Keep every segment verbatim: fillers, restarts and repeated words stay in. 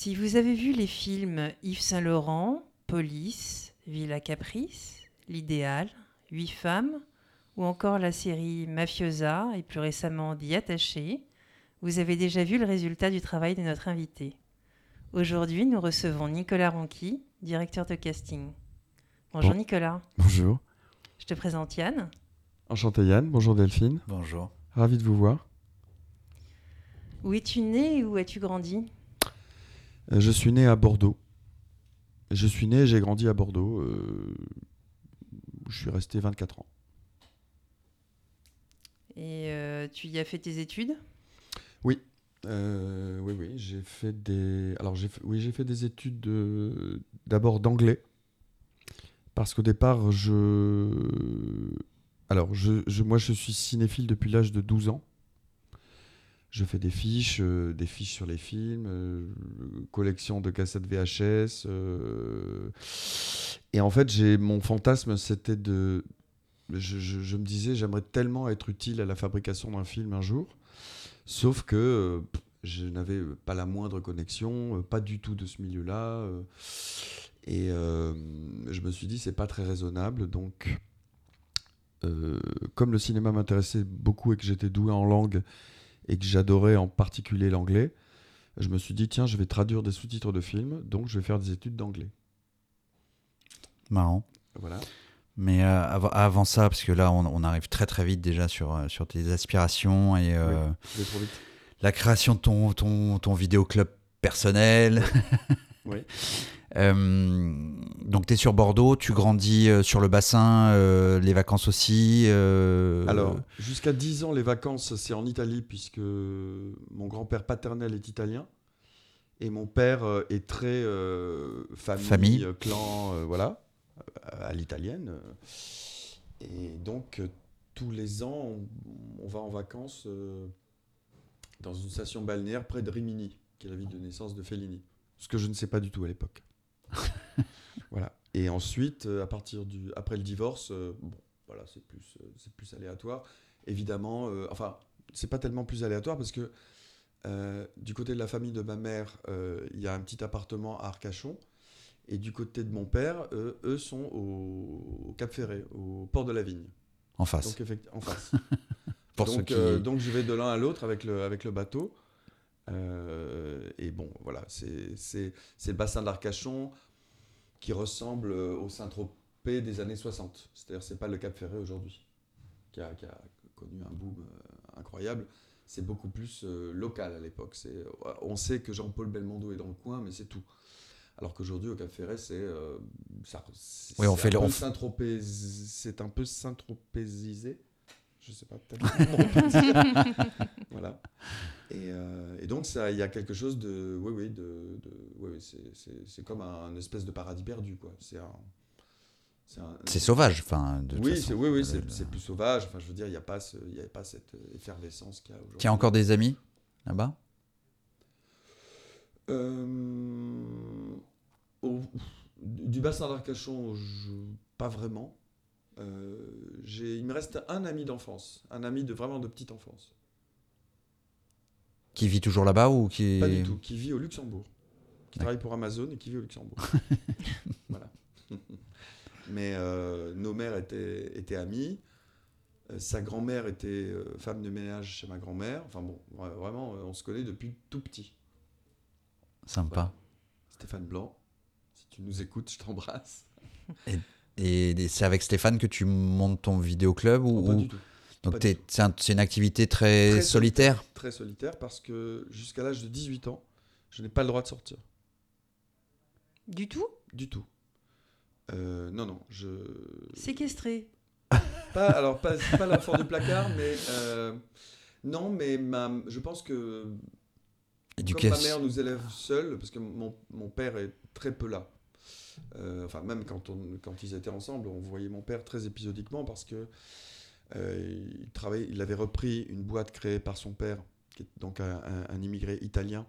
Si vous avez vu les films Yves Saint-Laurent, Police, Villa Caprice, L'Idéal, Huit femmes, ou encore la série Mafiosa et plus récemment The Attaché, vous avez déjà vu le résultat du travail de notre invité. Aujourd'hui, nous recevons Nicolas Ronqui, directeur de casting. Bonjour Bon. Nicolas. Bonjour. Je te présente Yann. Enchanté Yann, bonjour Delphine. Bonjour. Ravi de vous voir. Où es-tu né et où as-tu grandi ? Euh, je suis né à Bordeaux. Je suis né et j'ai grandi à Bordeaux. Euh, je suis resté vingt-quatre ans. Et euh, tu y as fait tes études ? Oui, euh, oui, oui, j'ai fait des. Alors j'ai fait... oui, j'ai fait des études de... d'abord d'anglais, parce qu'au départ, je. Alors, je, je, moi, je suis cinéphile depuis l'âge de douze ans. Je fais des fiches, euh, des fiches sur les films, euh, collection de cassettes V H S. Euh, et en fait, j'ai, mon fantasme, c'était de... Je, je, je me disais, j'aimerais tellement être utile à la fabrication d'un film un jour. Sauf que euh, je n'avais pas la moindre connexion, euh, pas du tout de ce milieu-là. Euh, et euh, je me suis dit, c'est pas très raisonnable. Donc, euh, comme le cinéma m'intéressait beaucoup et que j'étais doué en langue, et que j'adorais en particulier l'anglais, je me suis dit, tiens, je vais traduire des sous-titres de films, donc je vais faire des études d'anglais. Marrant. Voilà. Mais euh, av- avant ça, parce que là, on, on arrive très très vite déjà sur, euh, sur tes aspirations et euh, Oui, je vais trop vite. la création de ton, ton, ton vidéoclub personnel. Oui. euh, donc, tu es sur Bordeaux, tu grandis euh, sur le bassin, euh, les vacances aussi. Euh... Alors, jusqu'à dix ans, les vacances, c'est en Italie, puisque mon grand-père paternel est italien, et mon père euh, est très euh, famille, Famille. euh, clan, euh, voilà, à l'italienne. Et donc, euh, tous les ans, on, on va en vacances euh, dans une station balnéaire près de Rimini, qui est la ville de naissance de Fellini. Ce que je ne sais pas du tout à l'époque. Voilà. Et ensuite, euh, à partir du, après le divorce, euh, bon, voilà, c'est plus, euh, c'est plus aléatoire. Évidemment, euh, enfin, c'est pas tellement plus aléatoire parce que euh, du côté de la famille de ma mère, euh, il y a un petit appartement à Arcachon. Et du côté de mon père, euh, eux sont au, au Cap Ferré, au port de la Vigne. En face. Donc, effect- en face. Pour donc, ceux qui... euh, donc, je vais de l'un à l'autre avec le, avec le bateau. Euh, et bon, voilà, c'est, c'est, c'est le bassin d'Arcachon qui ressemble au Saint-Tropez des années soixante. C'est-à-dire c'est pas le Cap Ferré aujourd'hui, qui a, qui a connu un boom euh, incroyable. C'est beaucoup plus euh, local à l'époque. C'est, on sait que Jean-Paul Belmondo est dans le coin, mais c'est tout. Alors qu'aujourd'hui, au Cap Ferré, c'est, euh, ça, c'est, Oui, on c'est fait un le- peu on f- Saint-Tropez, c'est un peu Saint-Tropézisé. Je sais pas, peut-être comment on peut dire. Voilà. Et, euh, et donc, ça, il y a quelque chose de. Oui, oui, de, de, oui, oui, c'est, c'est, c'est comme un, un espèce de paradis perdu, quoi. C'est un. C'est, un, C'est sauvage, enfin, de toute oui, façon. c'est, oui, oui, Le- c'est, le- c'est plus sauvage. Enfin, je veux dire, il n'y a pas ce, il y avait pas cette effervescence qu'il y a aujourd'hui. Tu as encore des amis là-bas ? Euh, au- du bassin d'Arcachon, je, pas vraiment. Euh, j'ai, il me reste un ami d'enfance, un ami de vraiment de petite enfance. Qui vit toujours là-bas ou qui... Pas du tout, qui vit au Luxembourg, qui D'accord. travaille pour Amazon et qui vit au Luxembourg. Voilà. Mais euh, nos mères étaient, étaient amies. Euh, sa grand-mère était euh, femme de ménage chez ma grand-mère. Enfin bon, vra- vraiment, euh, on se connaît depuis tout petit. Sympa. Voilà. Stéphane Blanc, si tu nous écoutes, je t'embrasse. Et, et c'est avec Stéphane que tu montes ton vidéoclub ou, Oh, pas ou- du tout. Donc Pas t'es- du tout. c'est, un- c'est une activité très, Très solitaire. Très solitaire parce que jusqu'à l'âge de dix-huit ans, je n'ai pas le droit de sortir. Du tout ? Du tout. Euh, non, non, je... Séquestré. Pas, alors, pas, c'est pas l'enfant du placard, mais... euh, non, mais ma, je pense que... Comme ma Éducation. mère nous élève seuls, parce que mon, mon père est très peu là. Euh, enfin, même quand, on, quand ils étaient ensemble, on voyait mon père très épisodiquement parce que euh, il, travaillait, il avait repris une boîte créée par son père, qui est donc un, un, un immigré italien,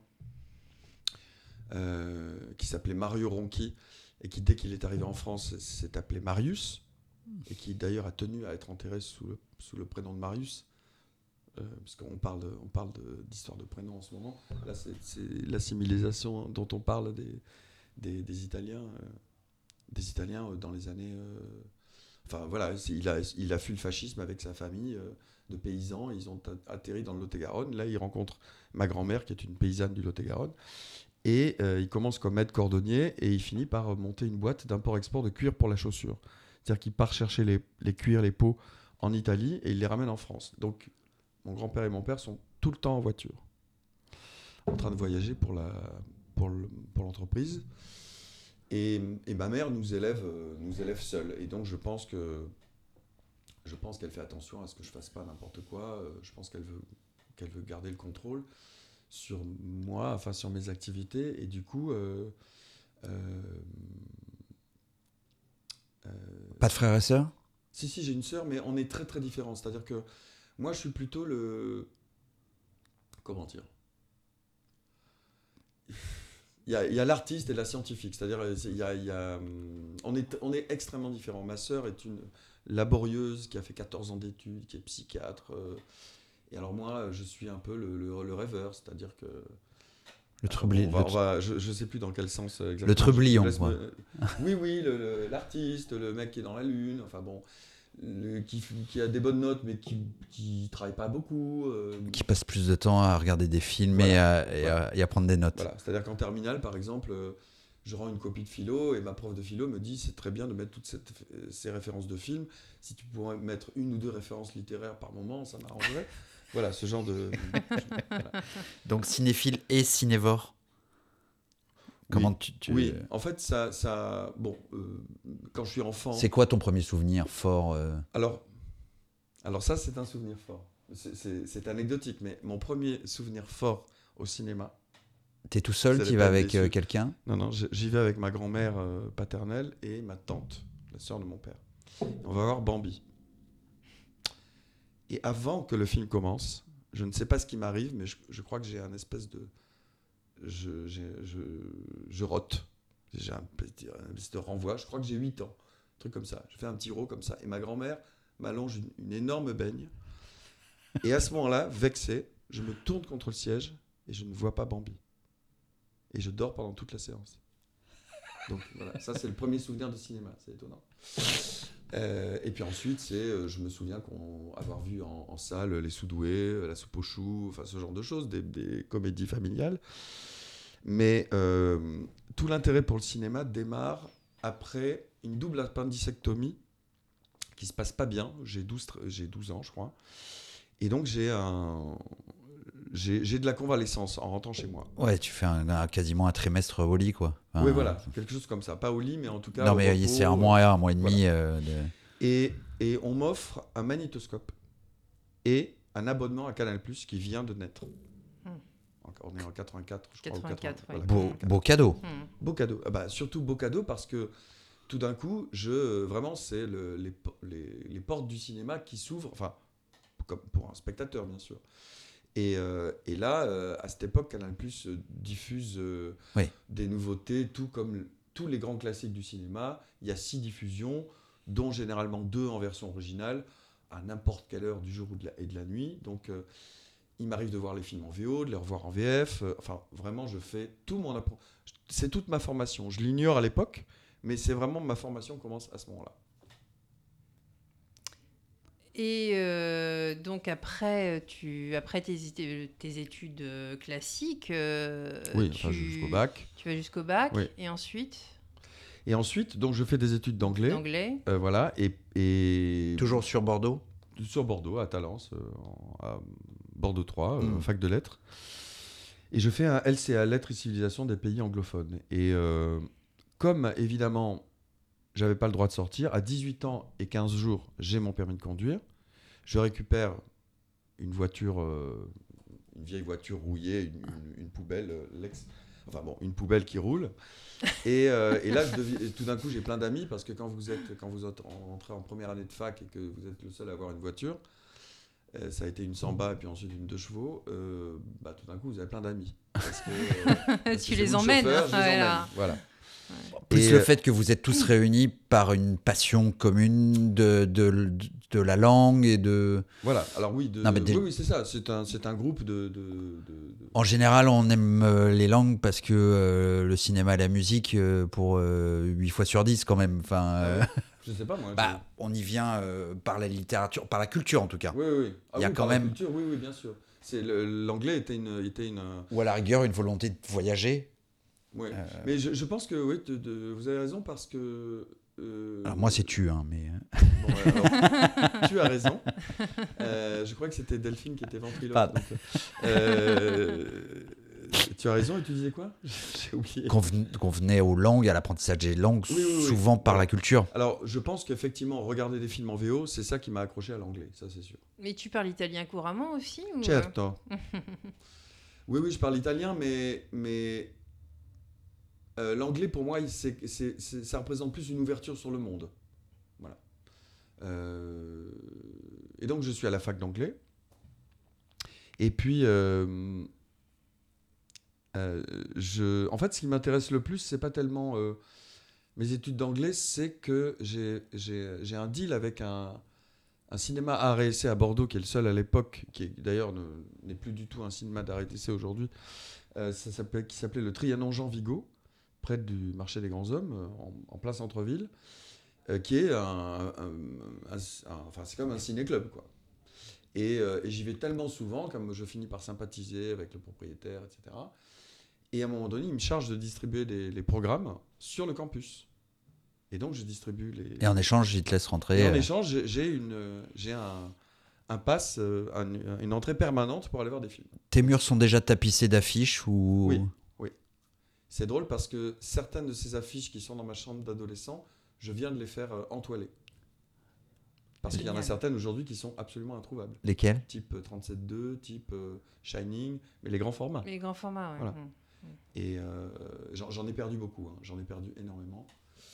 euh, qui s'appelait Mario Ronchi, et qui, dès qu'il est arrivé en France, s'est appelé Marius, et qui d'ailleurs a tenu à être enterré sous le, sous le prénom de Marius. euh, parce qu'on parle, de, on parle de, d'histoire de prénom en ce moment. Là, c'est, c'est l'assimilisation dont on parle des, des, des Italiens, euh, des Italiens dans les années. Euh, enfin voilà, il a, il a fui le fascisme avec sa famille euh, de paysans. Ils ont atterri dans le Lot-et-Garonne. Là, il rencontre ma grand-mère qui est une paysanne du Lot-et-Garonne. Et euh, il commence comme maître cordonnier et il finit par monter une boîte d'import-export de cuir pour la chaussure. C'est-à-dire qu'il part chercher les, les cuirs, les peaux en Italie et il les ramène en France. Donc mon grand-père et mon père sont tout le temps en voiture, en train de voyager pour, la, pour, le, pour l'entreprise. Et, et ma mère nous élève, euh, nous élève seule. Et donc je pense, que, je pense qu'elle fait attention à ce que je ne fasse pas n'importe quoi. Euh, je pense qu'elle veut, qu'elle veut garder le contrôle sur moi, enfin sur mes activités. Et du coup... Euh, euh, euh, Pas de frères et sœurs ? Si, si, j'ai une sœur, mais on est très très différents. C'est-à-dire que moi, je suis plutôt le... Comment dire ? Il y a, il y a l'artiste et la scientifique. C'est-à-dire, il y a, il y a, on, est, on est extrêmement différents. Ma sœur est une laborieuse qui a fait quatorze ans d'études, qui est psychiatre. Euh, et alors moi, je suis un peu le, le, le rêveur. C'est-à-dire que... Le trublion. Je ne sais plus dans quel sens exactement. Le trublion, quoi. Me... Oui, oui, le, le, l'artiste, le mec qui est dans la lune, enfin bon, le, qui, qui a des bonnes notes mais qui ne travaille pas beaucoup. Euh... Qui passe plus de temps à regarder des films voilà, et, à, et, voilà. à, et à prendre des notes. Voilà. C'est-à-dire qu'en terminale, par exemple, euh, je rends une copie de philo et ma prof de philo me dit c'est très bien de mettre toutes cette, ces références de films. Si tu pouvais mettre une ou deux références littéraires par moment, ça m'arrangerait. Voilà, ce genre de... voilà. Donc cinéphile et cinévore. Comment oui, tu, tu... Oui, en fait, ça... ça bon, euh, quand je suis enfant... C'est quoi ton premier souvenir fort euh... alors, alors ça, c'est un souvenir fort. C'est, c'est, c'est anecdotique, mais mon premier souvenir fort au cinéma... T'es tout seul, tu vas avec euh, quelqu'un ? Non, non, j'y vais avec ma grand-mère euh, paternelle et ma tante, la sœur de mon père. On va voir Bambi. Et avant que le film commence, je ne sais pas ce qui m'arrive, mais je, je crois que j'ai un espèce de... Je, j'ai, je, je rote. J'ai un petit, un espèce de renvoi. Je crois que j'ai huit ans. Un truc comme ça. Je fais un petit rot comme ça. Et ma grand-mère m'allonge une, une énorme baigne. Et à ce moment-là, vexé, je me tourne contre le siège et je ne vois pas Bambi. Et je dors pendant toute la séance. Donc voilà, ça c'est le premier souvenir de cinéma. C'est étonnant. Euh, et puis ensuite, c'est, euh, je me souviens qu'on avoir vu en, en salle Les Soudoués, La Soupe aux choux, enfin ce genre de choses, des, des comédies familiales. Mais euh, tout l'intérêt pour le cinéma démarre après une double appendicectomie qui se passe pas bien. J'ai douze, j'ai douze ans, je crois. Et donc j'ai un... J'ai, j'ai de la convalescence en rentrant chez moi. Ouais, tu fais un, un, quasiment un trimestre au lit, quoi. Enfin, oui, voilà, quelque chose comme ça. Pas au lit, mais en tout cas... Non, mais repos, c'est un mois, un mois et demi. Voilà. Euh, de... et, et on m'offre un magnétoscope et un abonnement à Canal+, qui vient de naître. Hmm. On est en quatre-vingt-quatre, je crois. quatre-vingt-quatre, quatre-vingts, ouais. voilà, beau, beau cadeau. Hmm. Beau cadeau. Ah bah, surtout beau cadeau parce que tout d'un coup, je, vraiment, c'est le, les, les, les portes du cinéma qui s'ouvrent, enfin, comme pour un spectateur, bien sûr. Et, euh, et là, euh, à cette époque, Canal+ euh, diffuse euh, oui. des nouveautés, tout comme l- tous les grands classiques du cinéma. Il y a six diffusions, dont généralement deux en version originale, à n'importe quelle heure du jour ou de la, et de la nuit. Donc, euh, il m'arrive de voir les films en V O, de les revoir en V F. Euh, enfin, vraiment, je fais tout mon apprentissage. C'est toute ma formation. Je l'ignore à l'époque, mais c'est vraiment ma formation commence à ce moment-là. Et euh, donc après, tu, après tes, tes études classiques, euh, oui, tu, enfin, jusqu'au bac. Tu vas jusqu'au bac, oui. Et ensuite Et ensuite, donc je fais des études d'anglais. D'anglais. Euh, voilà, et, et toujours sur Bordeaux. Sur Bordeaux, à Talence, euh, à Bordeaux trois, euh, mmh. fac de lettres. Et je fais un L C A, Lettres et Civilisation des pays anglophones. Et euh, comme évidemment, j'avais pas le droit de sortir, à dix-huit ans et quinze jours, j'ai mon permis de conduire. Je récupère une voiture, euh, une vieille voiture rouillée, une, une, une poubelle, euh, l'ex... enfin bon, une poubelle qui roule. Et, euh, et là, je deviens, et tout d'un coup, j'ai plein d'amis parce que quand vous êtes, quand vous êtes rentré en première année de fac et que vous êtes le seul à avoir une voiture, euh, ça a été une Samba et puis ensuite une deux chevaux. Euh, bah, tout d'un coup, vous avez plein d'amis. Parce que, euh, parce tu que les emmènes. Chauffeur, je les voilà. emmène. Voilà. Ouais. Plus Et, le euh, fait que vous êtes tous réunis par une passion commune de, de, de la langue et de... Voilà, alors oui, de, Non, mais des- oui, oui c'est ça, c'est un, c'est un groupe de... de, de- de- En général, on aime euh, les langues parce que euh, le cinéma et la musique, euh, pour euh, huit fois sur dix quand même. Enfin, Ah euh, ouais Je sais pas moi. je- bah, on y vient euh, par la littérature, par la culture en tout cas. Oui, oui, oui. Ah Il y a oui, quand par la même- culture, oui, oui, bien sûr. C'est le- l'anglais était une, était une. Ou à la rigueur, une volonté de voyager. Ouais. Euh, Mais je, je pense que oui, de- de- vous avez raison parce que. euh, Alors moi, c'est tu, hein, mais... Bon, ouais, alors, tu as raison. Euh, je crois que c'était Delphine qui était ventriloque. Pardon. donc, euh, tu as raison et tu disais quoi? J'ai oublié. Qu'on ven- qu'on venait aux langues, à l'apprentissage des langues, Oui, oui, oui. souvent par Voilà. la culture. Alors, je pense qu'effectivement, regarder des films en V O, c'est ça qui m'a accroché à l'anglais, ça c'est sûr. Mais tu parles italien couramment aussi ou... Certo. Oui, oui, je parle italien, mais, mais euh, l'anglais, pour moi, il- c'est, c'est- c'est- ça représente plus une ouverture sur le monde. Voilà. Euh, et donc, je suis à la fac d'anglais. Et puis, euh, euh, je, en fait, ce qui m'intéresse le plus, c'est pas tellement euh, mes études d'anglais, c'est que j'ai, j'ai, j'ai un deal avec un, un cinéma art et essai à Bordeaux, qui est le seul à l'époque, qui est, d'ailleurs ne- n'est plus du tout un cinéma d'art et essai aujourd'hui, euh, ça s'appelait, qui s'appelait le Trianon Jean Vigo, près du marché des Grands Hommes, euh, en, en plein centre-ville, euh, qui est un, un- un- un- enfin c'est comme un ciné-club, quoi. Et, euh, et j'y vais tellement souvent, comme je finis par sympathiser avec le propriétaire, et cetera. Et à un moment donné, il me charge de distribuer des- les programmes sur le campus. Et donc, je distribue les... Et en échange, ils te laissent rentrer. Et en euh, échange, j'ai- j'ai une, j'ai un, un pass, euh, un- une entrée permanente pour aller voir des films. Tes murs sont déjà tapissés d'affiches ou... Oui. C'est drôle parce que certaines de ces affiches qui sont dans ma chambre d'adolescent, je viens de les faire euh, entoiler. Parce qu'il y en a Génial. certaines aujourd'hui qui sont absolument introuvables. Lesquels? Type euh, trente-sept deux, type euh, Shining, mais les grands formats. Les grands formats, ouais. Voilà. Mm. Et euh, j'en j'en ai perdu beaucoup, hein. J'en ai perdu énormément.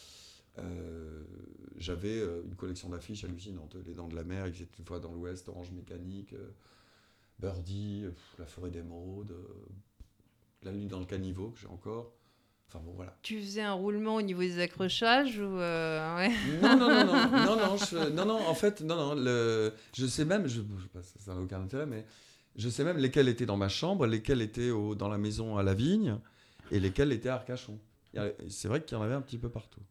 Euh, J'avais euh, une collection d'affiches hallucinantes. Les Dents de la Mer, Exit une fois dans l'Ouest, Orange Mécanique, euh, Birdie, euh, pff, La Forêt d'Émeraude, euh, La Lune dans le Caniveau, que j'ai encore. Enfin bon, voilà. Tu faisais un roulement au niveau des accrochages ou euh, ouais. Non, non, non, non, non, non, je- non, non, en fait, non, non, le, je sais même, je, je sais pas, ça n'a aucun intérêt, mais je sais même lesquels étaient dans ma chambre, lesquels étaient au, dans la maison à la Vigne, et lesquels étaient à Arcachon. Il y a- C'est vrai qu'il y en avait un petit peu partout.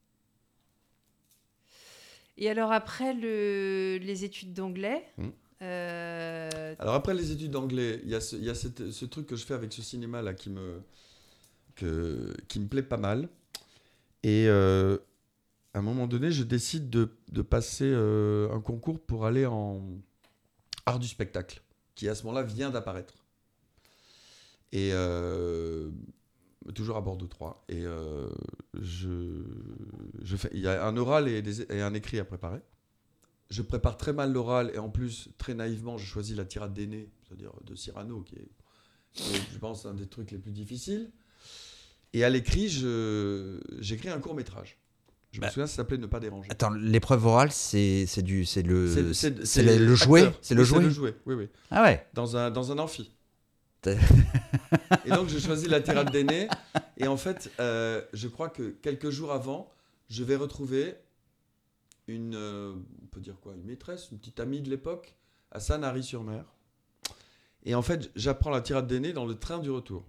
Et alors après le... les études d'anglais, Mm. euh, Alors après les études d'anglais, il y a ce, il y a cette- ce truc que je fais avec ce cinéma-là qui me, que, qui me plaît pas mal. Et euh, à un moment donné, je décide de, de passer euh, un concours pour aller en art du spectacle, qui à ce moment-là vient d'apparaître. Et euh, toujours à Bordeaux trois. Et euh, je, je fais, il y a un oral et, des- et un écrit à préparer. Je prépare très mal l'oral et en plus, très naïvement, je choisis la tirade d'aîné, c'est-à-dire de Cyrano, qui est, qui est, je pense, un des trucs les plus difficiles. Et à l'écrit, je, j'écris un court-métrage. Je Bah. me souviens, ça s'appelait Ne pas déranger. Attends, l'épreuve orale, c'est c'est du c'est le C'est- c'est c'est- c'est c'est le, le jouet, acteur. c'est le Oui, jouet. C'est le jouet, oui, oui. Ah ouais. Dans un, dans un amphi. T'as- Et donc, je choisis la tirade d'aîné. Et en fait, euh, je crois que quelques jours avant, je vais retrouver une, euh, on peut dire quoi, une maîtresse, une petite amie de l'époque, à Sanary-sur-Mer. Et en fait, j'apprends la tirade d'aîné dans le train du retour.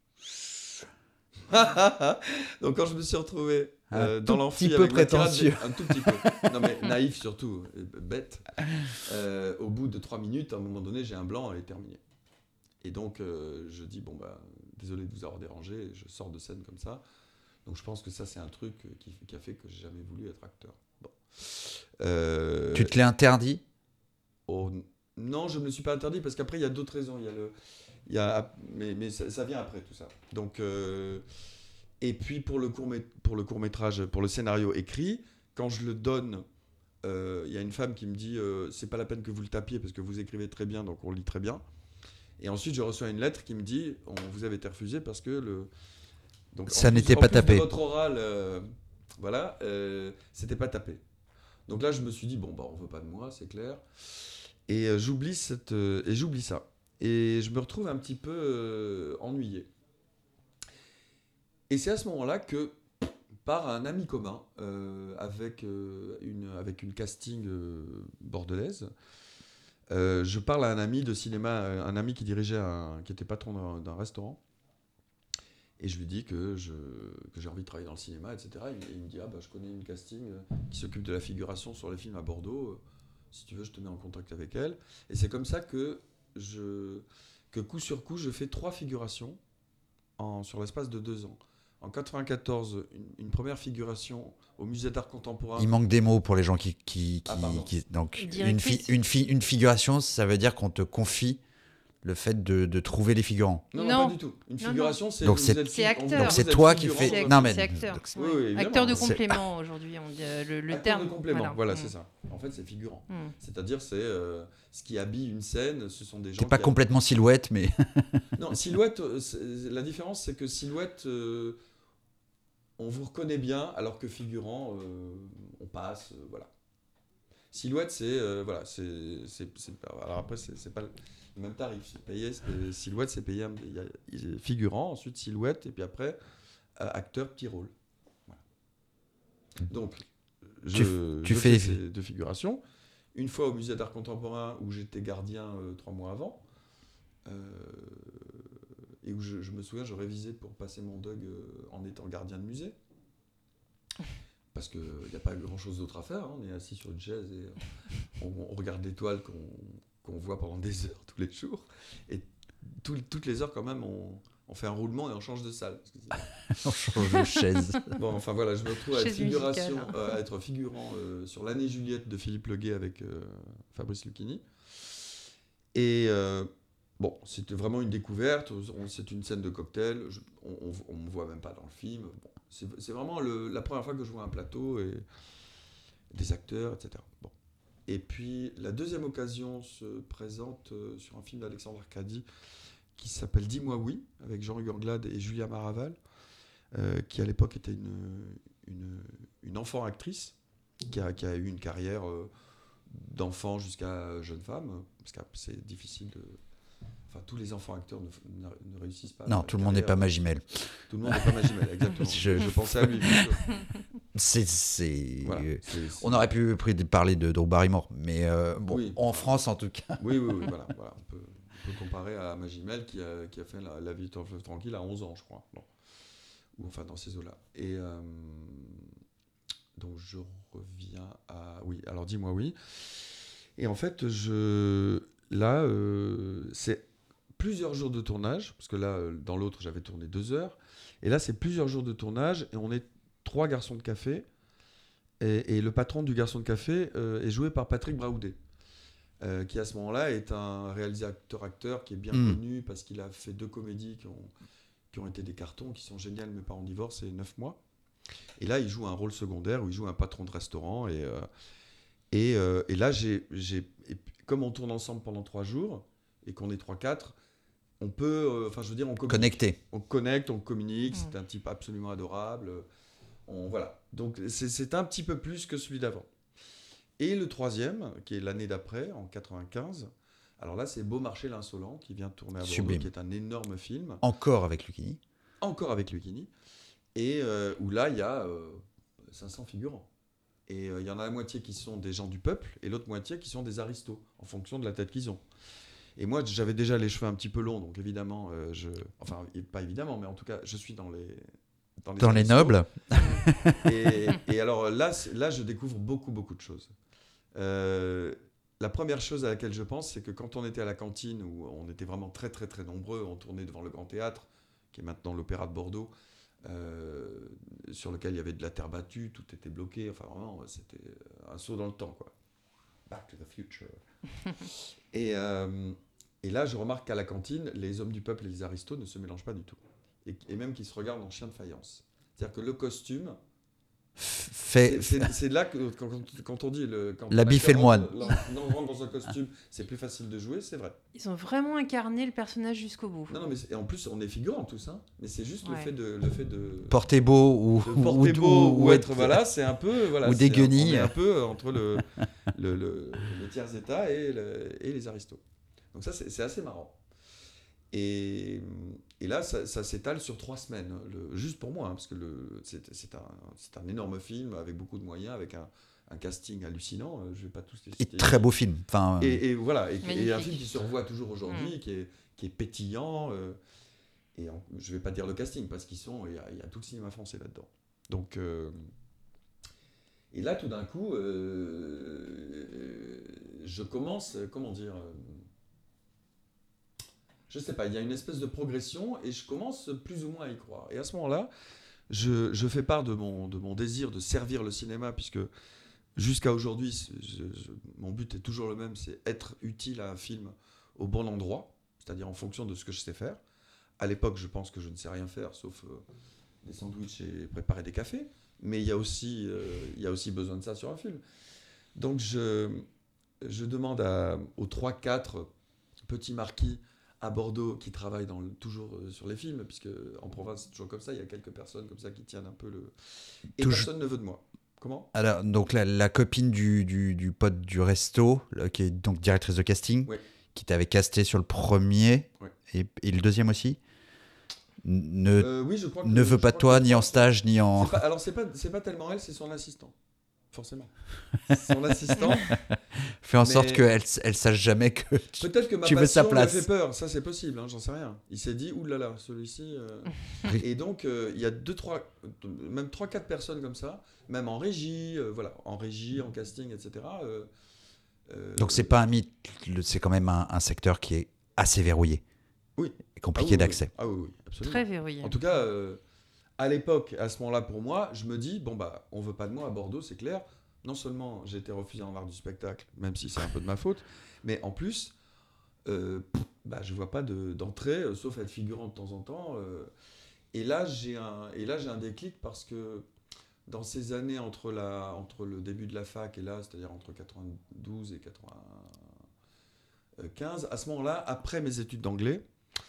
Donc, quand je me suis retrouvé euh, Un dans tout l'amphi petit peu avec ma tirade prétentieux. d'aîné- un tout petit peu, non mais naïf surtout, euh, bête. Euh, au bout de trois minutes, à un moment donné, j'ai un blanc, elle est terminée. Et donc, euh, je dis, bon, bah, désolé de vous avoir dérangé, et je sors de scène comme ça. Donc, je pense que ça, c'est un truc qui, qui a fait que j'ai jamais voulu être acteur. Bon. Euh, Tu te l'es interdit? oh, non, je ne me le suis pas interdit, parce qu'après, il y a d'autres raisons. Il y a le, il y a, mais mais ça, ça vient après, tout ça. Donc, euh, et puis, pour le, court pour le court-métrage, pour le scénario écrit, quand je le donne, euh, il y a une femme qui me dit, euh, c'est pas la peine que vous le tapiez, parce que vous écrivez très bien, donc on lit très bien. Et ensuite, je reçois une lettre qui me dit on vous avez été refusé parce que le. Donc, Ça en plus- n'était en pas plus de tapé. votre oral, euh, voilà, euh, c'était pas tapé. Donc là, je me suis dit bon, bah, on veut pas de moi, c'est clair. Et euh, j'oublie cette, euh, et j'oublie ça. Et je me retrouve un petit peu euh, ennuyé. Et c'est à ce moment-là que, par un ami commun euh, avec, euh, une, avec une casting euh, bordelaise. Euh, je parle à un ami de cinéma, un ami qui dirigeait, un, qui était patron d'un, d'un restaurant. Et je lui dis que, je, que j'ai envie de travailler dans le cinéma, et cetera. Et il me dit, ah bah, je connais une casting qui s'occupe de la figuration sur les films à Bordeaux. Si tu veux, je te mets en contact avec elle. Et c'est comme ça que, je, que coup sur coup, je fais trois figurations en, sur l'espace de deux ans. En quatre-vingt-quatorze, une, une première figuration au musée d'art contemporain. Il manque des mots pour les gens qui... qui, qui, Ah, pardon. qui donc, une, Directrice. fi, une, fi, une figuration, ça veut dire qu'on te confie le fait de, de trouver les figurants. Non, non, Non. pas du tout. Une Non, figuration, non. c'est... Donc vous c'est- êtes c'est fi- acteur. on- Donc vous c'est êtes toi qui figurant fais- dans- C'est non, mais- c'est acteur. donc, Oui, oui, évidemment. Acteur de C'est- complément aujourd'hui, on dit, euh, le, le Acteur terme. de complément, voilà, Mm. c'est ça. En fait, c'est figurant. Mm. C'est-à-dire, c'est euh, ce qui habille une scène, ce sont des gens T'es pas qui... complètement silhouette, mais... Non, silhouette, euh, c'est- la différence, c'est que silhouette, euh, on vous reconnaît bien, alors que figurant, euh, on passe, euh, voilà. Silhouette, c'est... euh, voilà, c'est... c'est- c'est- alors après, c'est c'est pas le même tarif. C'est payé, c'est- silhouette, c'est payé... un- Il y a, il y a figurant, ensuite silhouette, et puis après, euh, acteur, petit rôle. Voilà. Donc, je, tu je fais- fais ces deux figurations. Une fois au musée d'art contemporain, où j'étais gardien euh, trois mois avant, euh, et où je, je me souviens, je révisais pour passer mon Doug euh, en étant gardien de musée. Parce qu'il n'y a pas grand-chose d'autre à faire. Hein. On est assis sur une chaise et euh, on, on regarde l'étoile qu'on qu'on voit pendant des heures tous les jours. Et tout, toutes les heures, quand même, on, on fait un roulement et on change de salle. Parce que c'est- On change de chaise. Bon, enfin voilà, je me retrouve à être, Chaise figuration, musicale. euh, à être figurant euh, sur l'année Juliette de Philippe Leguet avec euh, Fabrice Lucchini. Et euh, bon, c'était vraiment une découverte. On- C'est une scène de cocktail. Je- on ne me voit même pas dans le film. Bon, c'est c'est vraiment le- la première fois que je vois un plateau et des acteurs, et cetera. Bon. Et puis la deuxième occasion se présente euh, sur un film d'Alexandre Arcadi qui s'appelle Dis-moi oui, avec Jean-Hugues Anglade et Julia Maraval. Euh, qui à l'époque était une, une, une enfant actrice, qui a, qui a eu une carrière euh, d'enfant jusqu'à jeune femme, parce que c'est difficile de... Enfin, tous les enfants acteurs ne, ne, ne réussissent pas. Non, tout le monde n'est pas Magimel. Tout le monde n'est pas Magimel, exactement. Je- je... je pensais à lui, bien sûr. C'est... c'est- Voilà, euh, c'est- c'est- On aurait pu pr- parler de Drew Barrymore, mais euh, bon, Oui. en France en tout cas. Oui, oui, oui, voilà. voilà. On, peut, on peut comparer à Magimel qui a, qui a fait La, la vie est un fleuve tranquille à onze ans, je crois. Bon. Ou enfin dans ces eaux-là. Et euh, donc je reviens à... Oui, alors dis-moi oui. Et en fait, je... là, euh, c'est plusieurs jours de tournage, parce que là, euh, dans l'autre, j'avais tourné deux heures. Et là, c'est plusieurs jours de tournage, et on est trois garçons de café. Et, et le patron du garçon de café euh, est joué par Patrick Braoudet, euh, qui à ce moment-là est un réalisateur-acteur qui est bien Mm. connu, parce qu'il a fait deux comédies qui ont... qui ont été des cartons, qui sont géniales, Mes parents divorcent et neuf mois. Et là, il joue un rôle secondaire où il joue un patron de restaurant. Et, euh, et, euh, et là, j'ai, j'ai, et puis, comme on tourne ensemble pendant trois jours, et qu'on est trois quatre, on peut, euh, enfin, je veux dire, on communique. Connecté. On connecte, on communique, Mm. c'est un type absolument adorable. On, voilà. Donc, c'est, c'est un petit peu plus que celui d'avant. Et le troisième, qui est l'année d'après, en quatre-vingt-quinze, alors là, c'est Beaumarchais l'insolent, qui vient de tourner à Bordeaux, Sublime. qui est un énorme film. Encore avec Lucchini. Encore avec Lucchini, et euh, où là, il y a euh, cinq cents figurants. Et il euh, y en a la moitié qui sont des gens du peuple, et l'autre moitié qui sont des aristos, en fonction de la tête qu'ils ont. Et moi, j'avais déjà les cheveux un petit peu longs, donc évidemment, euh, je... Enfin, pas évidemment, mais en tout cas, je suis dans les... Dans les, Dans les aristos. nobles. Et, et alors là, c'est- là, je découvre beaucoup, beaucoup de choses. Euh, la première chose à laquelle je pense, c'est que quand on était à la cantine, où on était vraiment très, très, très nombreux, on tournait devant le Grand Théâtre, qui est maintenant l'Opéra de Bordeaux, euh, sur lequel il y avait de la terre battue, tout était bloqué, enfin vraiment, c'était un saut dans le temps, quoi. Back to the future. et, euh, et là, je remarque qu'à la cantine, les hommes du peuple et les aristos ne se mélangent pas du tout. Et, et même qu'ils se regardent en chien de faïence. C'est-à-dire que le costume... Fait, C'est- C'est c'est là que quand, quand- quand on dit le quand L'habit un fait le acteur moine. rentre- non, rentre dans un costume, c'est plus facile de jouer, c'est vrai. Ils ont vraiment incarné le personnage jusqu'au bout. Non, non, mais c'est- et en plus on est figurants tous, hein. Mais c'est juste le Ouais. fait de le fait de, porter beau ou, de porter ou- beau ou- ou, être voilà, c'est un peu voilà. ou c'est des un- guenilles. On est un peu entre le le, le, le tiers état et, le- et les aristos. Donc ça c'est c'est assez marrant. Et, et là, ça, ça s'étale sur trois semaines, le, juste pour moi, hein, parce que le, c'est, c'est, un, c'est un énorme film avec beaucoup de moyens, avec un, un casting hallucinant. Je vais pas tous les Et citer. très beau film. Enfin, Et, et voilà, et, et un Magnifique. film qui se revoit toujours aujourd'hui, Mm. qui, est, qui est pétillant. Euh, et en- je vais pas dire le casting, parce qu'ils sont, il y, a- il y a tout le cinéma français là-dedans. Donc, euh, et là, tout d'un coup, euh, je commence, comment dire, euh, je sais pas, il y a une espèce de progression et je commence plus ou moins à y croire. Et à ce moment-là, je, je fais part de mon, de mon désir de servir le cinéma, puisque jusqu'à aujourd'hui, c'est- je- je- mon but est toujours le même, c'est être utile à un film au bon endroit, c'est-à-dire en fonction de ce que je sais faire. À l'époque, je pense que je ne sais rien faire, sauf euh, des sandwichs et préparer des cafés, mais il y a aussi, euh, il y a aussi besoin de ça sur un film. Donc je, je demande à, aux trois quatre petits marquis à Bordeaux qui travaillent dans le- toujours euh, sur les films, puisque en province c'est toujours comme ça, il y a quelques personnes comme ça qui tiennent un peu le... Et Toujours- personne ne veut de moi. Comment? alors, donc la, la copine du, du, du pote du resto, là, qui est donc directrice de casting, Oui. qui t'avait casté sur le premier Ouais. et, et le deuxième aussi, ne, Euh, oui, je crois que- ne veut je pas de crois toi, que- ni en stage, ni en... C'est pas- alors c'est pas, c'est pas tellement elle, c'est son assistant. Forcément. Son assistant. Fais en Mais- sorte qu'elle elle sache jamais que tu, Peut-être que ma tu veux sa passion lui a place. fait peur, ça c'est possible, hein, j'en sais rien. Il s'est dit, oulala, celui-ci... euh. Oui. Et donc, euh, il y a deux, trois, même trois, quatre personnes comme ça, même en régie, euh, voilà, en régie, en casting, et cetera. euh, euh, Donc c'est pas un mythe, le- c'est quand même un, un secteur qui est assez verrouillé. Oui. Et ah compliqué oui, oui. d'accès. Ah oui, oui, absolument. Très verrouillé. En tout cas, euh, à l'époque, à ce moment-là, pour moi, je me dis, bon, bah, on veut pas de moi à Bordeaux, c'est clair. Non seulement j'ai été refusé en art du spectacle, même si c'est un peu de ma faute, mais en plus, euh, pff, bah, je vois pas de- d'entrée, euh, sauf être figurant de temps en temps. euh. et, là, j'ai un, et là, j'ai un déclic parce que dans ces années entre, la, entre le début de la fac et là, c'est-à-dire entre quatre-vingt-douze et quatre-vingt-quinze, à ce moment-là, après mes études d'anglais,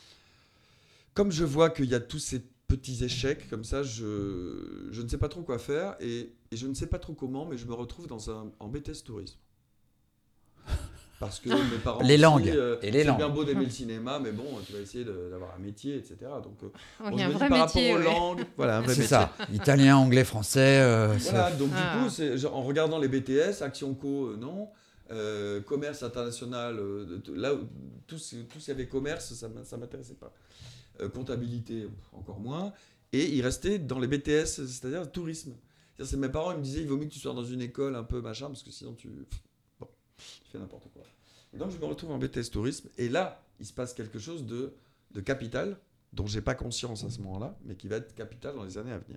comme je vois qu'il y a tous ces petits échecs comme ça, je, je ne sais pas trop quoi faire et, et je ne sais pas trop comment, mais je me retrouve dans un, en B T S tourisme. Parce que mes parents Les aussi, langues. euh, Et les c'est langues. bien beau d'aimer le cinéma, mais bon, tu vas essayer de- d'avoir un métier, et cetera. Donc, euh, Oh, bon, il y je a un me dis vrai par métier. rapport aux ouais. langues, voilà, un vrai C'est métier. ça. Italien, anglais, français. euh, Voilà, ça- donc Ah. du coup, c'est, genre, en regardant les B T S, Action Co, euh, non. Euh, commerce international, euh, de- de- là, où- tout ce tout ce qu'il y avait commerce, ça ne m'intéressait pas. Euh, comptabilité, encore moins. Et il restait dans les B T S, c'est-à-dire tourisme. C'est-à-dire, c'est mes parents, ils me disaient, il vaut mieux que tu sois dans une école un peu machin, parce que sinon tu, bon, tu fais n'importe quoi. Et donc je me retrouve en B T S tourisme, et là, il se passe quelque chose de, de capital, dont j'ai pas conscience à ce moment-là, mais qui va être capital dans les années à venir.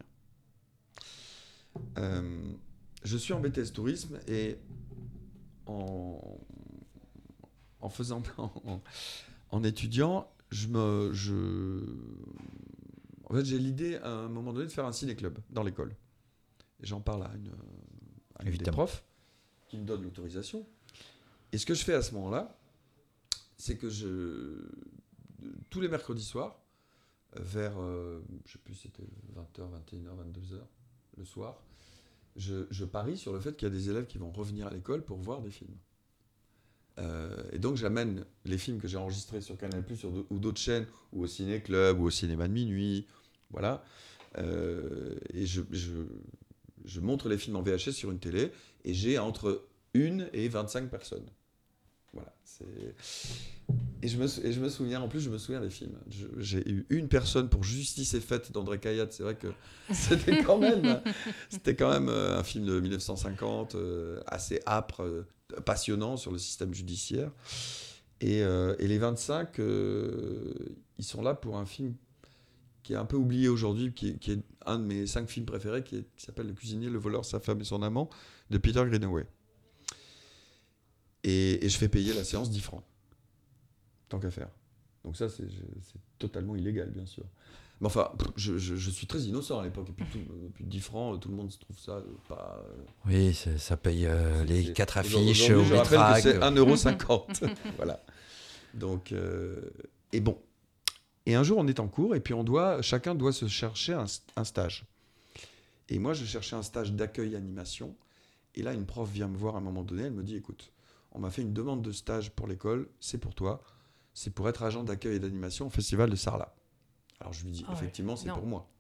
Euh, je suis en B T S tourisme, et en, en faisant, en, en étudiant, je me, je, en fait, j'ai l'idée à un moment donné de faire un ciné-club dans l'école. Et j'en parle à une, à une des Évidemment. profs qui me donne l'autorisation. Et ce que je fais à ce moment-là, c'est que je, tous les mercredis soirs, vers, euh, je sais plus, c'était vingt heures, vingt et une heures, vingt-deux heures, le soir, je, je parie sur le fait qu'il y a des élèves qui vont revenir à l'école pour voir des films. Euh, et donc j'amène les films que j'ai enregistrés sur Canal plus, sur d- ou d'autres chaînes, ou au ciné-club, ou au cinéma de minuit, voilà. Euh, et je, je, je montre les films en V H S sur une télé, et j'ai entre une et vingt-cinq personnes. Voilà. C'est... Et, je me, sou- et je me souviens, en plus je me souviens des films. Je- j'ai eu une personne pour Justice est faite d'André Cayatte, c'est vrai que c'était quand même, c'était quand même euh, un film de mille neuf cent cinquante, euh, assez âpre, euh, passionnant sur le système judiciaire. Et, euh, et les vingt-cinq, euh, ils sont là pour un film qui est un peu oublié aujourd'hui, qui est, qui est un de mes cinq films préférés, qui, est- qui s'appelle Le cuisinier, le voleur, sa femme et son amant, de Peter Greenaway. Et, et je fais payer la séance dix francs, tant qu'à faire. Donc ça, c'est, je- c'est totalement illégal, bien sûr. Mais enfin, pff, je, je- je suis très innocent à l'époque. Et puis, tout, euh, puis dix francs, tout le monde se trouve ça euh, pas... euh, Oui, c'est- ça paye euh, les c'est- quatre aujourd'hui- affiches aujourd'hui, ou je les rappelle que tracts. c'est un euro cinquante. Voilà. Donc, euh, et bon. Et un jour, on est en cours, et puis on doit, chacun doit se chercher un, un stage. Et moi, je cherchais un stage d'accueil animation. Et là, une prof vient me voir à un moment donné, elle me dit, écoute, on m'a fait une demande de stage pour l'école, c'est pour toi. c'est pour être agent d'accueil et d'animation au Festival de Sarlat. Alors je lui dis, Ah ouais. effectivement, c'est Non. pour moi.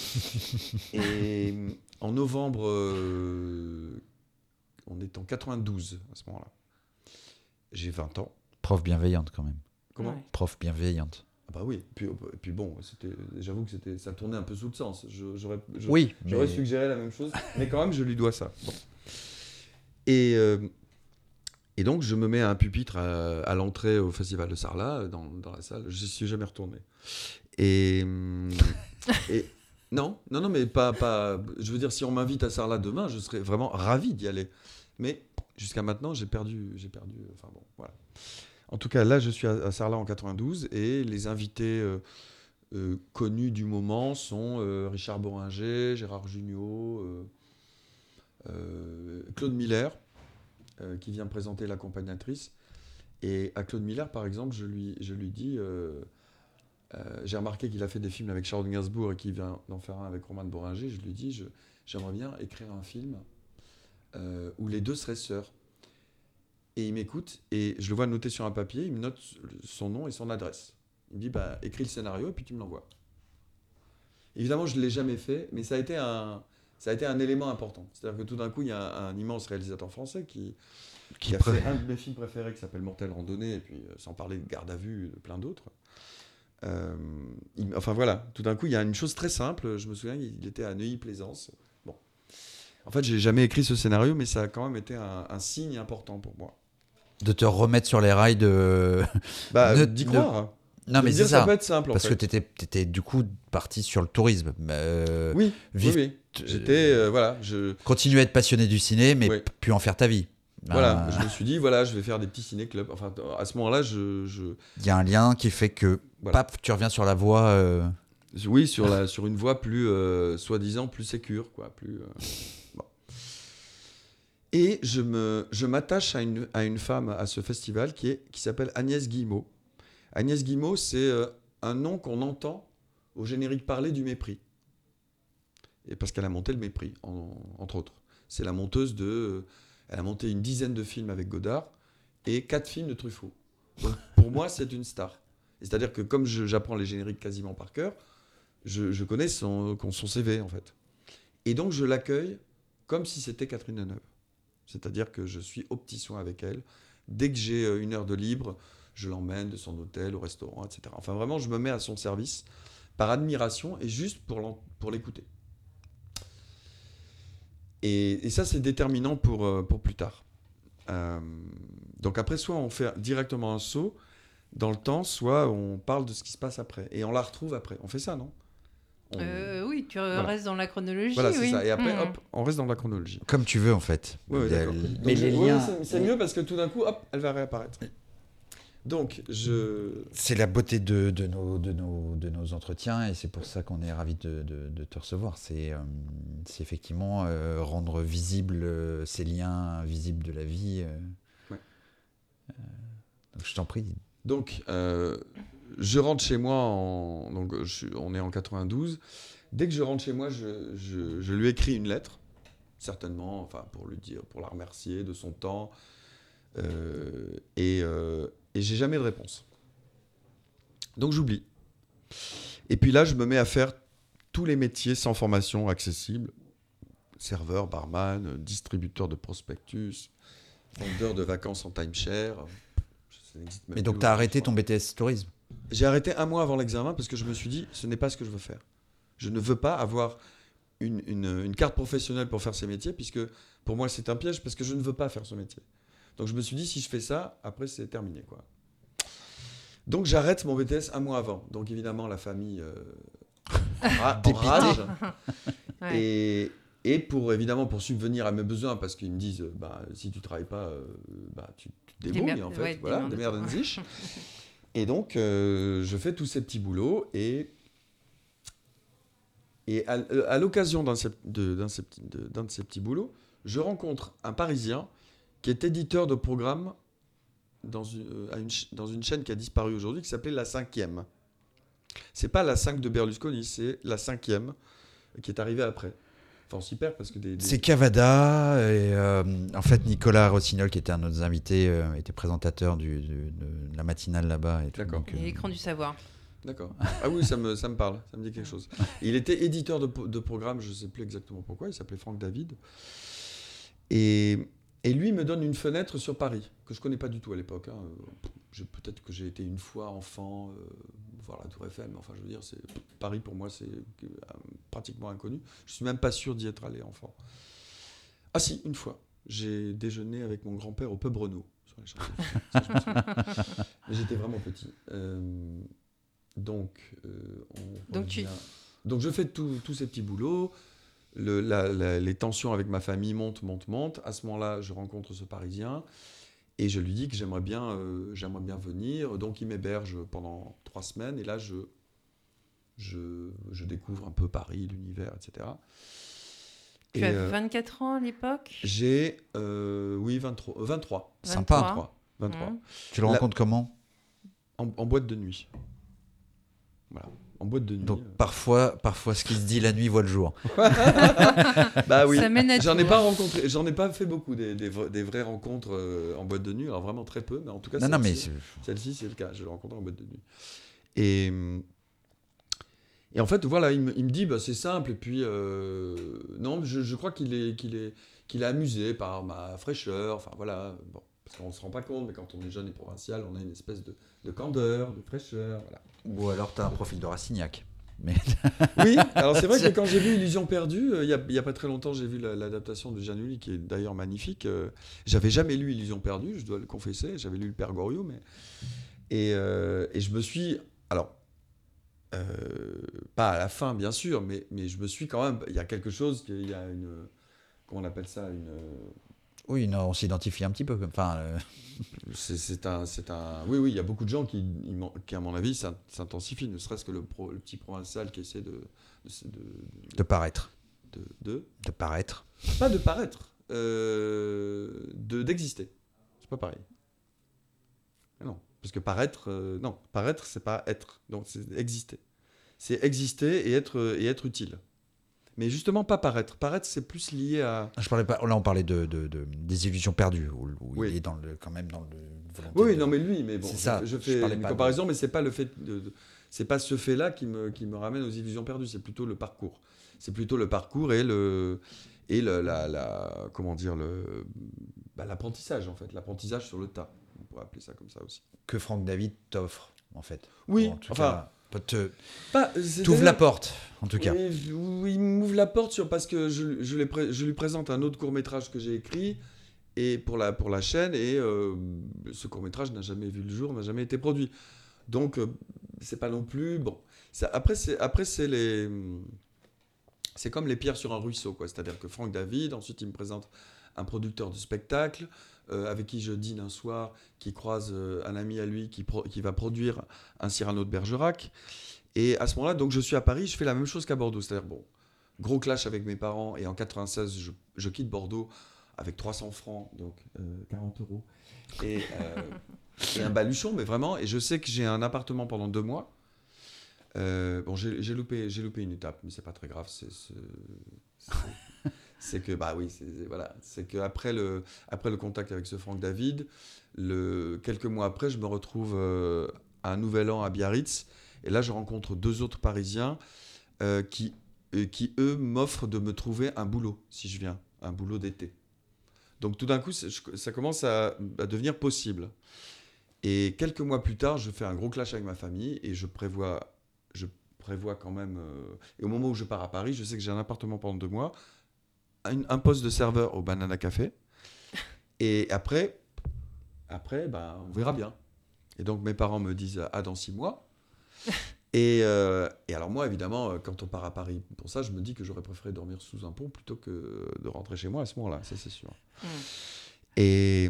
Et en novembre, euh, on est en quatre-vingt-douze à ce moment-là. J'ai vingt ans. Prof bienveillante quand même. Comment Ouais. Prof bienveillante. Ah bah oui, et puis, et puis bon, c'était, j'avoue que c'était, ça tournait un peu sous le sens. Je, j'aurais, je- Oui, j'aurais mais- suggéré la même chose, mais quand même, je lui dois ça. Bon. Et, euh, et donc, je me mets à un pupitre à, à l'entrée au Festival de Sarlat, dans, dans la salle. Je n'y suis jamais retourné. Et, hum, et non, non, non, mais pas, pas. Je veux dire, si on m'invite à Sarlat demain, je serais vraiment ravi d'y aller. Mais jusqu'à maintenant, j'ai perdu, j'ai perdu. Enfin bon, voilà. En tout cas, là, je suis à, à Sarlat en quatre-vingt-douze et les invités euh, euh, connus du moment sont euh, Richard Boringer, Gérard Jugnot, euh, euh, Claude Miller, euh, qui vient présenter l'accompagnatrice. Et à Claude Miller, par exemple, je lui, je lui dis, euh, euh, j'ai remarqué qu'il a fait des films avec Charles Gainsbourg et qu'il vient d'en faire un avec Romane Boringer. Je lui dis, je, j'aimerais bien écrire un film euh, où les deux seraient sœurs. Et il m'écoute et je le vois noter sur un papier, il me note son nom et son adresse. Il me dit, bah, écris le scénario et puis tu me l'envoies. Évidemment, je ne l'ai jamais fait, mais ça a été un, ça a été un élément important. C'est-à-dire que tout d'un coup, il y a un, un immense réalisateur français qui, qui, qui a pré... fait un de mes films préférés qui s'appelle Mortel Randonnée, et puis euh, sans parler de Garde à vue, de plein d'autres. Euh, il, enfin voilà, tout d'un coup, il y a une chose très simple. Je me souviens, il était à Neuilly-Plaisance. Bon. En fait, j'ai jamais écrit ce scénario, mais ça a quand même été un, un signe important pour moi. De te remettre sur les rails de. Bah, ne, d'y ne... croire. Non, de mais dire, c'est ça. Ça peut être simple. Parce en fait. que tu étais du coup parti sur le tourisme. Euh, oui, vive... oui, oui. J'étais. Euh, voilà. Je... Continuer à être passionné du ciné, mais oui. puis en faire ta vie. Voilà, ah. je me suis dit, voilà, je vais faire des petits ciné-clubs. Enfin, à ce moment-là, je. je... Il y a un lien qui fait que, voilà. Paf, tu reviens sur la voie. Euh... Oui, sur, la, sur une voie plus, euh, soi-disant, plus sécure, quoi. Plus. Euh... Bon. Et je, me, je m'attache à une, à une femme à ce festival qui, est, qui s'appelle Agnès Guillemot. Agnès Guillemot, c'est euh, un nom qu'on entend au générique parlé du Mépris. Et parce qu'elle a monté le Mépris, en, entre autres. C'est la monteuse de... Euh, elle a monté une dizaine de films avec Godard et quatre films de Truffaut. Donc, pour moi, c'est une star. Et c'est-à-dire que comme je, j'apprends les génériques quasiment par cœur, je, je connais son, son C V, en fait. Et donc, je l'accueille comme si c'était Catherine Deneuve. C'est-à-dire que je suis au petit soin avec elle. Dès que j'ai une heure de libre, je l'emmène de son hôtel au restaurant, et cetera. Enfin, vraiment, je me mets à son service par admiration et juste pour, pour l'écouter. Et, et ça, c'est déterminant pour, pour plus tard. Euh, donc après, soit on fait directement un saut dans le temps, soit on parle de ce qui se passe après. Et on la retrouve après. On fait ça, non on... euh, Oui, tu voilà. restes dans la chronologie. Voilà, c'est oui. ça. Et après, mmh. hop, on reste dans la chronologie. Comme tu veux, en fait. Oui, oui, d'accord. Mais donc, les je... liens... oui, c'est, c'est mieux parce que tout d'un coup, hop, elle va réapparaître. Donc, je... C'est la beauté de, de, nos, de, nos, de nos entretiens et c'est pour ça qu'on est ravis de, de, de te recevoir. C'est, euh, c'est effectivement euh, rendre visibles euh, ces liens invisibles de la vie. Euh, ouais. euh, donc, je t'en prie. Donc, euh, je rentre chez moi, en, donc, je suis, on est en quatre-vingt-douze. Dès que je rentre chez moi, je, je, je lui écris une lettre, certainement, enfin, pour lui dire, pour la remercier de son temps. Euh, et... Euh, Et j'ai jamais de réponse. Donc j'oublie. Et puis là, je me mets à faire tous les métiers sans formation accessibles. Serveur, barman, distributeur de prospectus, vendeur de vacances en timeshare. Ça n'existe même Mais donc plus, tu as arrêté ton B T S tourisme ? J'ai arrêté un mois avant l'examen parce que je me suis dit, ce n'est pas ce que je veux faire. Je ne veux pas avoir une, une, une carte professionnelle pour faire ces métiers, puisque pour moi c'est un piège, parce que je ne veux pas faire ce métier. Donc je me suis dit, si je fais ça, après c'est terminé, quoi. Donc j'arrête mon B T S un mois avant. Donc évidemment, la famille euh, enrage. ouais. et, et pour, évidemment, pour subvenir à mes besoins, parce qu'ils me disent, bah, si tu ne travailles pas, euh, bah, tu, tu te débrouilles, Démerde, en fait. ouais, voilà, démerde sich. Et donc, euh, je fais tous ces petits boulots. Et, et à, à l'occasion d'un, de, d'un, de, d'un de ces petits boulots, je rencontre un Parisien qui est éditeur de programmes dans une, euh, une, dans une chaîne qui a disparu aujourd'hui, qui s'appelait La Cinquième. C'est pas la cinq de Berlusconi, c'est La Cinquième, qui est arrivée après. Enfin, on s'y perd parce que des. des... C'est Cavada. Et, euh, en fait, Nicolas Rossignol, qui était un de nos invités, euh, était présentateur du, du, de la matinale là-bas. Et tout, D'accord. donc, euh... Et l'écran du savoir. D'accord. Ah oui, ça me, ça me parle, ça me dit quelque chose. Il était éditeur de, de programme, je ne sais plus exactement pourquoi, il s'appelait Franck David. Et, et lui me donne une fenêtre sur Paris, que je ne connais pas du tout à l'époque. Hein. Je, peut-être que j'ai été une fois enfant, euh, voir la Tour Eiffel, mais enfin, je veux dire, c'est, Paris pour moi, c'est euh, pratiquement inconnu. Je ne suis même pas sûr d'y être allé enfant. Ah si, une fois. J'ai déjeuné avec mon grand-père au pub Renault, sur les Champs-Élysées. Ça, je me souviens. Mais j'étais vraiment petit. Euh, Donc, euh, on Donc, tu... Donc, je fais tous ces petits boulots. Le, la, la, les tensions avec ma famille montent, montent, montent. À ce moment-là, je rencontre ce Parisien et je lui dis que j'aimerais bien, euh, j'aimerais bien venir. Donc, il m'héberge pendant trois semaines. Et là, je, je, je découvre un peu Paris, l'univers, et cetera. Tu et, as euh, vingt-quatre ans à l'époque ? J'ai, euh, oui, vingt-trois. vingt-trois. Sympa. vingt-trois. vingt-trois. Mmh. Tu le rencontres la... comment ? en, en boîte de nuit. Voilà, en boîte de nuit. Donc parfois, parfois ce qui se dit la nuit voit le jour. Bah oui. Ça mène à j'en tout, ai pas hein. rencontré, j'en ai pas fait beaucoup des, des, des vraies rencontres euh, en boîte de nuit. Alors vraiment très peu, mais en tout cas non, non, mais celle-ci, celle-ci c'est le cas. Je l'ai rencontré en boîte de nuit. Et et en fait voilà, il me, il me dit bah c'est simple et puis euh, non, je, je crois qu'il est qu'il est qu'il est amusé par ma fraîcheur. Enfin voilà, bon. Parce qu'on ne se rend pas compte, mais quand on est jeune et provincial, on a une espèce de, de candeur, de fraîcheur. Voilà. Ou alors tu as un profil de Rassignac. Mais... oui, alors c'est vrai que quand j'ai vu Illusion perdue, il euh, n'y a, a pas très longtemps, j'ai vu la, l'adaptation de Giannoli, qui est d'ailleurs magnifique. Euh, j'avais jamais lu Illusion perdue, je dois le confesser. J'avais lu le Père Goriot, mais... Et, euh, et je me suis... Alors, euh, pas à la fin, bien sûr, mais, mais je me suis quand même... Il y a quelque chose, il y a une... Comment on appelle ça une... Oui, non, on s'identifie un petit peu. Enfin, euh... c'est, c'est, un, c'est un... Oui, oui, il y a beaucoup de gens qui, qui à mon avis, s'intensifient, ne serait-ce que le, pro, le petit provincial qui essaie de... De, de, de, de paraître. De, de... de paraître. Pas de paraître, euh, de, d'exister. C'est pas pareil. Mais non, parce que paraître... Euh, non, paraître, c'est pas être. Donc, c'est exister. C'est exister et être, et être utile. Mais justement, pas paraître. Paraître, c'est plus lié à... Je parlais pas... Là, on parlait de, de, de, des illusions perdues, où, où oui. il est dans le, quand même dans le... Oui, de... non, mais lui, mais bon, c'est je, ça, je fais je une comparaison, de... mais c'est pas le fait de, de, c'est pas ce fait-là qui me, qui me ramène aux illusions perdues, c'est plutôt le parcours. C'est plutôt le parcours et le... Et le, la, la... Comment dire le, bah, l'apprentissage, en fait. L'apprentissage sur le tas. On pourrait appeler ça comme ça aussi. Que Franck David t'offre, en fait. Oui, en tout enfin... cas... Te... Pas, t'ouvres la porte, en tout cas. Oui, oui, il m'ouvre la porte sur, parce que je, je, les pré, je lui présente un autre court-métrage que j'ai écrit et pour, la, pour la chaîne, et euh, ce court-métrage n'a jamais vu le jour, n'a jamais été produit. Donc, euh, c'est pas non plus... Bon, ça, après, c'est, après c'est, les, c'est comme les pierres sur un ruisseau, quoi. C'est-à-dire que Franck David, ensuite, il me présente un producteur de spectacle, Euh, avec qui je dîne un soir, qui croise euh, un ami à lui qui, pro- qui va produire un Cyrano de Bergerac. Et à ce moment-là, donc je suis à Paris, je fais la même chose qu'à Bordeaux. C'est-à-dire, bon, gros clash avec mes parents, et en quatre-vingt-seize, je, je quitte Bordeaux avec trois cents francs, donc euh, quarante euros, et, euh, et un baluchon, mais vraiment, et je sais que j'ai un appartement pendant deux mois. Euh, bon, j'ai, j'ai, loupé, j'ai loupé une étape, mais c'est pas très grave, c'est... c'est, c'est... C'est que, bah oui, c'est, voilà, c'est qu'après le, après le contact avec ce Franck David, le, quelques mois après, je me retrouve euh, à un nouvel an à Biarritz. Et là, je rencontre deux autres Parisiens euh, qui, euh, qui, eux, m'offrent de me trouver un boulot, si je viens, un boulot d'été. Donc tout d'un coup, ça commence à, à devenir possible. Et quelques mois plus tard, je fais un gros clash avec ma famille et je prévois, je prévois quand même... Euh, et au moment où je pars à Paris, je sais que j'ai un appartement pendant deux mois, Un, un poste de serveur au Banana Café. Et après, après ben, on verra bien. Et donc, mes parents me disent « Ah, dans six mois ». Et, euh, et alors moi, évidemment, quand on part à Paris pour ça, je me dis que j'aurais préféré dormir sous un pont plutôt que de rentrer chez moi à ce moment-là, ça c'est sûr. Mm. Et...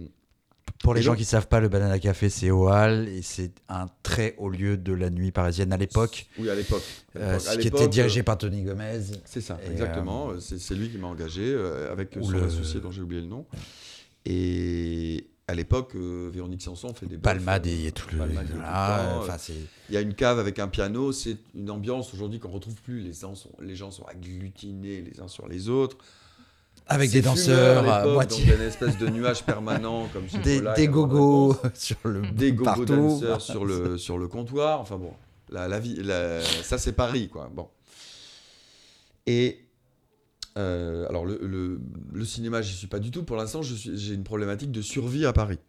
Pour les et gens donc, qui ne savent pas, le Banana Café, c'est au Halles et c'est un très haut lieu de la nuit parisienne à l'époque. Oui, à l'époque. À euh, l'époque. À qui l'époque, était dirigé euh, par Tony Gomez. C'est ça, et exactement. Euh, c'est, c'est lui qui m'a engagé euh, avec son le... associé dont j'ai oublié le nom. Et à l'époque, euh, Véronique Sanson fait des Palmade bœufs, et euh, tout le. Palmade et tout le Ah, temps, enfin, euh, c'est. il y a une cave avec un piano, c'est une ambiance aujourd'hui qu'on retrouve plus. Les gens sont, les gens sont agglutinés les uns sur les autres. Avec C'est des fumeur danseurs à à l'époque, moitié. donc il y a une espèce de nuage permanent comme chez Des, Polak des avant la gogos réponse. sur le Des gogo partout. danseurs sur le sur le comptoir. Enfin bon, la, la vie, la- ça c'est Paris quoi. Bon. Et euh, alors le, le, le cinéma, j'y suis pas du tout. Pour l'instant, je suis- j'ai une problématique de survie à Paris.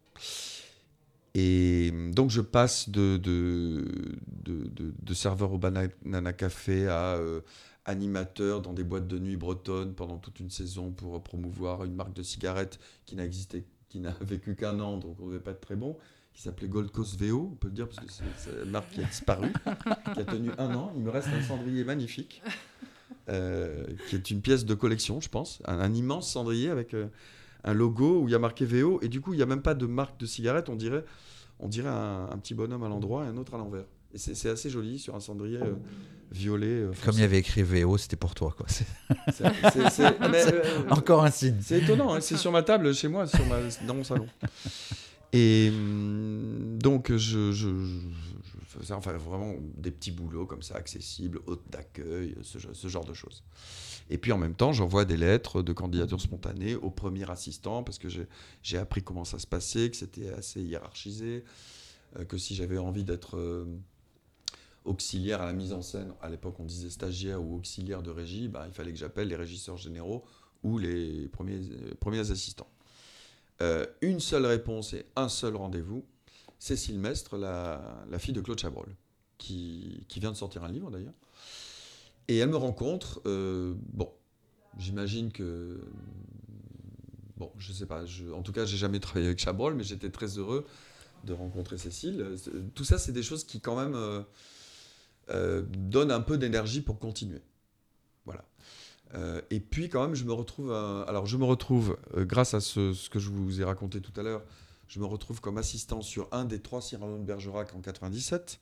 Et donc je passe de, de, de, de- de serveur au Banana Café à euh, animateur dans des boîtes de nuit bretonnes pendant toute une saison pour promouvoir une marque de cigarettes qui n'a existé, qui n'a vécu qu'un an, donc on ne devait pas être très bon, qui s'appelait Gold Coast V O, on peut le dire, parce que c'est c'est une marque qui a disparu, qui a tenu un an. Il me reste un cendrier magnifique, euh, qui est une pièce de collection, je pense, un, un immense cendrier avec euh, un logo où il y a marqué V O, et du coup il n'y a même pas de marque de cigarette, on dirait, on dirait un, un petit bonhomme à l'endroit et un autre à l'envers. Et c'est c'est assez joli sur un cendrier euh, violet. euh, Comme il foncé. y avait écrit V O, c'était pour toi, quoi. C'est C'est- c'est- c'est- mais, euh, encore un signe. c'est étonnant, hein, c'est sur ma table chez moi, sur ma, dans mon salon. Et hum, donc, je, je, je- je faisais enfin, vraiment des petits boulots comme ça, accessibles, hôte d'accueil, ce, ge- ce genre de choses. Et puis en même temps, j'envoie des lettres de candidature spontanée au premier assistant parce que j'ai j'ai appris comment ça se passait, que c'était assez hiérarchisé, euh, que si j'avais envie d'être euh, auxiliaire à la mise en scène, à l'époque on disait stagiaire ou auxiliaire de régie, bah, il fallait que j'appelle les régisseurs généraux ou les premiers, euh, premiers assistants. Euh, une seule réponse et un seul rendez-vous. Cécile Mestre, la, la fille de Claude Chabrol, qui, qui vient de sortir un livre d'ailleurs. Et elle me rencontre. Euh, bon, j'imagine que. Bon, je sais pas. Je, en tout cas, j'ai jamais travaillé avec Chabrol, mais j'étais très heureux de rencontrer Cécile. Tout ça, c'est des choses qui, quand même, euh, euh, donnent un peu d'énergie pour continuer. Voilà. Euh, et puis quand même, je me retrouve, à- alors je me retrouve, euh, grâce à ce, ce que je vous ai raconté tout à l'heure, je me retrouve comme assistant sur un des trois Cyrano de Bergerac en quatre-vingt-dix-sept.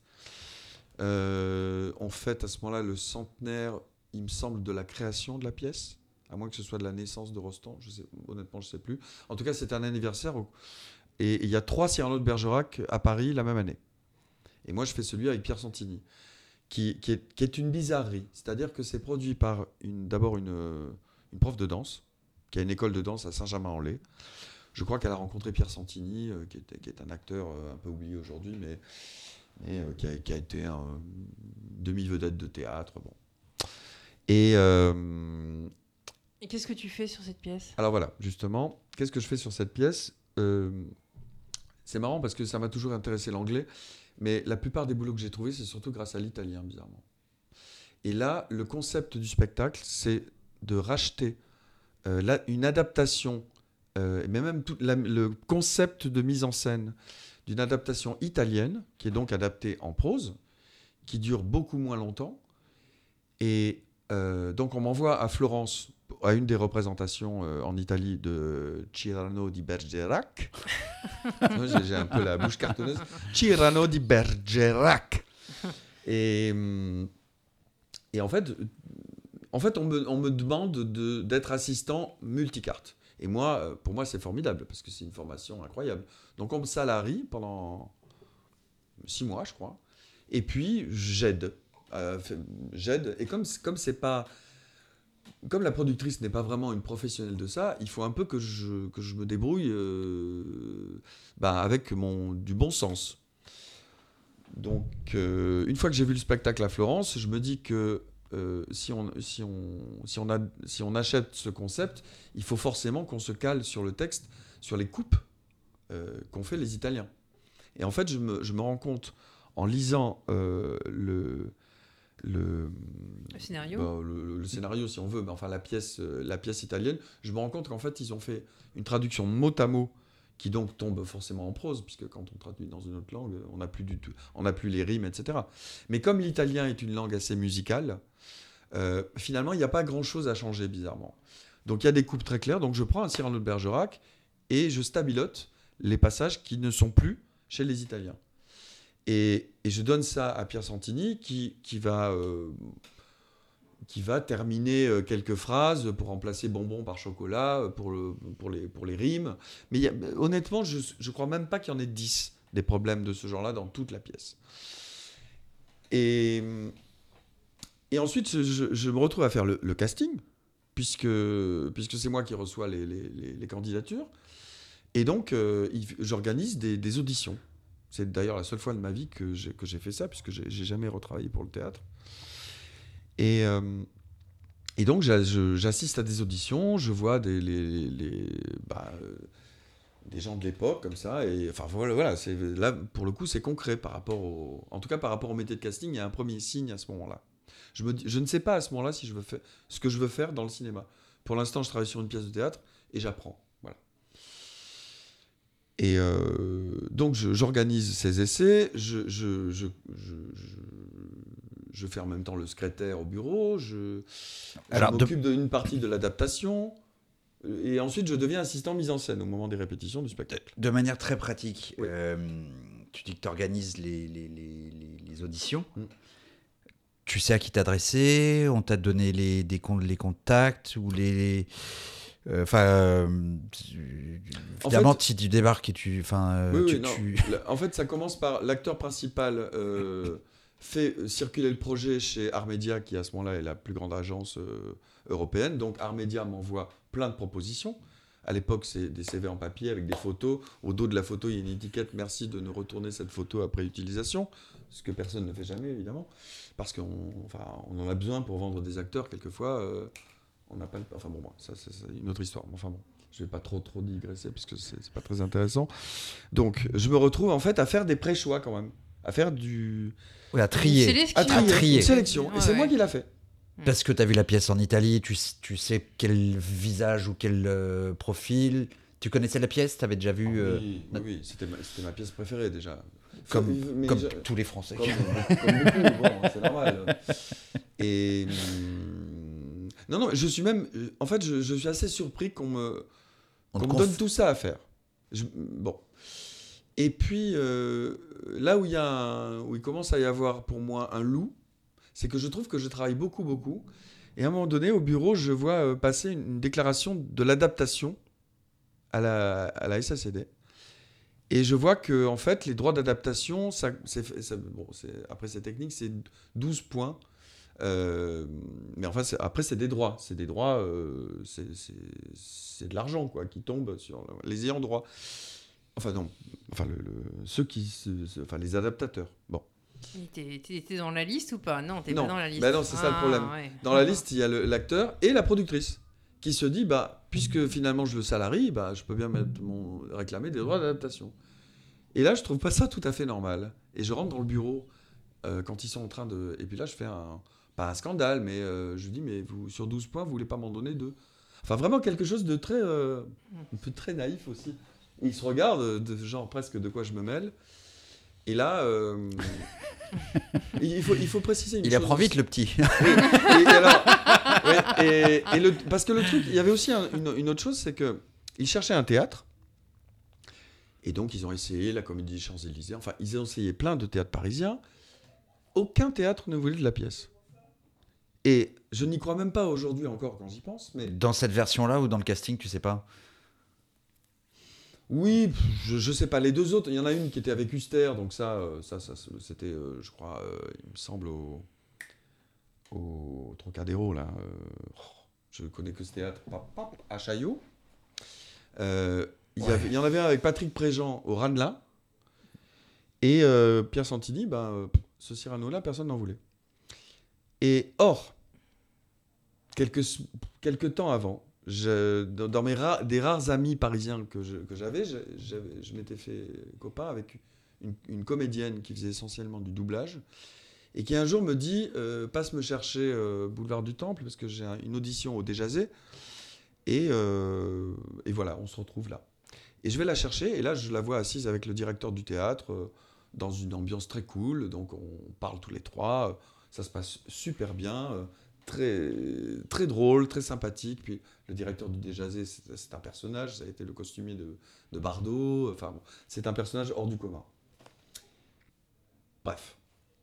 Euh, on fête à ce moment-là le centenaire, il me semble, de la création de la pièce, à moins que ce soit de la naissance de Rostand, je sais, honnêtement je ne sais plus. En tout cas, c'est un anniversaire où- et il y a trois Cyrano de Bergerac à Paris la même année. Et moi, je fais celui avec Pierre Santini. Qui, qui, est, qui est une bizarrerie. C'est-à-dire que c'est produit par une, d'abord une, euh, une prof de danse, qui a une école de danse à Saint-Germain-en-Laye. Je crois qu'elle a rencontré Pierre Santini, euh, qui, est, qui est un acteur euh, un peu oublié aujourd'hui, mais, mais euh, qui, a, qui a été un demi-vedette de théâtre. Bon. Et, euh, Et qu'est-ce que tu fais sur cette pièce ? alors voilà, justement, qu'est-ce que je fais sur cette pièce ? Euh, C'est marrant parce que ça m'a toujours intéressé l'anglais. Mais la plupart des boulots que j'ai trouvés, c'est surtout grâce à l'italien, bizarrement. Et là, le concept du spectacle, c'est de racheter euh, la, une adaptation, euh, mais même tout la, le concept de mise en scène d'une adaptation italienne, qui est donc adaptée en prose, qui dure beaucoup moins longtemps. Et euh, donc, on m'envoie à Florence, à une des représentations euh, en Italie de Cyrano di Bergerac. j'ai, j'ai un peu la bouche cartonneuse. Cyrano di Bergerac. Et, et en fait, en fait on, me, on me demande de, d'être assistant multicarte. Et moi, pour moi, c'est formidable, parce que c'est une formation incroyable. Donc, on me salarie pendant six mois, je crois. Et puis, j'aide. Euh, j'aide. Et comme, comme c'est pas... Comme la productrice n'est pas vraiment une professionnelle de ça, il faut un peu que je, que je me débrouille euh, bah, avec mon, du bon sens. Donc, euh, une fois que j'ai vu le spectacle à Florence, je me dis que euh, si, on, si, on, si, on a, si on achète ce concept, il faut forcément qu'on se cale sur le texte, sur les coupes euh, qu'ont fait les Italiens. Et en fait, je me, je me rends compte, en lisant euh, le... Le, le scénario bah, le, le scénario si on veut, mais enfin la pièce, euh, la pièce italienne, je me rends compte qu'en fait ils ont fait une traduction mot à mot qui donc tombe forcément en prose, puisque quand on traduit dans une autre langue, on n'a plus du tout, on n'a plus les rimes, et cetera. Mais comme l'italien est une langue assez musicale, euh, finalement il n'y a pas grand-chose à changer bizarrement. Donc il y a des coupes très claires, donc je prends un Cyrano de Bergerac et je stabilote les passages qui ne sont plus chez les Italiens. Et, et je donne ça à Pierre Santini qui, qui va... Euh, qui va terminer euh, quelques phrases pour remplacer bonbon par chocolat, euh, pour, le, pour, les, pour les rimes. Mais y a, honnêtement, je ne crois même pas qu'il y en ait dix des problèmes de ce genre-là dans toute la pièce. Et, et ensuite, je, je me retrouve à faire le, le casting, puisque, puisque c'est moi qui reçois les, les, les, les candidatures. Et donc, euh, j'organise des, des auditions. C'est d'ailleurs la seule fois de ma vie que j'ai, que j'ai fait ça, puisque j'ai, j'ai jamais retravaillé pour le théâtre. Et, euh, et donc, j'a, je, j'assiste à des auditions, je vois des, les, les, bah, euh, des gens de l'époque comme ça. Et enfin, voilà, voilà c'est, là, pour le coup, c'est concret par rapport au... En tout cas, par rapport au métier de casting, il y a un premier signe à ce moment-là. Je, me, je ne sais pas à ce moment-là si je veux faire, ce que je veux faire dans le cinéma. Pour l'instant, je travaille sur une pièce de théâtre et j'apprends. Voilà. Et euh, donc, je, j'organise ces essais, je, je, je, je, je, je fais en même temps le secrétaire au bureau, je, Alors, je m'occupe de... d'une partie de l'adaptation, et ensuite je deviens assistant mise en scène au moment des répétitions du spectacle. De manière très pratique, oui. euh, tu dis que tu organises les, les, les, les auditions. Mm. Tu sais à qui t'adresser, on t'a donné les, des, les contacts ou les... Enfin, euh, euh, évidemment, si tu débarques et tu... Euh, oui, tu, oui, tu... En fait, ça commence par l'acteur principal euh, fait circuler le projet chez Armedia, qui à ce moment-là est la plus grande agence euh, européenne. Donc Armedia m'envoie plein de propositions. À l'époque, c'est des C V en papier avec des photos. Au dos de la photo, il y a une étiquette « Merci de nous retourner cette photo après utilisation », ce que personne ne fait jamais, évidemment, parce qu'on enfin, on en a besoin pour vendre des acteurs, quelquefois. Euh, on n'a pas le... Enfin bon, ça, c'est, c'est une autre histoire. Enfin bon, je ne vais pas trop, trop digresser, puisque c'est, c'est pas très intéressant. Donc, je me retrouve, en fait, à faire des pré-choix, quand même. À faire du... Oui, à trier. À trier. À trier. Une sélection. Ouais, et c'est ouais. moi qui l'a fait. Parce que tu as vu la pièce en Italie, tu, tu sais quel visage ou quel euh, profil. Tu connaissais la pièce, tu avais déjà vu. Euh... Oui, oui, oui. C'était, ma, c'était ma pièce préférée déjà. Comme, comme je... tous les Français. Comme, comme beaucoup, bon, c'est normal. Et. Non, non, je suis même. En fait, je, je suis assez surpris qu'on me, qu'on me conf... donne tout ça à faire. Je, bon. Et puis, euh, là où il, y a un, où il commence à y avoir pour moi un loup, c'est que je trouve que je travaille beaucoup, beaucoup. Et à un moment donné, au bureau, je vois passer une déclaration de l'adaptation à la, à la S A C D. Et je vois que, en fait, les droits d'adaptation, ça, c'est, ça, bon, c'est, après ces techniques, c'est douze points. Euh, mais enfin, c'est, après, c'est des droits. C'est des droits, euh, c'est, c'est, c'est de l'argent, quoi, qui tombe sur les ayants droit. Enfin, non. Enfin, le, le, ceux qui... Se, enfin, les adaptateurs. Bon. T'es, t'es dans la liste ou pas ? Non, t'es non. pas dans la liste. Bah non, c'est ah, ça le problème. Ouais. Dans la liste, il y a le, l'acteur et la productrice qui se dit, bah, puisque finalement je le salarie, bah, je peux bien mettre mon, réclamer des droits d'adaptation. Et là, je trouve pas ça tout à fait normal. Et je rentre dans le bureau euh, quand ils sont en train de... Et puis là, je fais un... Pas un scandale, mais euh, je dis, mais vous, sur douze points, vous voulez pas m'en donner deux ? Enfin, vraiment quelque chose de très, euh, un peu très naïf aussi. Et ils se regardent, de, genre presque de quoi je me mêle. Et là, euh, il, faut, il faut préciser une il chose. Il apprend vite, le petit. Oui, et, et alors, ouais, et, et le, parce que le truc, il y avait aussi un, une, une autre chose, c'est qu'ils cherchaient un théâtre. Et donc, ils ont essayé la Comédie des Champs-Élysées. Enfin, ils ont essayé plein de théâtres parisiens. Aucun théâtre ne voulait de la pièce. Et je n'y crois même pas aujourd'hui encore quand j'y pense. Mais... Dans cette version-là ou dans le casting, tu sais pas ? Oui, je, je sais pas. Les deux autres, il y en a une qui était avec Huster, donc ça, ça, ça c'était, euh, je crois, euh, il me semble, au, au Trocadéro, là. Euh, je connais que ce théâtre. À Chaillot. Euh, il, y avait, il y en avait un avec Patrick Préjean au Ranelin. Et euh, Pierre Santini, ben, ce Cyrano-là, personne n'en voulait. Et or, quelques, quelques temps avant, je, dans, dans mes ra- des rares amis parisiens que, je, que j'avais, je, j'avais, je m'étais fait copain avec une, une comédienne qui faisait essentiellement du doublage et qui un jour me dit euh, passe me chercher euh, Boulevard du Temple parce que j'ai un, une audition au Déjazet et, euh, et voilà, on se retrouve là. Et je vais la chercher et là je la vois assise avec le directeur du théâtre euh, dans une ambiance très cool, donc on parle tous les trois, euh, ça se passe super bien. Euh, Très, très drôle, très sympathique. Puis le directeur du Déjazet, c'est, c'est un personnage, ça a été le costumier de, de Bardot. Enfin, bon, c'est un personnage hors du commun. Bref.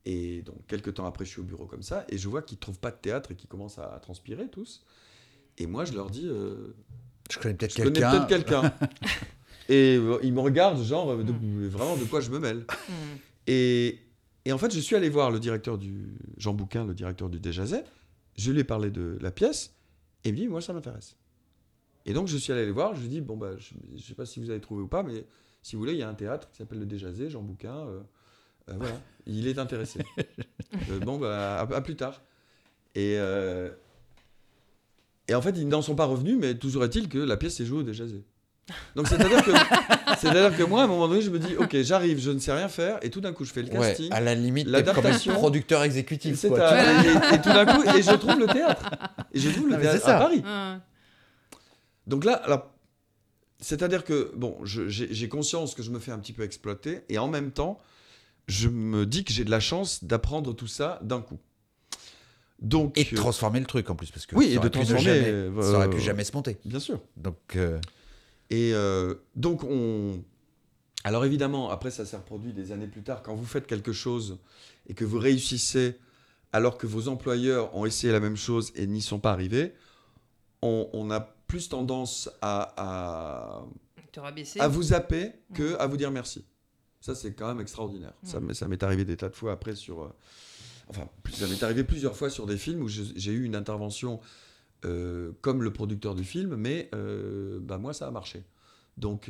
Et donc, quelques temps après, je suis au bureau comme ça, et je vois qu'ils ne trouvent pas de théâtre et qu'ils commencent à, à transpirer tous. Et moi, je leur dis... Euh, je connais peut-être je connais quelqu'un. peut-être quelqu'un. Et euh, ils me regardent, genre, de, vraiment, de quoi je me mêle. Mm. Et, et en fait, je suis allé voir le directeur du... Jean Bouquin, le directeur du Déjazet. Je lui ai parlé de la pièce, et il me dit, moi, ça m'intéresse. Et donc, je suis allé les voir, je lui ai dit, bon, bah, je ne sais pas si vous avez trouvé ou pas, mais si vous voulez, il y a un théâtre qui s'appelle le Déjazet, Jean Bouquin... Euh, Euh, voilà, il est intéressé. euh, bon, bah, à, à plus tard. Et, euh, et en fait, ils n'en sont pas revenus, mais toujours est-il que la pièce s'est jouée au Déjazet. Donc, c'est-à-dire que, c'est-à-dire que moi, à un moment donné, je me dis, ok, j'arrive, je ne sais rien faire, et tout d'un coup, je fais le Ouais, casting. à la limite, l'adaptation, t'es comme producteur exécutif. C'est Quoi, à, et, et, et tout d'un coup, et je trouve le théâtre. Et je trouve le non, théâtre à Paris. Mm. Donc là, alors, c'est-à-dire que, bon, je, j'ai, j'ai conscience que je me fais un petit peu exploiter, et en même temps, je me dis que j'ai de la chance d'apprendre tout ça d'un coup. Donc, et de transformer le truc en plus, parce que oui, ça et de transformer, jamais, euh, ça aurait pu jamais se monter. Bien sûr. Donc, euh... et euh, donc on. Alors évidemment, après ça s'est reproduit des années plus tard, quand vous faites quelque chose et que vous réussissez, alors que vos employeurs ont essayé la même chose et n'y sont pas arrivés, on, on a plus tendance à, à, Te rabaisser. à vous zapper que à vous dire merci. Ça, c'est quand même extraordinaire. Mmh. Ça, ça m'est arrivé des tas de fois après sur... Euh, enfin, ça m'est arrivé plusieurs fois sur des films où je, j'ai eu une intervention euh, comme le producteur du film, mais euh, bah, moi, ça a marché. Donc,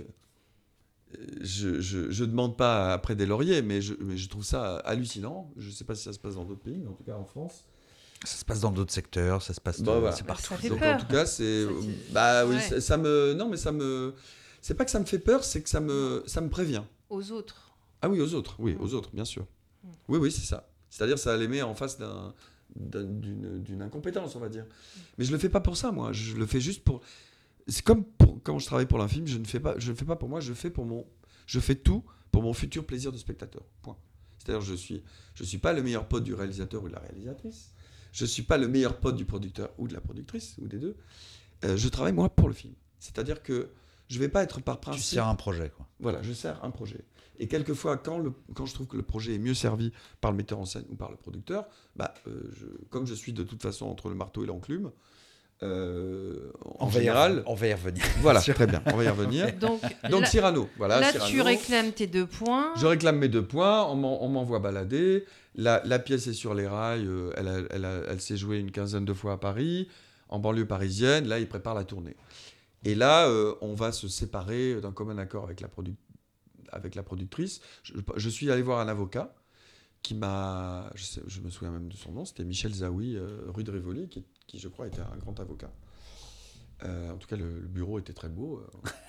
je ne demande pas après des lauriers, mais je, mais je trouve ça hallucinant. Je ne sais pas si ça se passe dans d'autres pays, mais en tout cas en France. Ça se passe dans d'autres secteurs, ça se passe bah, de, voilà. c'est partout. Ça fait Donc, peur. en tout cas, c'est... Ça, bah oui, ouais. ça, ça me... Non, mais ça me... C'est pas que ça me fait peur, c'est que ça me, ça me prévient. Aux autres. Ah oui, aux autres, oui, aux autres, bien sûr. Mmh. Oui, oui, c'est ça. C'est-à-dire, ça les met en face d'un, d'un, d'une, d'une incompétence, on va dire. Mmh. Mais je le fais pas pour ça, moi. Je le fais juste pour... C'est comme pour... quand je travaille pour un film, je ne fais pas, je le fais pas pour moi, je fais pour mon... Je fais tout pour mon futur plaisir de spectateur. Point. C'est-à-dire, je suis, je suis pas le meilleur pote du réalisateur ou de la réalisatrice. Je suis pas le meilleur pote du producteur ou de la productrice, ou des deux. Euh, je travaille, moi, pour le film. C'est-à-dire que je vais pas être par principe... Tu sers un projet, quoi. Voilà, je sers un projet. Et quelquefois, quand, le, quand je trouve que le projet est mieux servi par le metteur en scène ou par le producteur, bah, euh, je, comme je suis de toute façon entre le marteau et l'enclume, euh, en on général... Va y, on va y revenir. Voilà, très bien, on va y revenir. Donc, Donc là, Cyrano, voilà. Là, Cyrano, tu réclames tes deux points. Je réclame mes deux points, on, m'en, on m'envoie balader. La, la pièce est sur les rails, euh, elle, a, elle, a, elle s'est jouée une quinzaine de fois à Paris, en banlieue parisienne, là, ils préparent la tournée. Et là, euh, on va se séparer d'un commun accord avec la, produ- avec la productrice. Je, je suis allé voir un avocat qui m'a... Je, sais, je me souviens même de son nom, c'était Michel Zaoui, euh, rue de Rivoli, qui, qui, je crois, était un grand avocat. Euh, en tout cas, le, le bureau était très beau.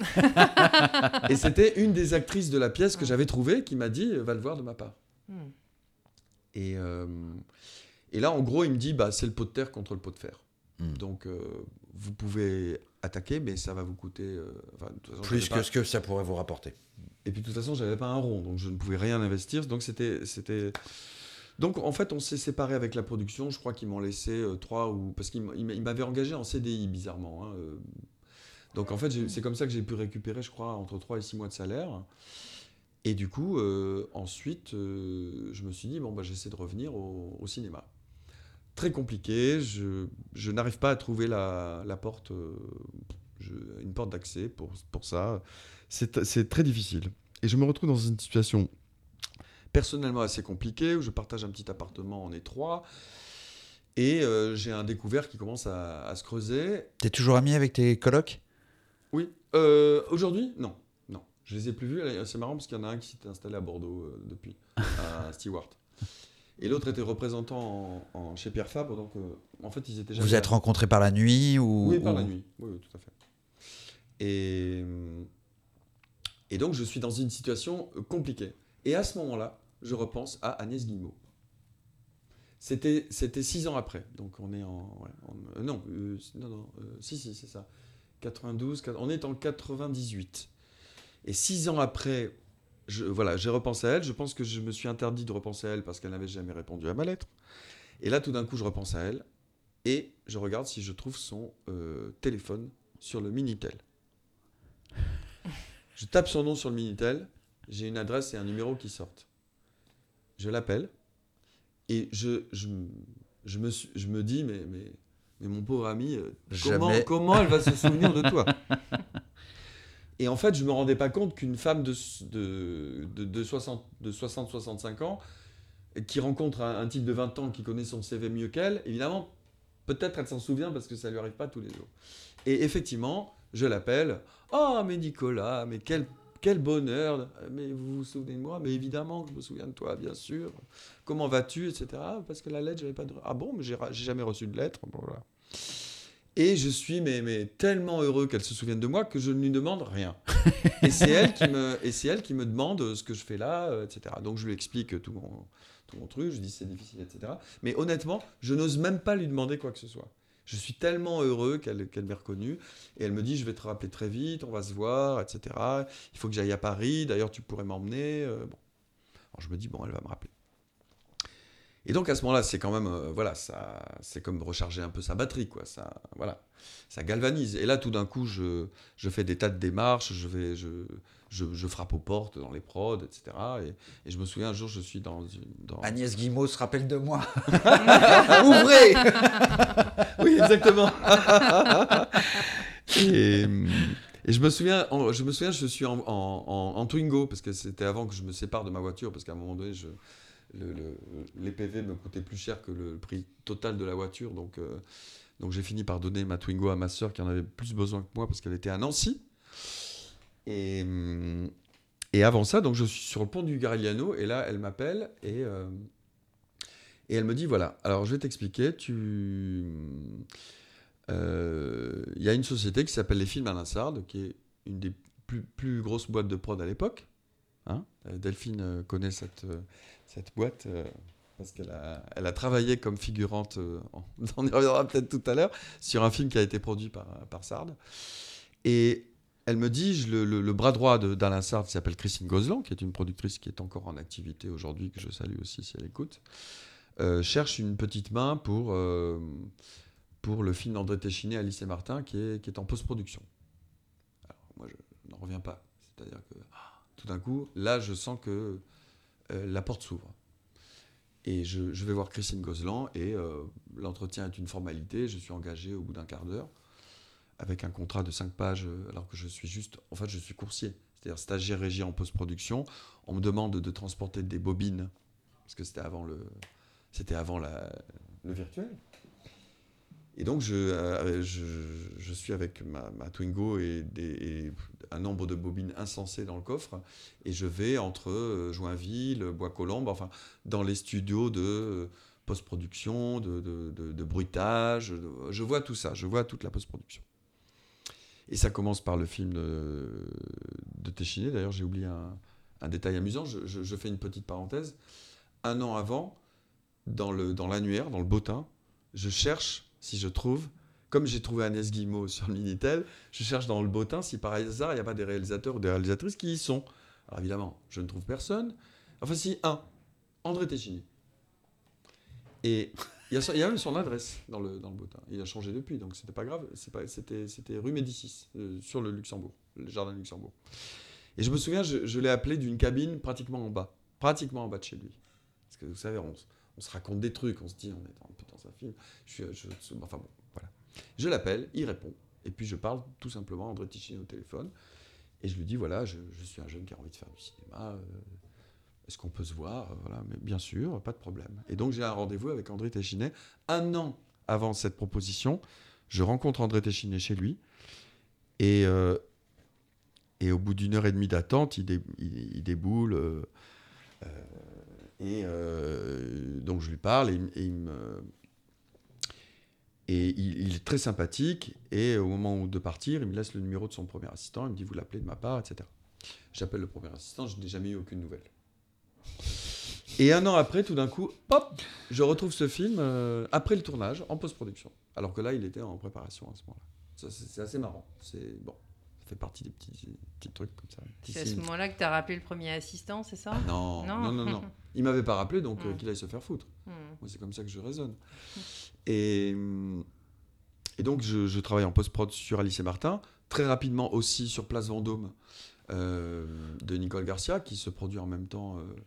Et c'était une des actrices de la pièce que j'avais trouvée qui m'a dit « va le voir de ma part mm. ». Et, euh, et là, en gros, il me dit bah, « c'est le pot de terre contre le pot de fer mm. ». Donc, euh, vous pouvez attaquer, mais ça va vous coûter... Euh, enfin, de toute façon, plus que pas... ce que ça pourrait vous rapporter. Et puis, de toute façon, je n'avais pas un rond, donc je ne pouvais rien investir. Donc, c'était... c'était... Donc, en fait, on s'est séparés avec la production. Je crois qu'ils m'ont laissé euh, trois ou... Parce qu'ils m'avaient engagé en C D I, bizarrement. Hein. Donc, en fait, j'ai... c'est comme ça que j'ai pu récupérer, je crois, entre trois et six mois de salaire. Et du coup, euh, ensuite, euh, je me suis dit, bon, bah, j'essaie de revenir au, au cinéma. Très compliqué. Je, je n'arrive pas à trouver la, la porte, euh, je, une porte d'accès pour, pour ça. C'est, c'est très difficile. Et je me retrouve dans une situation... personnellement assez compliqué, où je partage un petit appartement en étroit, et euh, j'ai un découvert qui commence à, à se creuser. T'es toujours ami avec tes colocs ? Oui. Euh, aujourd'hui, non. Non. Je les ai plus vus. C'est marrant parce qu'il y en a un qui s'était installé à Bordeaux euh, depuis, à Stewart. Et l'autre était représentant en, en, chez Pierre Fabre, donc euh, en fait ils étaient jamais... Vous êtes rencontrés par la nuit ou... Oui, par ou... la nuit. Oui, oui, tout à fait. Et, et donc je suis dans une situation compliquée. Et à ce moment-là, je repense à Agnès Guillemot. C'était, c'était six ans après. Donc on est en... Ouais, en euh, non, euh, non, non euh, si, si, c'est ça. quatre-vingt-douze, on est en quatre-vingt-dix-huit. Et six ans après, je, voilà, j'ai repensé à elle. Je pense que je me suis interdit de repenser à elle parce qu'elle n'avait jamais répondu à ma lettre. Et là, tout d'un coup, je repense à elle. Et je regarde si je trouve son euh, téléphone sur le Minitel. Je tape son nom sur le Minitel. J'ai une adresse et un numéro qui sortent. Je l'appelle Et je, je, je, me, suis, je me dis, mais, mais, mais mon pauvre ami, euh, comment, Jamais. comment elle va se souvenir de toi? Et en fait, je ne me rendais pas compte qu'une femme de, de, de, de soixante soixante-cinq ans, qui rencontre un, un type de vingt ans qui connaît son C V mieux qu'elle, évidemment, peut-être elle s'en souvient parce que ça ne lui arrive pas tous les jours. Et effectivement, je l'appelle. « Oh, mais Nicolas, mais quel, quel bonheur! Mais vous vous souvenez de moi? Mais évidemment que je me souviens de toi, bien sûr. Comment vas-tu? Etc. Parce que la lettre, j'avais pas de... Ah bon, mais j'ai, j'ai jamais reçu de lettre. Bon, voilà. Et je suis mais, mais tellement heureux qu'elle se souvienne de moi que je ne lui demande rien. Et c'est elle qui me, et c'est elle qui me demande ce que je fais là, euh, et cetera. Donc je lui explique tout mon, tout mon truc, je dis c'est difficile, et cetera. Mais honnêtement, je n'ose même pas lui demander quoi que ce soit. Je suis tellement heureux qu'elle, qu'elle m'ait reconnu. Et elle me dit, je vais te rappeler très vite, on va se voir, et cetera. Il faut que j'aille à Paris, d'ailleurs tu pourrais m'emmener. Euh, bon. Alors je me dis, bon, elle va me rappeler. Et donc à ce moment-là, c'est quand même, euh, voilà, ça, c'est comme recharger un peu sa batterie, quoi. Ça, voilà, ça galvanise. Et là, tout d'un coup, je, je fais des tas de démarches, je vais, je, je, je frappe aux portes dans les prods, et cetera. Et, et je me souviens un jour, je suis dans, une, dans... Agnès Guimau se rappelle de moi. Ouvrez. Oui, exactement. et, et je me souviens, je me souviens, je suis en, en, en, en Twingo parce que c'était avant que je me sépare de ma voiture, parce qu'à un moment donné, je Le, le, les P V me coûtaient plus cher que le prix total de la voiture. Donc, euh, donc j'ai fini par donner ma Twingo à ma sœur qui en avait plus besoin que moi parce qu'elle était à Nancy. Et, et avant ça, donc je suis sur le pont du Garigliano et là, elle m'appelle et, euh, et elle me dit, voilà, alors je vais t'expliquer, tu... Euh, y a une société qui s'appelle les Films Alain Sard, qui est une des plus, plus grosses boîtes de prod à l'époque. Hein, Delphine connaît cette, cette boîte euh, parce qu'elle a, elle a travaillé comme figurante, euh, on y reviendra peut-être tout à l'heure, sur un film qui a été produit par, par Sard. Et elle me dit, je, le, le, le bras droit de, d'Alain Sard qui s'appelle Christine Gozlan, qui est une productrice qui est encore en activité aujourd'hui, que je salue aussi si elle écoute, euh, cherche une petite main pour, euh, pour le film d'André Téchiné, Alice et Martin, qui est, qui est en post-production. Alors moi, je n'en reviens pas. C'est-à-dire que... Tout d'un coup, là, je sens que euh, la porte s'ouvre. Et je, je vais voir Christine Gozlan et euh, l'entretien est une formalité. Je suis engagé au bout d'un quart d'heure avec un contrat de cinq pages alors que je suis juste... En fait, je suis coursier, c'est-à-dire stagiaire régie en post-production. On me demande de transporter des bobines parce que c'était avant le, c'était avant la, le virtuel. Et donc, je, euh, je, je suis avec ma, ma Twingo et, des, et un nombre de bobines insensé dans le coffre. Et je vais entre Joinville, Bois-Colombes, enfin, dans les studios de post-production, de, de, de, de bruitage. De, je vois tout ça, je vois toute la post-production. Et ça commence par le film de, de Téchiné. D'ailleurs, j'ai oublié un, un détail amusant. Je, je, je fais une petite parenthèse. Un an avant, dans, le, dans l'annuaire, dans le Bottin, je cherche... Si je trouve, comme j'ai trouvé Agnès Guillemot sur le Minitel, je cherche dans le Bottin si par hasard il n'y a pas des réalisateurs ou des réalisatrices qui y sont. Alors évidemment, je ne trouve personne. Enfin si, un, André Téchiné. Et il y, y a même son adresse dans le, dans le Bottin. Il a changé depuis, donc c'était pas grave. C'est pas, c'était, c'était rue Médicis, euh, sur le Luxembourg, le jardin de Luxembourg. Et je me souviens, je, je l'ai appelé d'une cabine pratiquement en bas. Pratiquement en bas de chez lui. Parce que vous savez, on, on se raconte des trucs, on se dit, on est un peu dans un film. Je suis, je, enfin bon, voilà. Je l'appelle, il répond. Et puis je parle tout simplement à André Téchiné au téléphone. Et je lui dis, voilà, je, je suis un jeune qui a envie de faire du cinéma. Euh, est-ce qu'on peut se voir? Voilà, mais bien sûr, pas de problème. Et donc j'ai un rendez-vous avec André Téchiné. Un an avant cette proposition, je rencontre André Téchiné chez lui. Et, euh, et au bout d'une heure et demie d'attente, il, dé, il, il déboule. Euh, euh, et euh, donc je lui parle et, et il me... Et il, il est très sympathique, et au moment de partir, il me laisse le numéro de son premier assistant, il me dit, vous l'appelez de ma part, et cetera. J'appelle le premier assistant, je n'ai jamais eu aucune nouvelle. Et un an après, tout d'un coup, hop, je retrouve ce film, euh, après le tournage, en post-production. Alors que là, il était en préparation à ce moment-là. Ça, c'est, c'est assez marrant. C'est, bon, ça fait partie des petits, petits trucs comme ça. C'est à ce moment-là que tu as rappelé le premier assistant, c'est ça? non, non, non, non, non. Il ne m'avait pas rappelé, donc mm. euh, qu'il aille se faire foutre. Mm. Moi, c'est comme ça que je raisonne. Et, et donc, je, je travaille en post-prod sur Alice et Martin, très rapidement aussi sur Place Vendôme, euh, de Nicole Garcia, qui se produit en même temps euh,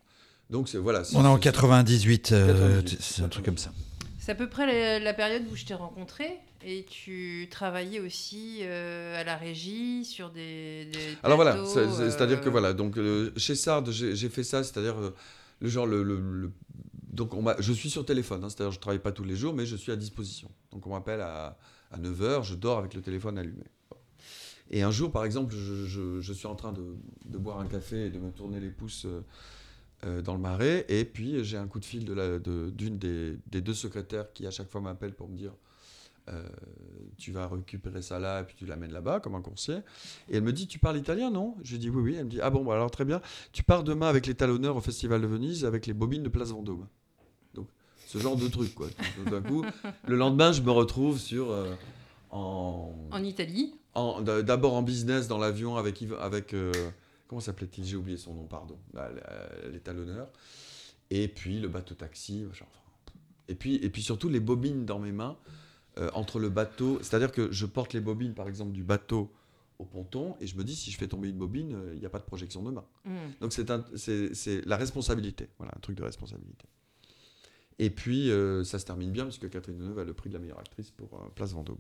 Donc c'est, voilà. C'est, On est en c'est, quatre-vingt-dix-huit, euh, quatre-vingt-dix-huit, c'est un truc comme ça. C'est à peu près la, la période où je t'ai rencontré et tu travaillais aussi euh, à la régie sur des, des Alors voilà, plateaux, c'est, c'est, c'est-à-dire euh, que voilà, donc euh, chez Sard, j'ai, j'ai fait ça, c'est-à-dire euh, le genre le, le, le- donc on m'a, je suis sur téléphone, hein, c'est-à-dire je travaille pas tous les jours, mais je suis à disposition. Donc on m'appelle à, à neuf heures, je dors avec le téléphone allumé. Bon. Et un jour, par exemple, je, je- je suis en train de, de boire un café et de me tourner les pouces euh, euh, dans le Marais, et puis j'ai un coup de fil de la, de- d'une des, des deux secrétaires qui à chaque fois m'appelle pour me dire euh, tu vas récupérer ça là et puis tu l'amènes là-bas comme un coursier. Et elle me dit tu parles italien, non? Je lui dis oui, oui. Elle me dit ah bon, bah alors très bien, tu pars demain avec les talonneurs au Festival de Venise avec les bobines de Place Vendôme. Donc ce genre de truc quoi. Tout d'un coup, le lendemain je me retrouve sur euh, en, en Italie. en- d'abord en business dans l'avion avec Yves- avec euh, comment s'appelait-il? J'ai oublié son nom, pardon. Bah, les talonneurs. Et puis le bateau taxi, machin, enfin. et puis et puis surtout les bobines dans mes mains euh, entre le bateau, c'est-à-dire que je porte les bobines par exemple du bateau au ponton et je me dis si je fais tomber une bobine, il n'y a pas de projection de main. Mm. Donc c'est, un, c'est, c'est la responsabilité, voilà, un truc de responsabilité. Et puis euh, ça se termine bien puisque Catherine Deneuve a le prix de la meilleure actrice pour euh, Place Vendôme.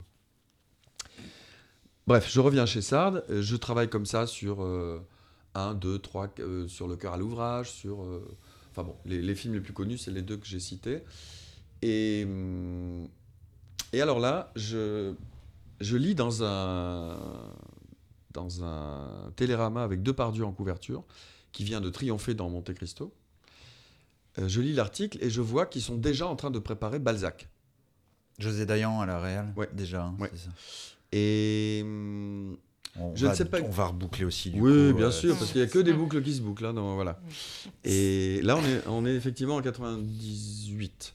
Bref, je reviens chez Sard, euh, je travaille comme ça sur euh, un, deux, trois, euh, sur Le cœur à l'ouvrage, sur... euh, enfin bon, les, les films les plus connus, c'est les deux que j'ai cités. Et, hum, et alors là, je, je lis dans un, dans un télérama avec Depardieu en couverture, qui vient de triompher dans Monte Cristo. Euh, je lis l'article et je vois qu'ils sont déjà en train de préparer Balzac. José Dayan à la Real, Ouais. déjà. Hein, Ouais. c'est ça. Et... hum, On, Je va, ne sais pas- on va reboucler aussi du oui, coup. bien euh, sûr, parce qu'il n'y a que des Mm. boucles qui se bouclent. Hein, donc, voilà. Et là, on est, on est effectivement en quatre-vingt-dix-huit.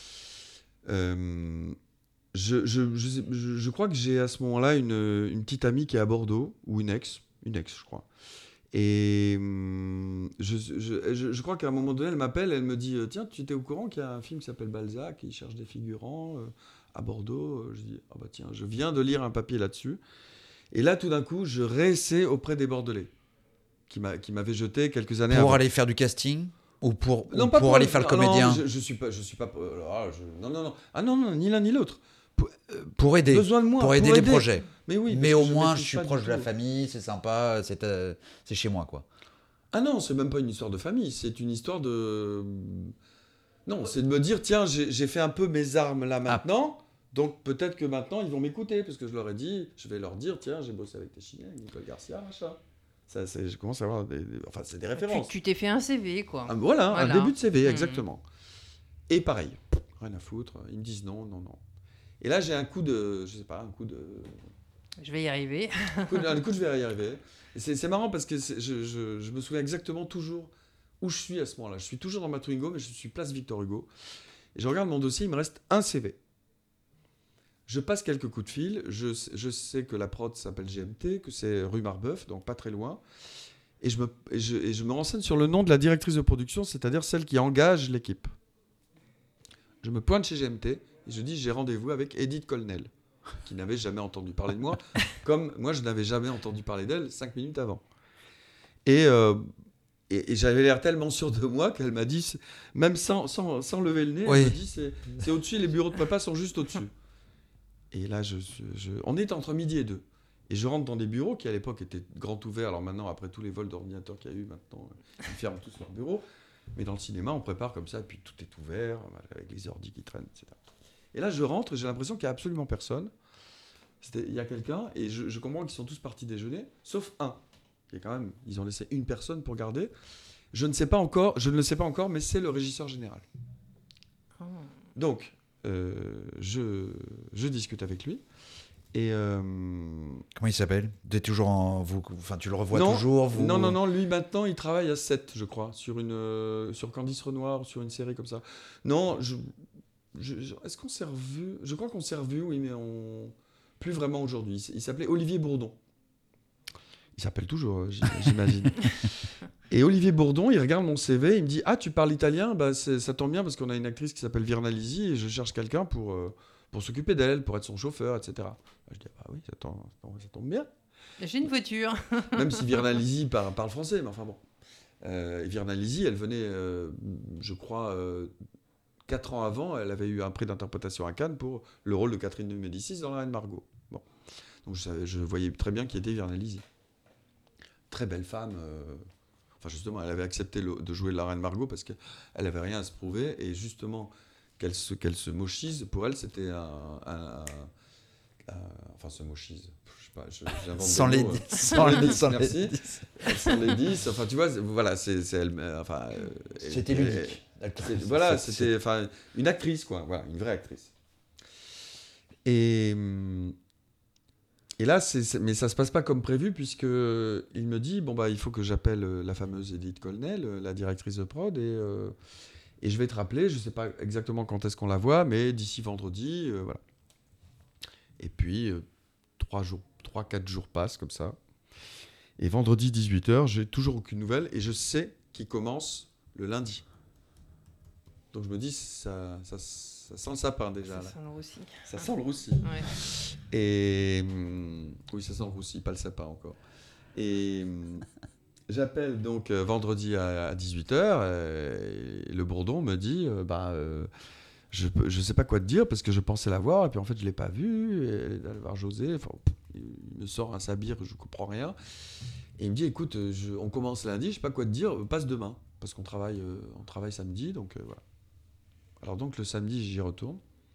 Euh, je, je, je, sais- je- je crois que j'ai à ce moment-là une, une petite amie qui est à Bordeaux, ou une ex, une ex, je crois. Et hum, je, je, je, je crois qu'à un moment donné, elle m'appelle, elle me dit euh, tiens, tu étais au courant qu'il y a un film qui s'appelle Balzac, il cherche des figurants euh, à Bordeaux. Je dis ah bah tiens, je viens de lire un papier là-dessus. Et là, tout d'un coup, je réessaie auprès des Bordelais, qui, m'a, qui m'avaient jeté quelques années Pour avant. aller faire du casting ou pour, ou Non, pas pour aller faire le non, non, comédien, je, je suis pas, je suis pas. euh, ah, je- non, non, non. Ah non, non, ni l'un ni l'autre. Pour, euh, pour aider, besoin de moi, pour aider les projets. Mais oui. Mais parce au que moins, je maîtrise suis pas du proche de la tout. famille, c'est sympa, c'est, euh, c'est chez moi, quoi. Ah non, c'est même pas une histoire de famille, c'est une histoire de. Non, c'est de me dire tiens, j'ai, j'ai fait un peu mes armes là maintenant. Donc peut-être que maintenant ils vont m'écouter parce que je leur ai dit, je vais leur dire tiens, j'ai bossé avec Téchiné, avec Nicole Garcia, machin. Ça, c'est, je commence à avoir des, des- enfin c'est des références. Tu, tu t'es fait un C V, quoi. Ah, voilà, Voilà. un début de C V, Mhm. exactement. Et pareil, rien à foutre, ils me disent non, non, non. Et là j'ai un coup de, je sais pas, un coup de, Je vais y arriver. un coup, de- un coup je vais y arriver. Et c'est, c'est marrant parce que c'est- je, je, je me souviens exactement toujours où je suis à ce moment-là. Je suis toujours dans ma Twingo, mais je suis place Victor Hugo. Et je regarde mon dossier, il me reste un C V. Je passe quelques coups de fil, je, sais- je sais que la prod s'appelle G M T, que c'est rue Marbeuf, donc pas très loin. Et je, me, et, je, et je me renseigne sur le nom de la directrice de production, c'est-à-dire celle qui engage l'équipe. Je me pointe chez G M T et je dis j'ai rendez-vous avec Edith Colnel, qui n'avait jamais entendu parler de moi, comme moi je n'avais jamais entendu parler d'elle cinq minutes avant. Et, euh, et, et j'avais l'air tellement sûr de moi qu'elle m'a dit, c'est- même sans, sans, sans lever le nez, Oui. elle me dit c'est, c'est au-dessus, les bureaux de papa sont juste au-dessus. Et là, je, je- on est entre midi et deux. Et je rentre dans des bureaux qui, à l'époque, étaient grand ouverts. Alors maintenant, après tous les vols d'ordinateurs qu'il y a eu, maintenant, ils ferment tous leurs bureaux. Mais dans le cinéma, on prépare comme ça, et puis tout est ouvert, voilà, avec les ordis qui traînent, et cetera. Et là, je rentre, et j'ai l'impression qu'il n'y a absolument personne. C'était- Il y a quelqu'un, et je, je comprends qu'ils sont tous partis déjeuner, sauf un. Qui est quand même, ils ont laissé une personne pour garder. Je ne sais pas encore, je ne le sais pas encore, mais c'est le régisseur général. Oh. Donc, euh, je, je discute avec lui. Et euh, Comment il s'appelle? T'es toujours en, vous, enfin, tu le revois non, toujours vous... non, non, non, lui maintenant il travaille à sept, je crois, sur, une, euh, sur Candice Renoir, sur une série comme ça. Non, je, je- je- est-ce qu'on s'est revu? Je crois qu'on s'est revu, oui, mais on... plus vraiment aujourd'hui. Il s- Il s'appelait Olivier Bourdon. Il s'appelle toujours, euh, j'im- j'imagine. Et Olivier Bourdon, il regarde mon C V, il me dit ah tu parles italien, bah c'est- ça tombe bien parce qu'on a une actrice qui s'appelle Virna Lisi et je cherche quelqu'un pour euh, pour s'occuper d'elle, pour être son chauffeur, et cetera. Je dis ah oui, ça tombe, ça tombe bien. J'ai une voiture. Même si Virna Lisi par- parle français, mais enfin bon. Euh, et Virna Lisi, elle venait, euh, je crois, euh, quatre ans avant, elle avait eu un prix d'interprétation à Cannes pour le rôle de Catherine de Médicis dans La Reine Margot. Bon. Donc je, savais, je voyais très bien qui était Virna Lisi. Très belle femme. Euh, enfin, justement, elle avait accepté le, de jouer La Reine Margot parce qu'elle n'avait rien à se prouver. Et justement, qu'elle se, qu'elle se mochise, pour elle, c'était un. un, un, un enfin, se mochise. Je sais pas, je, j'invente Sans des les mots. dix. Euh, Sans les dix. merci. Sans les dix. Enfin, tu vois, voilà, c'est, c'est elle. Enfin, euh, C'était et, ludique. C'est, voilà, c'était enfin, une actrice, quoi. Voilà, une vraie actrice. Et, et là, c'est, c'est, mais ça se passe pas comme prévu, puisque il me dit, bon, bah, il faut que j'appelle la fameuse Edith Colnel, la directrice de prod, et, euh, et je vais te rappeler, je sais pas exactement quand est-ce qu'on la voit, mais d'ici vendredi, euh, voilà. Et puis, euh, trois jours, trois, quatre jours passent comme ça. Et vendredi, dix-huit heures, j'ai toujours aucune nouvelle, et je sais qu'il commence le lundi. Donc je me dis, ça, ça, ça sent le sapin déjà. Ça là. sent le roussi. Ça sent le roussi. Ouais. Et hum, oui, ça sent le roussi, pas le sapin encore. Et hum, j'appelle donc euh, vendredi à, à dix-huit heures, euh, et le bourdon me dit, euh, bah, euh, je ne sais pas quoi te dire parce que je pensais la voir, et puis en fait je ne l'ai pas vue, et elle est allée voir José, enfin, il me sort un sabir, je ne comprends rien. Et il me dit, écoute, je, on commence lundi, je ne sais pas quoi te dire, passe demain, parce qu'on travaille, euh, on travaille samedi, donc euh, voilà. Alors donc le samedi, j'y retourne.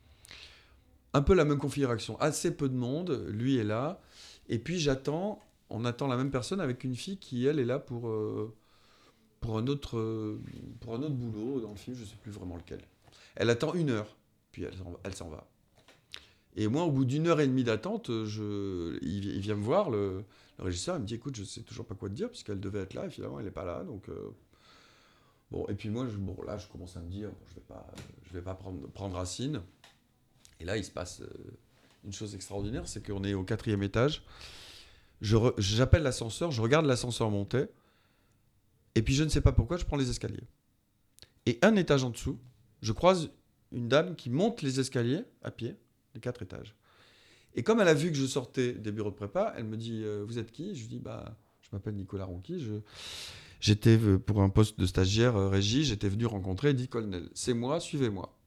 Un peu la même configuration, assez peu de monde, lui est là. Et puis j'attends, on attend la même personne avec une fille qui, elle, est là pour, euh, pour, un, autre, euh, pour un autre boulot dans le film, je ne sais plus vraiment lequel. Elle attend une heure, puis elle s'en, elle s'en va. Et moi, au bout d'une heure et demie d'attente, je, il, il vient me voir, le, le régisseur, il me dit, écoute, je ne sais toujours pas quoi te dire, puisqu'elle devait être là, et finalement, elle n'est pas là, donc... Euh, Bon, et puis moi, je, bon, là, je commence à me dire, bon, je ne vais pas, je vais pas prendre, prendre racine. Et là, il se passe euh, une chose extraordinaire, c'est qu'on est au quatrième étage. Je re, j'appelle l'ascenseur, je regarde l'ascenseur monter, et puis je ne sais pas pourquoi, je prends les escaliers. Et un étage en dessous, je croise une dame qui monte les escaliers à pied, les quatre étages. Et comme elle a vu que je sortais des bureaux de prépa, elle me dit, euh, vous êtes qui ? Je lui dis, bah, je m'appelle Nicolas Ronqui, je... J'étais pour un poste de stagiaire euh, régie, j'étais venu rencontrer Edith Colnel. C'est moi, suivez-moi.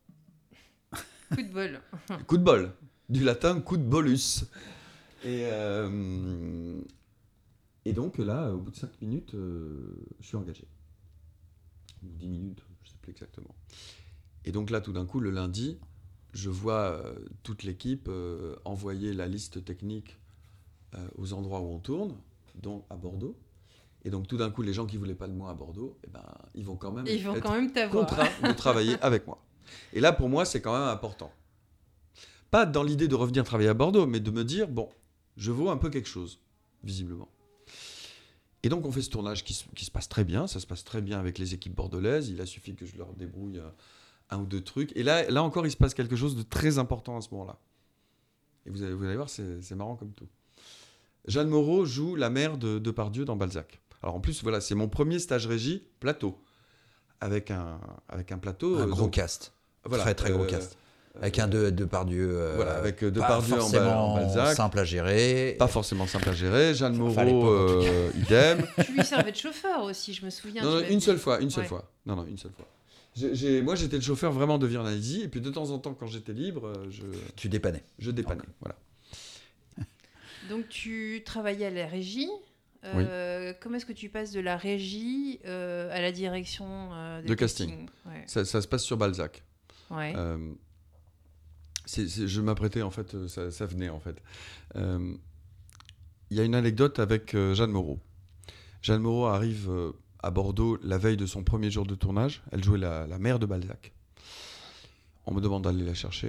Coup de bol. Coup de bol. Du latin coup de bolus. Et, euh, et donc là, au bout de cinq minutes, euh, je suis engagé. Ou dix minutes, je ne sais plus exactement. Et donc là, tout d'un coup, le lundi, je vois euh, toute l'équipe euh, envoyer la liste technique euh, aux endroits où on tourne, dont à Bordeaux. Et donc, tout d'un coup, les gens qui ne voulaient pas de moi à Bordeaux, eh ben, ils vont quand même ils vont être quand même t'avoir. contraints de travailler avec moi. Et là, pour moi, c'est quand même important. Pas dans l'idée de revenir travailler à Bordeaux, mais de me dire, bon, je vaux un peu quelque chose, visiblement. Et donc, on fait ce tournage qui se, qui se passe très bien. Ça se passe très bien avec les équipes bordelaises. Il a suffi que je leur débrouille un, un ou deux trucs. Et là, là encore, il se passe quelque chose de très important à ce moment-là. Et vous allez, vous allez voir, c'est, c'est marrant comme tout. Jeanne Moreau joue la mère de Depardieu dans Balzac. Alors en plus, voilà, c'est mon premier stage régie plateau, avec un, avec un plateau... Un euh, gros donc, cast, voilà, très très gros euh, cast. Avec un de, Depardieu, euh, voilà, avec pas Depardieu en, forcément en Balzac, simple à gérer. pas forcément simple à gérer. Jeanne Enfin, à l'époque, Moreau, en tout cas. euh, idem. Tu lui servais de chauffeur aussi, je me souviens. Non, tu non, m'avais une dit. seule fois, une seule Ouais. fois. Non, non, une seule fois. J'ai, j'ai, moi, j'étais le chauffeur vraiment de Virna Lisi, et puis de temps en temps, quand j'étais libre, je, Tu dépannais. je dépannais. Voilà. Donc tu travaillais à la régie. Euh, comment est-ce que tu passes de la régie euh, à la direction euh, des De casting. castings ouais. Ça, ça se passe sur Balzac. Ouais. Euh, c'est, c'est, je m'apprêtais, en fait, ça, ça venait, en fait. Il euh, y a une anecdote avec euh, Jeanne Moreau. Jeanne Moreau arrive euh, à Bordeaux la veille de son premier jour de tournage. Elle jouait la, la mère de Balzac. On me demande d'aller la chercher.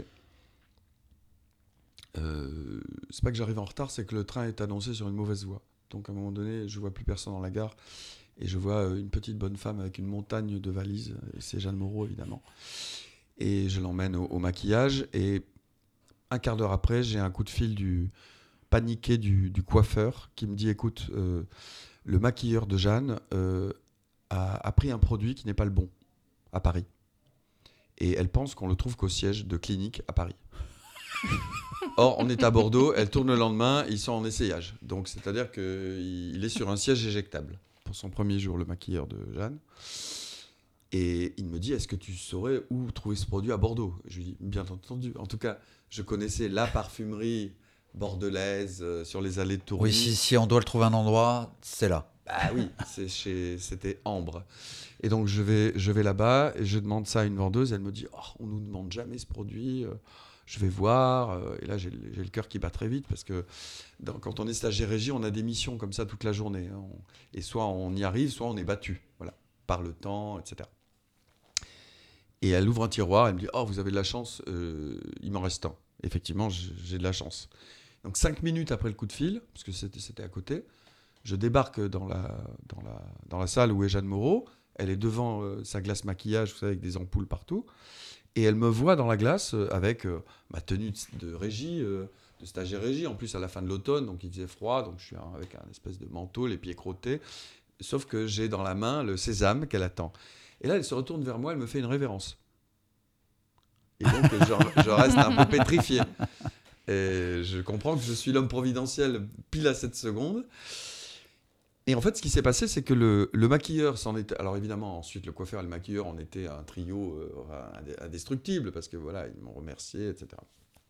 Euh, c'est pas que j'arrive en retard, c'est que le train est annoncé sur une mauvaise voie. Donc à un moment donné, je vois plus personne dans la gare et je vois une petite bonne femme avec une montagne de valises. Et c'est Jeanne Moreau, évidemment. Et je l'emmène au, au maquillage. Et un quart d'heure après, j'ai un coup de fil du paniqué du, du coiffeur qui me dit, écoute, euh, le maquilleur de Jeanne euh, a, a pris un produit qui n'est pas le bon à Paris. Et elle pense qu'on le trouve qu'au siège de clinique à Paris. Or, on est à Bordeaux, elle tourne le lendemain, ils sont en essayage. Donc, c'est-à-dire qu'il est sur un siège éjectable. pour son premier jour, le maquilleur de Jeanne. Et il me dit, est-ce que tu saurais où trouver ce produit à Bordeaux ? Je lui dis, bien entendu. En tout cas, je connaissais la parfumerie bordelaise euh, sur les allées de Tourny. Oui, si, si on doit le trouver un endroit, c'est là. Bah oui, c'est chez, c'était Ambre. Et donc, je vais, je vais là-bas et je demande ça à une vendeuse. Elle me dit, oh, on ne nous demande jamais ce produit. Euh, je vais voir. Euh, et là, j'ai, j'ai le cœur qui bat très vite parce que dans, quand on est stagiaire régie, on a des missions comme ça toute la journée. Hein. On, et soit on y arrive, soit on est battu. Voilà, par le temps, et cetera. Et elle ouvre un tiroir, elle me dit « Oh, vous avez de la chance, euh, il m'en reste un. » Effectivement, j'ai de la chance. Donc, cinq minutes après le coup de fil, parce que c'était, c'était à côté, je débarque dans la, dans, la, dans la salle où est Jeanne Moreau. Elle est devant euh, sa glace maquillage, vous savez, avec des ampoules partout. Et elle me voit dans la glace euh, avec euh, ma tenue de, de régie, euh, de stagiaire régie. En plus, à la fin de l'automne, donc il faisait froid, donc je suis un, avec un espèce de manteau, les pieds crottés. Sauf que j'ai dans la main le sésame qu'elle attend. Et là, elle se retourne vers moi, elle me fait une révérence. Et donc, je, je reste un peu pétrifié. Et je comprends que je suis l'homme providentiel pile à cette seconde. Et en fait, ce qui s'est passé, c'est que le, le maquilleur s'en était... Alors évidemment, ensuite, le coiffeur et le maquilleur, on était un trio euh, indestructible, parce que voilà, ils m'ont remercié, et cetera.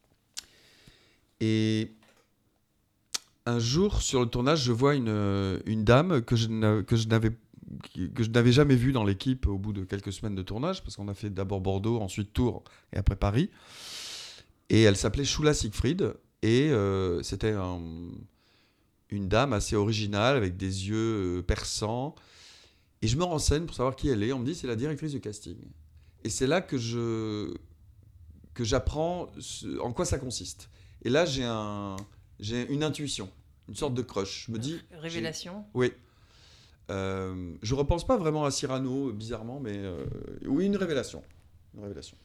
Et un jour, sur le tournage, je vois une, une dame que je, n'a, que je n'avais que je n'avais jamais vu dans l'équipe au bout de quelques semaines de tournage, parce qu'on a fait d'abord Bordeaux, ensuite Tours et après Paris. Et elle s'appelait Shula Siegfried, et euh, c'était un, une dame assez originale, avec des yeux euh, perçants. Et je me renseigne pour savoir qui elle est. On me dit c'est la directrice du casting. Et c'est là que, je, que j'apprends ce, en quoi ça consiste. Et là, j'ai, un, j'ai une intuition, une sorte de crush. Je me dis... Révélation. Oui. Euh, je repense pas vraiment à Cyrano, bizarrement, mais euh, oui, une révélation. Une révélation.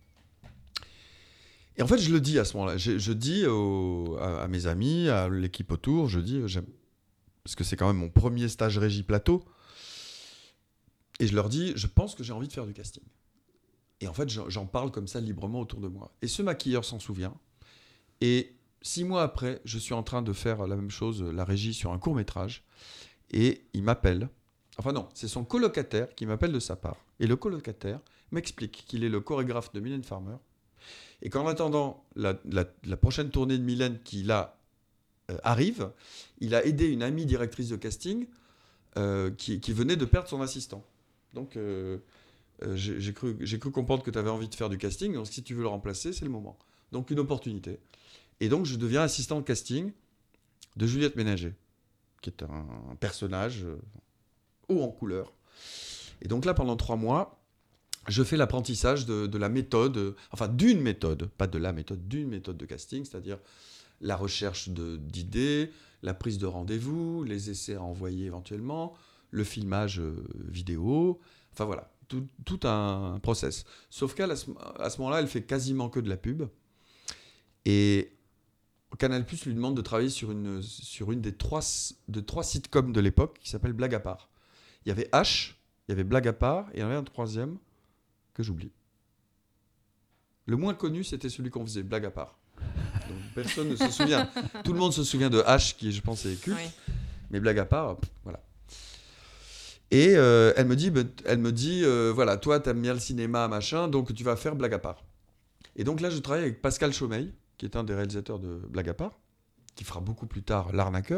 Et en fait, je le dis à ce moment-là. Je, je dis au, à, à mes amis, à l'équipe autour, je dis, j'aime, parce que c'est quand même mon premier stage régie plateau, et je leur dis, je pense que j'ai envie de faire du casting. Et en fait, j'en, j'en parle comme ça librement autour de moi. Et ce maquilleur s'en souvient. Et six mois après, je suis en train de faire la même chose, la régie sur un court-métrage. Et il m'appelle, enfin non, c'est son colocataire qui m'appelle de sa part. Et le colocataire m'explique qu'il est le chorégraphe de Mylène Farmer. Et qu'en attendant la, la, la prochaine tournée de Mylène qui là euh, arrive, il a aidé une amie directrice de casting euh, qui, qui venait de perdre son assistant. Donc euh, euh, j'ai, j'ai, cru, j'ai cru comprendre que tu avais envie de faire du casting, donc si tu veux le remplacer, c'est le moment. Donc une opportunité. Et donc je deviens assistant de casting de Juliette Ménager, qui est un, un personnage euh, haut en couleur. Et donc là, pendant trois mois, je fais l'apprentissage de, de la méthode, euh, enfin d'une méthode, pas de la méthode, d'une méthode de casting, c'est-à-dire la recherche de, d'idées, la prise de rendez-vous, les essais à envoyer éventuellement, le filmage euh, vidéo, enfin voilà, tout, tout un process. Sauf qu'à à ce, à ce moment-là, elle fait quasiment que de la pub. Et Canal+ lui demande de travailler sur une, sur une des trois, de trois sitcoms de l'époque qui s'appelle Blague à part. Il y avait H, il y avait Blague à part, et il y en avait un troisième que j'oublie. Le moins connu, c'était celui qu'on faisait, Blague à part. Donc, personne ne se souvient. Tout le monde se souvient de H, qui, je pense, est culte. Oui. Mais Blague à part, pff, voilà. Et euh, elle me dit, elle me dit euh, voilà, toi, t'aimes bien le cinéma, machin, donc tu vas faire Blague à part. Et donc là, je travaille avec Pascal Chaumeil, qui est un des réalisateurs de Blague à part, qui fera beaucoup plus tard L'Arnaqueur.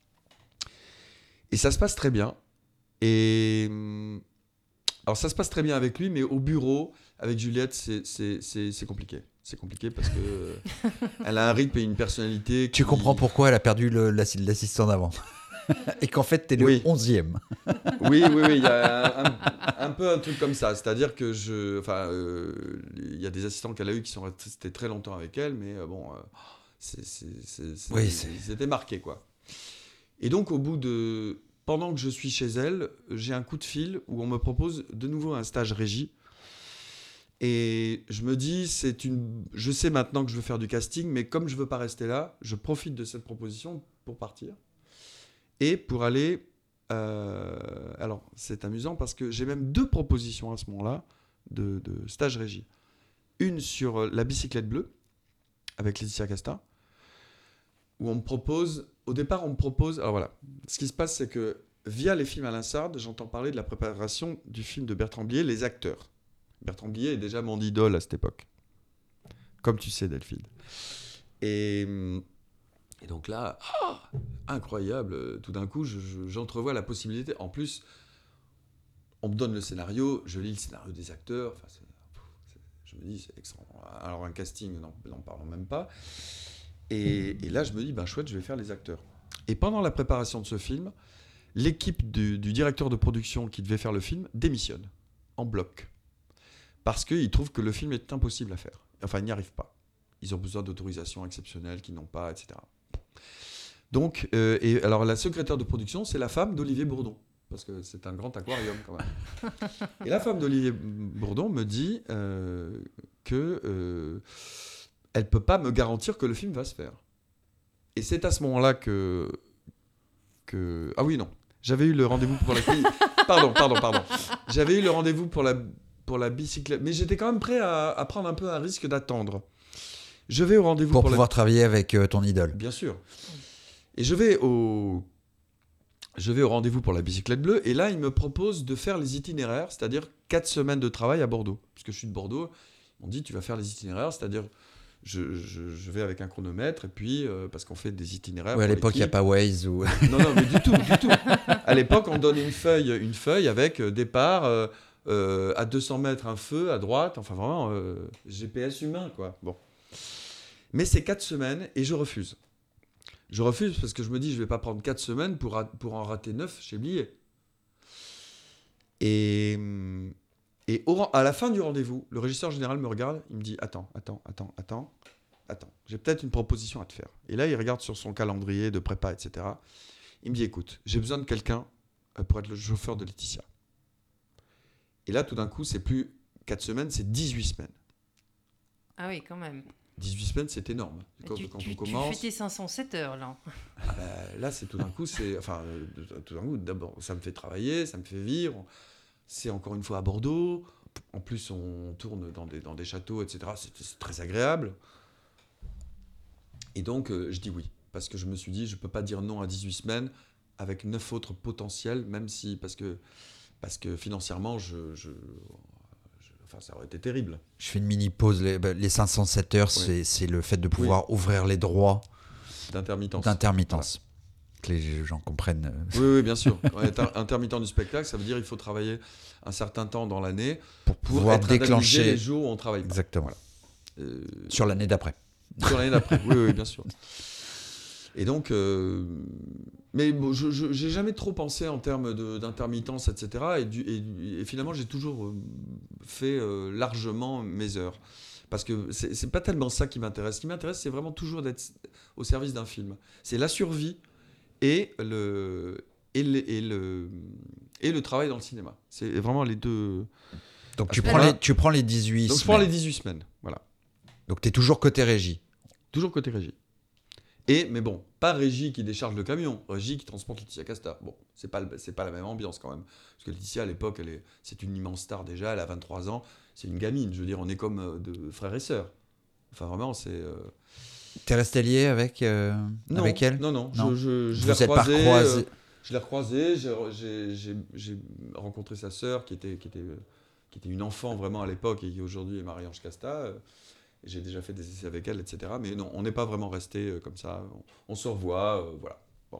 Et ça se passe très bien. Et alors ça se passe très bien avec lui, mais au bureau, avec Juliette, c'est, c'est, c'est, c'est compliqué. C'est compliqué parce que euh, elle a un rythme et une personnalité. Qui... Tu comprends pourquoi elle a perdu le, l'assistant d'avant. Et qu'en fait, t'es le oui. onzième. Oui, oui, oui, il y a un, un, un peu un truc comme ça. C'est-à-dire que je, enfin, euh, il y a des assistants qu'elle a eu qui sont restés très longtemps avec elle, mais euh, bon, euh, c'est, c'est, c'est, c'est, oui, c'est... c'était marqué, quoi. Et donc, au bout de, pendant que je suis chez elle, j'ai un coup de fil où on me propose de nouveau un stage régie. Et je me dis, c'est une, je sais maintenant que je veux faire du casting, mais comme je veux pas rester là, je profite de cette proposition pour partir. Et pour aller... Euh, alors, c'est amusant parce que j'ai même deux propositions à ce moment-là de, de stage régie. Une sur La bicyclette bleue, avec Laetitia Casta, où on me propose... Au départ, on me propose... Alors voilà, ce qui se passe, c'est que via les films Alain Sard, j'entends parler de la préparation du film de Bertrand Blier, Les Acteurs. Bertrand Blier est déjà mon idole à cette époque. Comme tu sais, Delphine. Et, et donc là, ah, incroyable, tout d'un coup, je, je, j'entrevois la possibilité. En plus, on me donne le scénario, je lis le scénario des acteurs. Enfin, c'est, c'est, je me dis, c'est extraordinaire. Alors, un casting, n'en, n'en parlons même pas. Et, et là, je me dis, ben chouette, je vais faire les acteurs. Et pendant la préparation de ce film, l'équipe du, du directeur de production qui devait faire le film démissionne, en bloc. Parce qu'ils trouvent que le film est impossible à faire. Enfin, ils n'y arrivent pas. Ils ont besoin d'autorisations exceptionnelles qu'ils n'ont pas, et cetera. Donc, euh, et alors la secrétaire de production, c'est la femme d'Olivier Bourdon. Parce que c'est un grand aquarium, quand même. Et la femme d'Olivier Bourdon me dit euh, que... Euh, elle ne peut pas me garantir que le film va se faire. Et c'est à ce moment-là que... que... Ah oui, non. J'avais eu le rendez-vous pour la... Pardon, pardon, pardon. J'avais eu le rendez-vous pour la, pour la bicyclette. Mais j'étais quand même prêt à, à prendre un peu un risque d'attendre. Je vais au rendez-vous pour, pour pouvoir la... travailler avec euh, ton idole. Bien sûr. Et je vais au... Je vais au rendez-vous pour la bicyclette bleue. Et là, il me propose de faire les itinéraires, c'est-à-dire quatre semaines de travail à Bordeaux. Puisque je suis de Bordeaux, on dit tu vas faire les itinéraires, c'est-à-dire... Je, je, je vais avec un chronomètre et puis euh, parce qu'on fait des itinéraires. Ouais, à l'époque, il n'y a pas Waze ou. Non, non, mais du tout, du tout. À l'époque, on donne une feuille, une feuille avec euh, départ euh, euh, à deux cents mètres, un feu à droite. Enfin, vraiment, euh, G P S humain, quoi. Bon. Mais c'est quatre semaines et je refuse. Je refuse parce que je me dis, je ne vais pas prendre quatre semaines pour, pour en rater neuf chez Blier. Et. Et au, à la fin du rendez-vous, le régisseur général me regarde, il me dit « Attends, attends, attends, attends, attends, j'ai peut-être une proposition à te faire. » Et là, il regarde sur son calendrier de prépa, et cetera. Il me dit « Écoute, j'ai besoin de quelqu'un pour être le chauffeur de Laetitia. » Et là, tout d'un coup, c'est plus quatre semaines, c'est dix-huit semaines. Ah oui, quand même. dix-huit semaines, c'est énorme. Quand, tu, quand tu, on commence... tu fais tes cinq cent sept heures, là. Ah ben, là, c'est tout d'un coup, c'est... Enfin, tout d'un coup, d'abord, ça me fait travailler, ça me fait vivre... C'est encore une fois à Bordeaux. En plus, on tourne dans des, dans des châteaux, et cetera. C'est, c'est très agréable. Et donc, euh, je dis oui. Parce que je me suis dit, je ne peux pas dire non à dix-huit semaines avec neuf autres potentiels, même si... Parce que, parce que financièrement, je, je, je, enfin, ça aurait été terrible. Je fais une mini-pause. Les, les cinq cent sept heures, oui. c'est, c'est le fait de pouvoir oui. ouvrir les droits d'intermittence. d'intermittence. Voilà. Que les gens comprennent. Oui, oui, bien sûr. Intermittent du spectacle, ça veut dire qu'il faut travailler un certain temps dans l'année pour pouvoir pour déclencher les jours où on travaille pas. Exactement. Voilà. Euh... Sur l'année d'après. Sur l'année d'après, oui, oui, bien sûr. Et donc, euh... mais bon, je, je j'ai jamais trop pensé en termes de, d'intermittence, et cetera. Et, du, et, et finalement, j'ai toujours fait euh, largement mes heures. Parce que c'est, c'est pas tellement ça qui m'intéresse. Ce qui m'intéresse, c'est vraiment toujours d'être au service d'un film. C'est la survie. Et le, et, le, et, le, et le travail dans le cinéma. C'est vraiment les deux... Donc tu prends, les, tu prends les dix-huit Donc semaines. je prends les dix-huit semaines, voilà. Donc tu es toujours côté régie. Toujours côté régie. Et, mais bon, pas régie qui décharge le camion, régie qui transporte Laetitia Casta. Bon, c'est pas, c'est pas la même ambiance quand même. Parce que Laetitia, à l'époque, elle est, c'est une immense star déjà, elle a vingt-trois ans, c'est une gamine. Je veux dire, on est comme de frères et sœurs. Enfin vraiment, c'est... Euh... T'es resté lié avec, euh, non, avec elle ? Non, non. non. Je, je, je Vous l'ai êtes recroisée. Pas croisé. Euh, je l'ai recroisée. J'ai, j'ai, j'ai, j'ai rencontré sa sœur qui était, qui, était, qui était une enfant vraiment à l'époque et qui aujourd'hui est Marie-Ange Casta. Euh, j'ai déjà fait des essais avec elle, et cetera. Mais non, on n'est pas vraiment resté euh, comme ça. On, on se revoit, euh, voilà. Bon.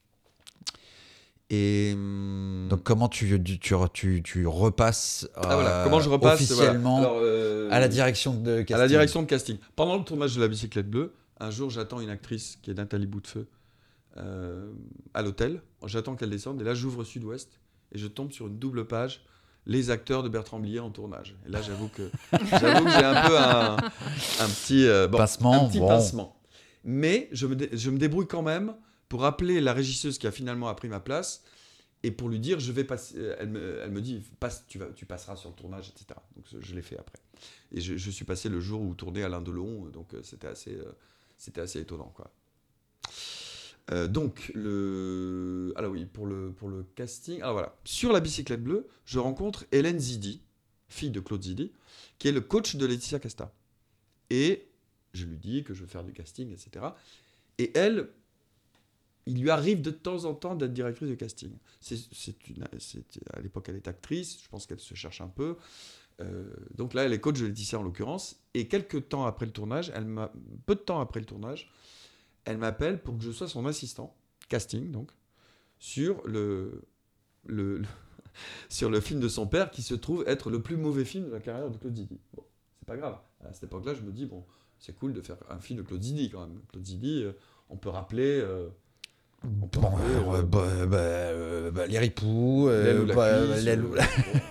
Et donc comment tu, tu, tu, tu repasses euh, ah, voilà. Comment je repasse, officiellement voilà. Alors, euh, à la direction de casting. À la direction de casting. Pendant le tournage de La Bicyclette Bleue, un jour j'attends une actrice qui est Nathalie Boutefeu euh, à l'hôtel. J'attends qu'elle descende et là j'ouvre Sud-Ouest et je tombe sur une double page les acteurs de Bertrand Blier en tournage. Et là j'avoue que, j'avoue que j'ai un peu un, un petit, euh, bon, pincement. Un petit bon. pincement. Mais je me, dé, je me débrouille quand même pour appeler la régisseuse qui a finalement pris ma place et pour lui dire, je vais passer. Elle me, elle me dit, passe, tu, vas, tu passeras sur le tournage, et cetera. Donc je l'ai fait après. Et je, je suis passé le jour où tournait Alain Delon, donc c'était assez, euh, c'était assez étonnant, quoi. Euh, donc, le... alors oui, pour le, pour le casting, alors voilà, sur La Bicyclette Bleue, je rencontre Hélène Zidi, fille de Claude Zidi, qui est le coach de Laetitia Casta. Et je lui dis que je veux faire du casting, et cetera. Et elle, il lui arrive de temps en temps d'être directrice de casting. C'est, c'est une, c'est, à l'époque, elle est actrice, je pense qu'elle se cherche un peu. Euh, donc là, elle est coach de Laetitia en l'occurrence. Et quelques temps après le tournage, elle m'a, peu de temps après le tournage, elle m'appelle pour que je sois son assistant, casting donc, sur le, le, le, sur le film de son père qui se trouve être le plus mauvais film de la carrière de Claude Zidi. Bon, c'est pas grave. À cette époque-là, je me dis, bon, c'est cool de faire un film de Claude Zidi quand même. Claude Zidi, euh, on peut rappeler... Euh, On peut bon, rappeler euh, bah, bah, euh, bah, les ripoux, euh, l'aile ou la bah, cuisse, l'aile ou la...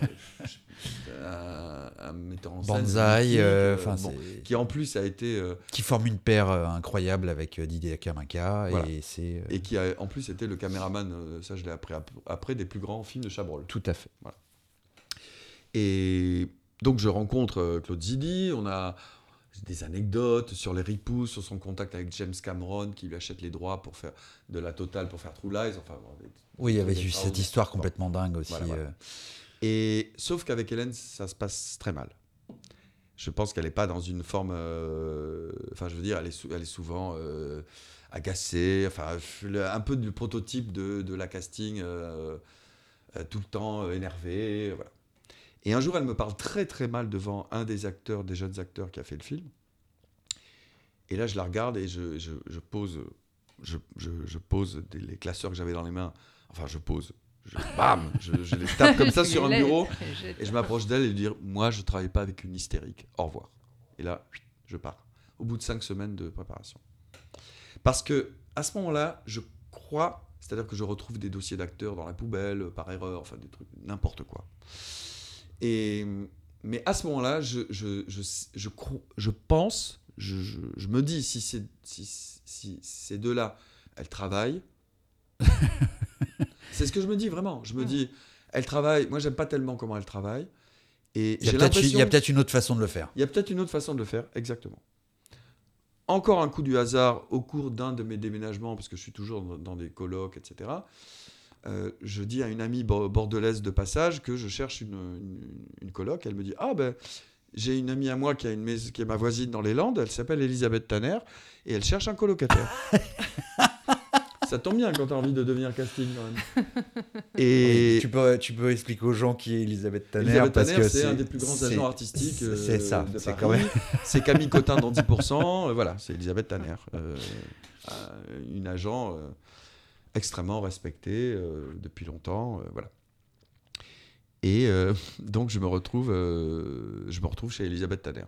un, un metteur en scène Banzai, euh, euh, bon, qui en plus a été euh, qui forme une paire euh, incroyable avec Didier Kamaka voilà. et c'est euh... et qui a en plus été le caméraman, euh, ça je l'ai appris après, après des plus grands films de Chabrol. Tout à fait. Voilà. Et donc je rencontre euh, Claude Zidi, on a des anecdotes sur les ripoux, sur son contact avec James Cameron qui lui achète les droits pour faire de la Totale pour faire True Lies. Enfin, bon, oui, il y avait eu cette histoire complètement bon. dingue aussi. Voilà, voilà. Euh... Et sauf qu'avec Hélène, ça se passe très mal. Je pense qu'elle n'est pas dans une forme. Euh... Enfin, je veux dire, elle est, sou... elle est souvent euh, agacée. Enfin, un peu du prototype de, de la casting, euh, euh, tout le temps euh, énervée. Voilà. Et un jour, elle me parle très très mal devant un des acteurs, des jeunes acteurs qui a fait le film. Et là, je la regarde et je, je, je pose, je, je, je pose des, les classeurs que j'avais dans les mains. Enfin, je pose. Je, bam, je, je les tape comme ça sur un bureau et je m'approche d'elle et lui dis moi je travaille pas avec une hystérique, au revoir. Et là je pars au bout de cinq semaines de préparation parce que à ce moment-là je crois, c'est-à-dire que je retrouve des dossiers d'acteurs dans la poubelle par erreur, enfin des trucs n'importe quoi. Et mais à ce moment-là je je je je, je, je pense je, je, je me dis si c'est si, si ces deux-là elles travaillent. C'est ce que je me dis vraiment. Je me dis, elle travaille. Moi, j'aime pas tellement comment elle travaille. Et il y a j'ai peut-être, l'impression. Il y a peut-être une autre façon de le faire. Il y a peut-être une autre façon de le faire, exactement. Encore un coup du hasard au cours d'un de mes déménagements, parce que je suis toujours dans des colocs, et cetera. Euh, je dis à une amie bordelaise de passage que je cherche une, une, une coloc. Elle me dit, ah ben. J'ai une amie à moi qui, a une maison, qui est ma voisine dans les Landes. Elle s'appelle Elisabeth Tanner et elle cherche un colocataire. Ça tombe bien quand tu as envie de devenir casting quand même. Et oui, tu, peux, tu peux expliquer aux gens qui est Elisabeth Tanner. Elisabeth parce Tanner, que c'est, c'est un des plus grands agents artistiques euh, c'est ça, de c'est Paris. Quand même... c'est Camille Cotin dans dix pour cent. Euh, voilà, c'est Elisabeth Tanner. Euh, une agent euh, extrêmement respectée euh, depuis longtemps. Euh, voilà. Et euh, donc je me retrouve, euh, je me retrouve chez Elisabeth Tanner.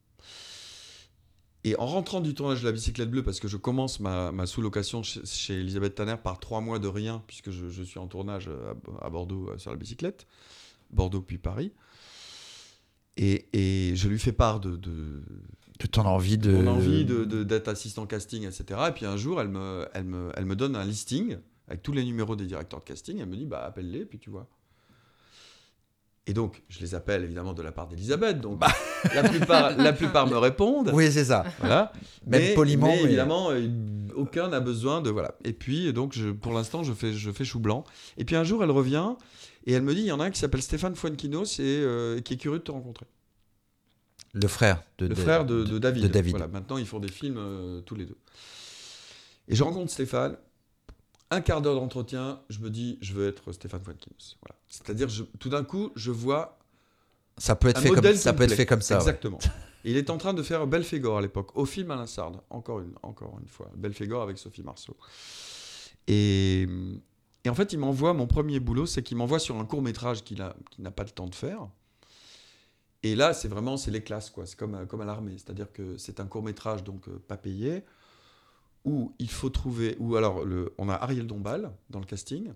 Et en rentrant du tournage de La Bicyclette Bleue, parce que je commence ma, ma sous-location chez, chez Elisabeth Tanner par trois mois de rien, puisque je, je suis en tournage à, à Bordeaux sur la bicyclette, Bordeaux puis Paris, et, et je lui fais part de, de, de ton envie, de... mon envie de, de, d'être assistant casting, et cetera. Et puis un jour, elle me, elle, me, elle me donne un listing avec tous les numéros des directeurs de casting, elle me dit, bah, appelle-les, puis tu vois. Et donc, je les appelle évidemment de la part d'Elisabeth. Donc, bah. la, plupart, la plupart me répondent. Oui, c'est ça. Voilà. Même mais, poliment. Mais, mais évidemment, aucun n'a besoin de. Voilà. Et puis, donc, je, pour l'instant, je fais, je fais chou blanc. Et puis un jour, elle revient et elle me dit il y en a un qui s'appelle Stéphane Fuenquinos et euh, qui est curieux de te rencontrer. Le frère de, Le de, frère de, de, David. de David. Voilà. Maintenant, ils font des films euh, tous les deux. Et je rencontre Stéphane. Un quart d'heure d'entretien, je me dis, je veux être Stéphane Fuenquinos. Voilà. C'est-à-dire, je, tout d'un coup, je vois. Ça peut être, fait comme, ça peut être fait comme ça. Exactement. Ouais. Et il est en train de faire Belphégor à l'époque, au film Alain Sard, encore une, encore une fois. Belphégor avec Sophie Marceau. Et, et en fait, il m'envoie, mon premier boulot, c'est qu'il m'envoie sur un court-métrage qu'il, a, qu'il n'a pas le temps de faire. Et là, c'est vraiment, c'est les classes, quoi. C'est comme, comme à l'armée. C'est-à-dire que c'est un court-métrage, donc euh, pas payé, où il faut trouver... Où, alors, le, on a Ariel Dombal dans le casting.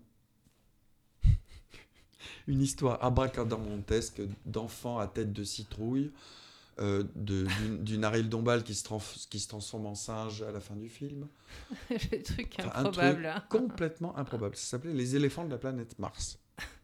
Une histoire abracadabrantesque d'enfant à tête de citrouille, euh, de, d'une, d'une Ariel Dombal qui se, trans- qui se transforme en singe à la fin du film. Le truc enfin, improbable. Un truc complètement improbable. Ça s'appelait Les éléphants de la planète Mars.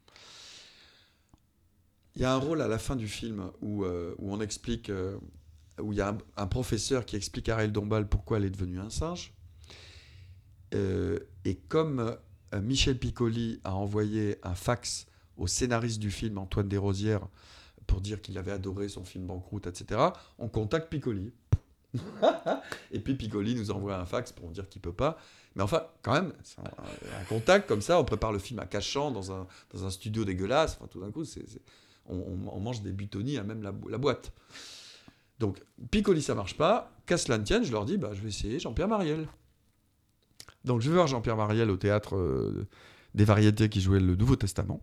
Il y a un rôle à la fin du film où, euh, où on explique, euh, où il y a un, un professeur qui explique à Ariel Dombal pourquoi elle est devenue un singe. Euh, et comme euh, Michel Piccoli a envoyé un fax au scénariste du film, Antoine Desrosières, pour dire qu'il avait adoré son film Banqueroute, et cetera, on contacte Piccoli. Et puis Piccoli nous envoie un fax pour dire qu'il peut pas. Mais enfin, quand même, c'est un, un contact comme ça, on prépare le film à cachant dans un, dans un studio dégueulasse. Enfin, tout d'un coup, c'est, c'est, on, on mange des butonnies à même la, la boîte. Donc, Piccoli, ça marche pas. Qu'à cela ne tienne, je leur dis, bah, je vais essayer Jean-Pierre Mariel. Donc, je vais voir Jean-Pierre Mariel au théâtre euh, des Variétés qui jouait le Nouveau Testament.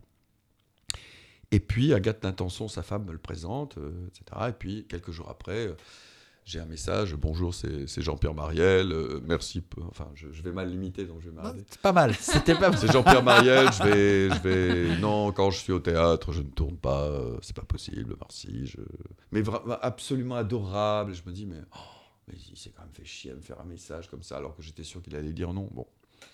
Et puis, Agathe Natanson, sa femme, me le présente, euh, et cetera. Et puis, quelques jours après, euh, j'ai un message. Bonjour, c'est, c'est Jean-Pierre Mariel. Euh, merci. Peu. Enfin, je, je vais mal limiter, donc je vais m'arrêter. C'est pas mal. C'était pas mal. C'est Jean-Pierre Mariel. Je vais, je vais. Non, quand je suis au théâtre, je ne tourne pas. Euh, c'est pas possible. Merci. Je... Mais vraiment absolument adorable. Et je me dis, mais, oh, mais il s'est quand même fait chier à me faire un message comme ça, alors que j'étais sûr qu'il allait dire non. Bon.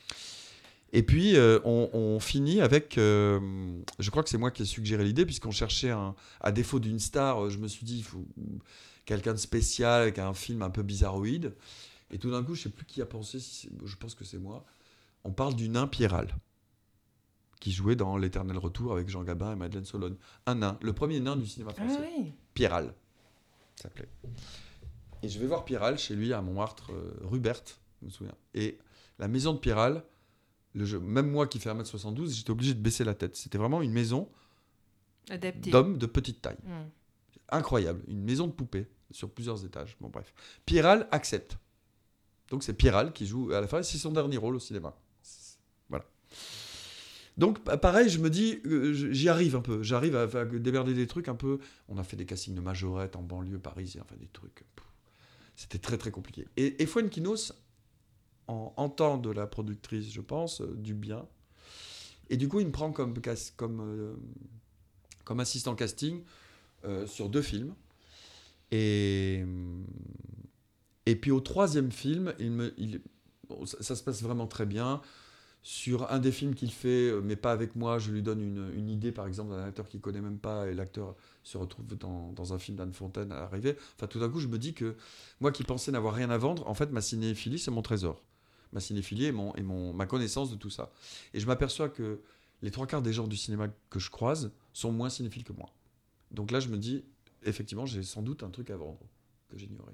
Et puis, euh, on, on finit avec... Euh, je crois que c'est moi qui ai suggéré l'idée, puisqu'on cherchait, un, à défaut d'une star, je me suis dit, il faut quelqu'un de spécial, avec un film un peu bizarroïde. Et tout d'un coup, je ne sais plus qui a pensé, si je pense que c'est moi, on parle du nain Pierral, qui jouait dans L'Éternel Retour avec Jean Gabin et Madeleine Solonne. Un nain, le premier nain du cinéma français. Ah oui. Pierral, ça s'appelait. Et je vais voir Pierral chez lui à Montmartre, euh, rue Berthe, je me souviens. Et la maison de Pierral... Le jeu, même moi qui fais un mètre soixante-douze, j'étais obligé de baisser la tête. C'était vraiment une maison Adapté. d'hommes de petite taille. Mm. Incroyable. Une maison de poupée sur plusieurs étages. Bon, bref. Pierral accepte. Donc, c'est Pierral qui joue à la fin. C'est son dernier rôle au cinéma. Voilà. Donc, pareil, je me dis, euh, j'y arrive un peu. J'arrive à, à démerder des trucs un peu. On a fait des castings de majorettes en banlieue parisienne. Enfin, des trucs. Pff, c'était très, très compliqué. Et, et Fuenquinos en entend de la productrice, je pense, euh, du bien. Et du coup, il me prend comme, comme, euh, comme assistant casting euh, sur deux films. Et, et puis au troisième film, il me, il, bon, ça, ça se passe vraiment très bien. Sur un des films qu'il fait, mais pas avec moi, je lui donne une, une idée, par exemple, d'un acteur qu'il ne connaît même pas, et l'acteur se retrouve dans, dans un film d'Anne Fontaine à l'arrivée. Enfin, tout d'un coup, je me dis que moi qui pensais n'avoir rien à vendre, en fait, ma cinéphilie, c'est mon trésor. Ma cinéphilie et, mon, et mon, ma connaissance de tout ça. Et je m'aperçois que les trois quarts des gens du cinéma que je croise sont moins cinéphiles que moi. Donc là, je me dis, effectivement, j'ai sans doute un truc à vendre que j'ignorais.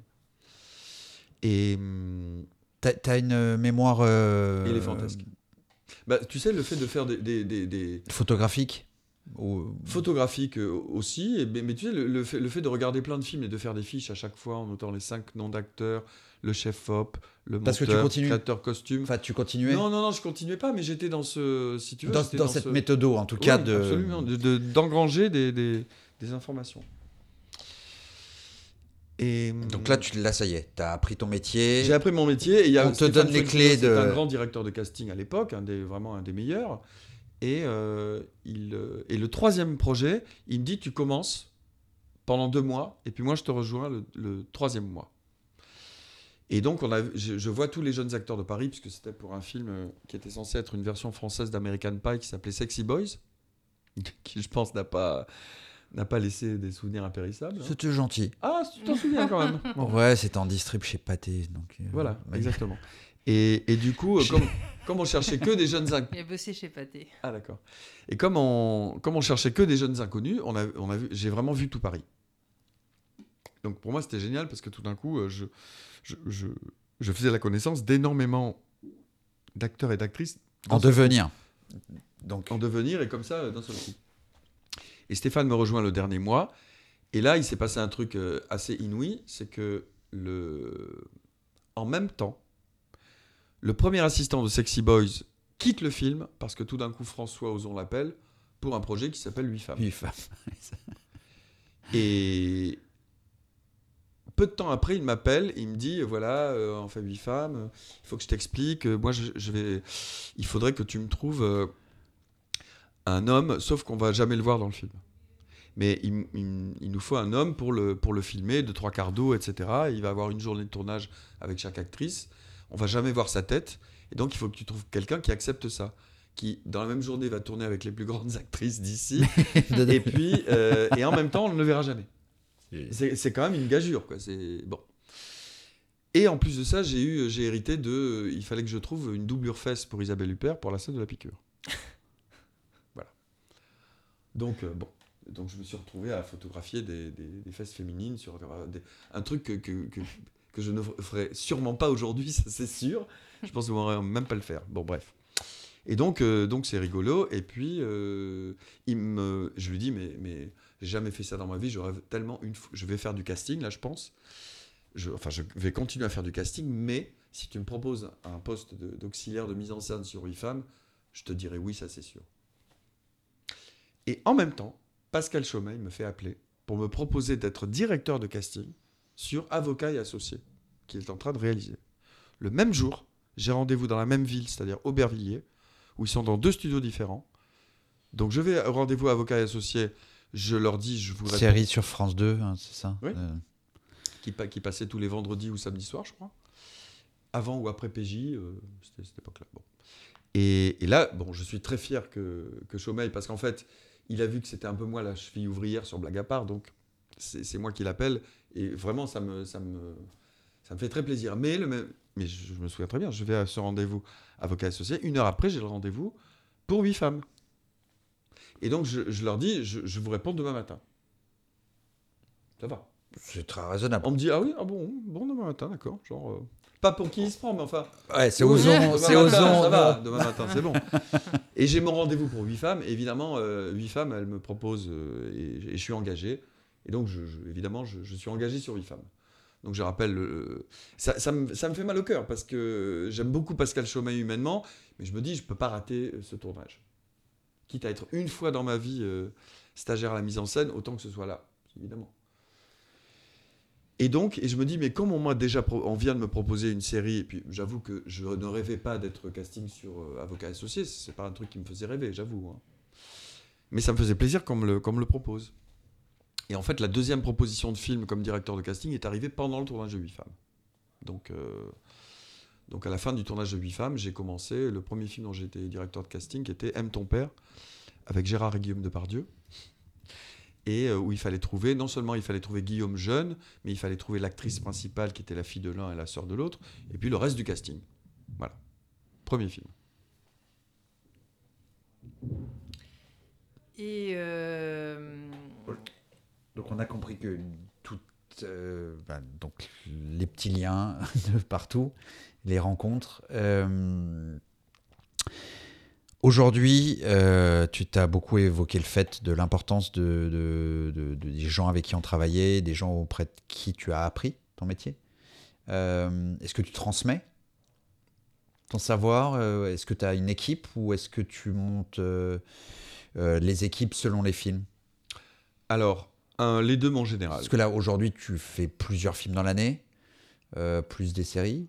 Et... T'as, t'as une mémoire... Euh... Il est fantastique. Bah, tu sais, le fait de faire des... des, des, des... Photographique ou... Photographique aussi, et, mais, mais tu sais, le, le, fait, le fait de regarder plein de films et de faire des fiches à chaque fois en notant les cinq noms d'acteurs, le chef-op, le Parce monteur, que tu continues. créateur costume. Enfin, tu continuais. Non, non, non, je continuais pas, mais j'étais dans ce, si tu veux, dans, dans, dans cette ce... méthodo, en tout cas, oui, de absolument, de, de, d'engranger des, des, des informations. Et donc là, tu, là, ça y est, tu as appris ton métier. J'ai appris mon métier. Et il y a on te Stéphane donne les Fuenquinos, clés de. C'est un grand directeur de casting à l'époque, un des, vraiment un des meilleurs. Et, euh, il, euh, et le troisième projet, il me dit, tu commences pendant deux mois, et puis moi, je te rejoins le, le troisième mois. Et donc, on a, je, je vois tous les jeunes acteurs de Paris, puisque c'était pour un film euh, qui était censé être une version française d'American Pie, qui s'appelait Sexy Boys, qui, je pense, n'a pas, n'a pas laissé des souvenirs impérissables. Hein. C'était gentil. Ah, tu t'en souviens quand même. Bon. Ouais, c'était en distrib chez Pathé. Donc, euh, voilà, mais... exactement. Et, et du coup, euh, comme, comme on cherchait que des jeunes inconnus... Il a bossé chez Pathé. Ah, d'accord. Et comme on, comme on cherchait que des jeunes inconnus, on a, on a vu, j'ai vraiment vu tout Paris. Donc pour moi, c'était génial, parce que tout d'un coup, je, je, je, je faisais la connaissance d'énormément d'acteurs et d'actrices. En devenir. Donc. En devenir, et comme ça, d'un seul coup. Et Stéphane me rejoint le dernier mois. Et là, il s'est passé un truc assez inouï, c'est que le... en même temps, le premier assistant de Sexy Boys quitte le film parce que tout d'un coup, François Ozon l'appelle pour un projet qui s'appelle Huit femmes. Huit femmes. Et peu de temps après, il m'appelle et il me dit, voilà, euh, on fait Huit femmes, il faut que je t'explique. Moi, je, je vais... il faudrait que tu me trouves euh, un homme, sauf qu'on va jamais le voir dans le film. Mais il, il, il nous faut un homme pour le, pour le filmer, de trois quarts d'eau, et cetera. Il va avoir une journée de tournage avec chaque actrice. On va jamais voir sa tête. Et donc, il faut que tu trouves quelqu'un qui accepte ça. Qui, dans la même journée, va tourner avec les plus grandes actrices d'ici. et puis, euh, et en même temps, on ne le verra jamais. C'est, c'est quand même une gageure, quoi. C'est bon. Et en plus de ça, j'ai eu, j'ai hérité de... Il fallait que je trouve une doublure fesse pour Isabelle Huppert pour la scène de la piqûre. Voilà. Donc, euh, bon. Donc je me suis retrouvé à photographier des, des, des fesses féminines sur des, un truc que, que, que, que je ne ferai sûrement pas aujourd'hui, ça c'est sûr. Je pense qu'on ne va même pas le faire. Bon, bref. Et donc, euh, donc c'est rigolo. Et puis, euh, il me, je lui dis, mais, mais j'ai jamais fait ça dans ma vie. Je rêve tellement une fois. Je vais faire du casting, là, je pense. Je, enfin, je vais continuer à faire du casting, mais si tu me proposes un poste de, d'auxiliaire de mise en scène sur huit femmes, je te dirai oui, ça c'est sûr. Et en même temps, Pascal Chaumet me fait appeler pour me proposer d'être directeur de casting sur Avocat et Associés, qu'il est en train de réaliser. Le même jour, j'ai rendez-vous dans la même ville, c'est-à-dire Aubervilliers, où ils sont dans deux studios différents. Donc je vais au rendez-vous Avocat et Associés, je leur dis... je voudrais Série sur France deux, hein, c'est ça Oui. euh... qui, qui passait tous les vendredis ou samedis soirs, je crois. Avant ou après P J, euh, c'était cette époque-là. Bon. Et, et là, bon, je suis très fier que, que Chaumet, parce qu'en fait, il a vu que c'était un peu moi la cheville ouvrière sur Blague à part, donc c'est, c'est moi qui l'appelle, et vraiment, ça me, ça me, ça me fait très plaisir. Mais, le même, mais je, je me souviens très bien, je vais à ce rendez-vous Avocat associé, une heure après, j'ai le rendez-vous pour huit femmes. Et donc, je, je leur dis, je, je vous réponds demain matin. Ça va. C'est très raisonnable. On me dit, ah oui, ah bon, bon demain matin, d'accord. Genre, euh, pas pour qui il se prend, mais enfin. Ouais, c'est oui, osons, demain c'est matin, osons. Ça va, demain matin, c'est bon. Et j'ai mon rendez-vous pour huit femmes. Et évidemment, euh, huit femmes, elles me proposent, euh, et, et je suis engagé. Et donc, je, je, évidemment, je, je suis engagé sur huit femmes. Donc, je rappelle, euh, ça, ça, me, ça me fait mal au cœur parce que j'aime beaucoup Pascal Chaumet humainement, mais je me dis, je ne peux pas rater ce tournage. Quitte à être une fois dans ma vie euh, stagiaire à la mise en scène, autant que ce soit là, évidemment. Et donc, et je me dis, mais comme on m'a déjà, pro- on vient de me proposer une série, et puis j'avoue que je ne rêvais pas d'être casting sur euh, Avocat associé, c'est pas un truc qui me faisait rêver, j'avoue. Hein. Mais ça me faisait plaisir qu'on me le, qu'on me le propose. Et en fait, la deuxième proposition de film comme directeur de casting est arrivée pendant le tournage de huit femmes. Donc, euh, donc à la fin du tournage de huit femmes, j'ai commencé le premier film dont j'étais directeur de casting, qui était Aime ton père, avec Gérard et Guillaume Depardieu. Et où il fallait trouver, non seulement il fallait trouver Guillaume jeune, mais il fallait trouver l'actrice principale qui était la fille de l'un et la sœur de l'autre, et puis le reste du casting. Voilà. Premier film. Et euh... donc on a compris que tout, euh, ben, donc les petits liens de partout, les rencontres. Euh, Aujourd'hui, euh, tu t'as beaucoup évoqué le fait de l'importance de, de, de, de, des gens avec qui on travaillait, des gens auprès de qui tu as appris ton métier. Euh, est-ce que tu transmets ton savoir ? euh, Est-ce que tu as une équipe ou est-ce que tu montes euh, euh, les équipes selon les films ? Alors, un, les deux, en général. Parce que là, aujourd'hui, tu fais plusieurs films dans l'année, euh, plus des séries.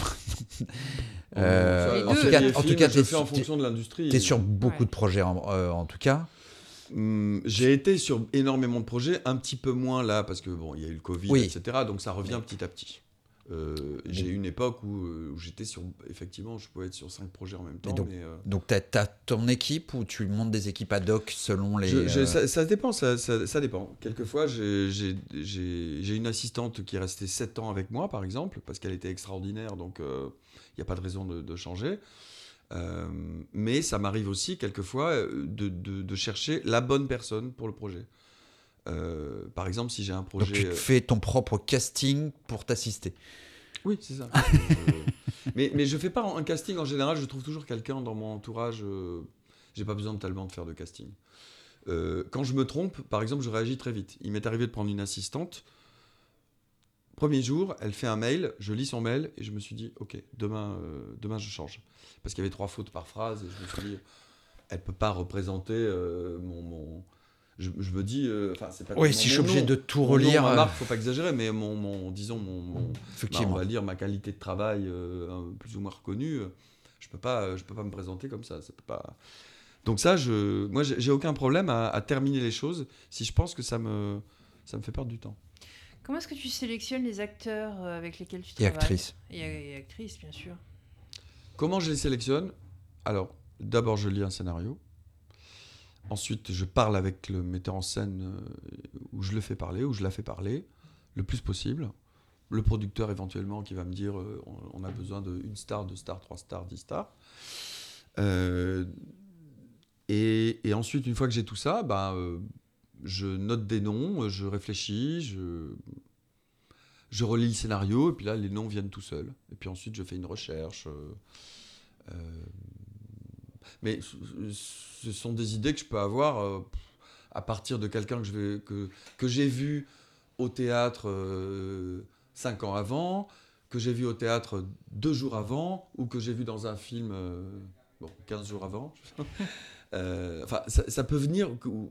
euh, en tout cas, en tout cas, je fais en t'es, fonction de l'industrie. Tu es sur beaucoup ouais. de projets, en, euh, en tout cas. Hum, j'ai été sur énormément de projets, un petit peu moins là, parce que bon, il y a eu le Covid, oui. et cetera. Donc ça revient petit à petit. Euh, j'ai eu une époque où, où j'étais sur, effectivement, je pouvais être sur cinq projets en même temps. Donc, mais, euh... donc tu as ton équipe ou tu montes des équipes ad hoc selon les... Je, je, euh... ça, ça dépend, ça, ça, ça dépend. Quelquefois, j'ai, j'ai, j'ai, j'ai une assistante qui est restée sept ans avec moi, par exemple, parce qu'elle était extraordinaire, donc il euh, n'y a pas de raison de, de changer. Euh, mais ça m'arrive aussi, quelquefois, de, de, de chercher la bonne personne pour le projet. Euh, par exemple, si j'ai un projet... Donc tu te fais ton propre casting pour t'assister. Oui, c'est ça. je... mais, mais je ne fais pas un casting en général, je trouve toujours quelqu'un dans mon entourage. Euh... J'ai pas besoin de tellement de faire de casting. Euh, quand je me trompe, par exemple, je réagis très vite. Il m'est arrivé de prendre une assistante. Premier jour, elle fait un mail, je lis son mail et je me suis dit, ok, demain, euh, demain je change. Parce qu'il y avait trois fautes par phrase et je me suis dit, elle ne peut pas représenter euh, mon... mon... Je, je me dis, enfin, euh, c'est pas oui, si je suis obligé de tout relire. Mon nom, ma marque, faut pas exagérer, mais mon, mon disons, mon, mon effectivement, bah, on va dire ma qualité de travail euh, plus ou moins reconnue. Je peux pas, je peux pas me présenter comme ça. Ça peut pas. Donc ça, je, moi, j'ai aucun problème à, à terminer les choses si je pense que ça me, ça me fait perdre du temps. Comment est-ce que tu sélectionnes les acteurs avec lesquels tu et travailles ? actrices. Et, et actrices, bien sûr. Comment je les sélectionne ? Alors, d'abord, je lis un scénario. Ensuite, je parle avec le metteur en scène euh, où je le fais parler, où je la fais parler, le plus possible. Le producteur, éventuellement, qui va me dire euh, on, on a besoin d'une star, deux stars, trois stars, dix stars. Euh, et, et ensuite, une fois que j'ai tout ça, bah, euh, je note des noms, je réfléchis, je... je relis le scénario, et puis là, les noms viennent tout seuls. Et puis ensuite, je fais une recherche. Euh, euh, mais ce sont des idées que je peux avoir euh, à partir de quelqu'un que, je vais, que, que j'ai vu au théâtre euh, cinq ans avant, que j'ai vu au théâtre deux jours avant, ou que j'ai vu dans un film euh, bon, quinze jours avant. euh, enfin, ça, ça peut venir...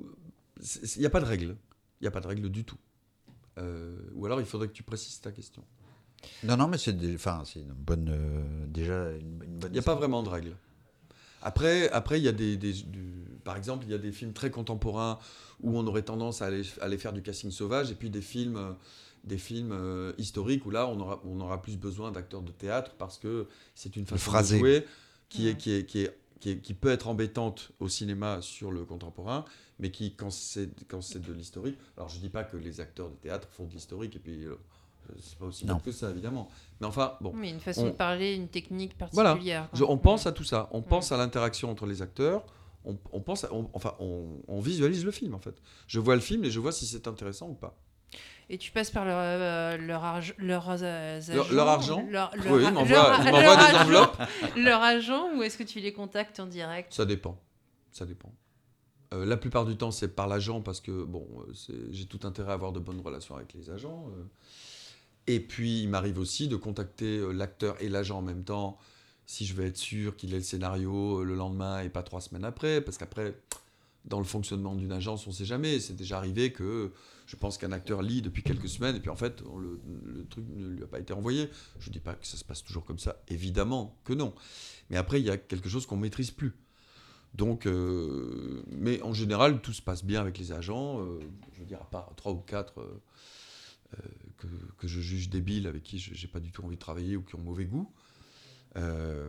Il n'y a pas de règle. Il n'y a pas de règle du tout. Euh, ou alors, il faudrait que tu précises ta question. Non, non, mais c'est, des, enfin, c'est une bonne... Euh, déjà, une, une bonne... Il n'y a pas vraiment de règle. Après, après, il y a des, des, du, par exemple, il y a des films très contemporains où on aurait tendance à aller, à aller faire du casting sauvage, et puis des films, euh, des films euh, historiques où là, on aura, on aura plus besoin d'acteurs de théâtre parce que c'est une façon de jouer qui, ouais. est, qui, est, qui, est, qui, est, qui peut être embêtante au cinéma sur le contemporain, mais qui, quand c'est, quand c'est de l'historique... Alors, je ne dis pas que les acteurs de théâtre font de l'historique, et puis... Euh, c'est pas aussi bête que ça, évidemment. Mais enfin, bon. Mais une façon on... de parler, une technique particulière. Voilà. Je, on pense ouais. à tout ça. On pense ouais. à l'interaction entre les acteurs. On, on pense, à, on, enfin, on, on visualise le film, en fait. Je vois le film et je vois si c'est intéressant ou pas. Et tu passes par leur, euh, leur, arge, leur, euh, agent, leur, leur argent leur, leur, Oui, ils m'envoient, ils m'envoient des enveloppes. Leur agent, ou est-ce que tu les contactes en direct ? Ça dépend. Ça dépend. Euh, la plupart du temps, c'est par l'agent parce que bon, c'est, j'ai tout intérêt à avoir de bonnes relations avec les agents. Euh, Et puis, il m'arrive aussi de contacter l'acteur et l'agent en même temps, si je veux être sûr qu'il ait le scénario le lendemain et pas trois semaines après. Parce qu'après, dans le fonctionnement d'une agence, on ne sait jamais. C'est déjà arrivé que je pense qu'un acteur lit depuis quelques semaines, et puis en fait, on le, le truc ne lui a pas été envoyé. Je ne dis pas que ça se passe toujours comme ça, évidemment que non. Mais après, il y a quelque chose qu'on ne maîtrise plus. Donc, euh, mais en général, tout se passe bien avec les agents. Euh, je veux dire, à part trois ou quatre... Euh, Euh, que, que je juge débiles, avec qui je n'ai pas du tout envie de travailler ou qui ont mauvais goût. Euh,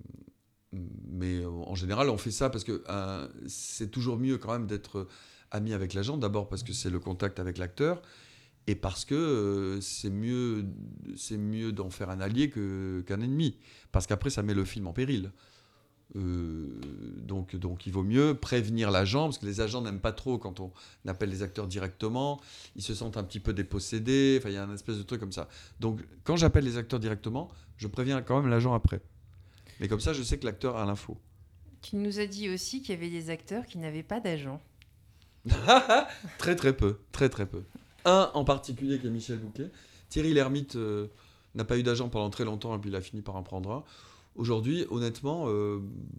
mais en général, on fait ça parce que euh, c'est toujours mieux quand même d'être ami avec l'agent, d'abord parce que c'est le contact avec l'acteur, et parce que euh, c'est mieux, c'est mieux d'en faire un allié que, qu'un ennemi, parce qu'après ça met le film en péril. Euh, donc, donc il vaut mieux prévenir l'agent, parce que les agents n'aiment pas trop quand on appelle les acteurs directement, ils se sentent un petit peu dépossédés, enfin il y a un espèce de truc comme ça. Donc quand j'appelle les acteurs directement, je préviens quand même l'agent après. Mais comme ça, je sais que l'acteur a l'info. Tu nous as dit aussi qu'il y avait des acteurs qui n'avaient pas d'agent. Très très peu, très très peu. Un en particulier qui est Michel Bouquet. Thierry Lhermitte euh, n'a pas eu d'agent pendant très longtemps et puis il a fini par en prendre un. Aujourd'hui, honnêtement, euh,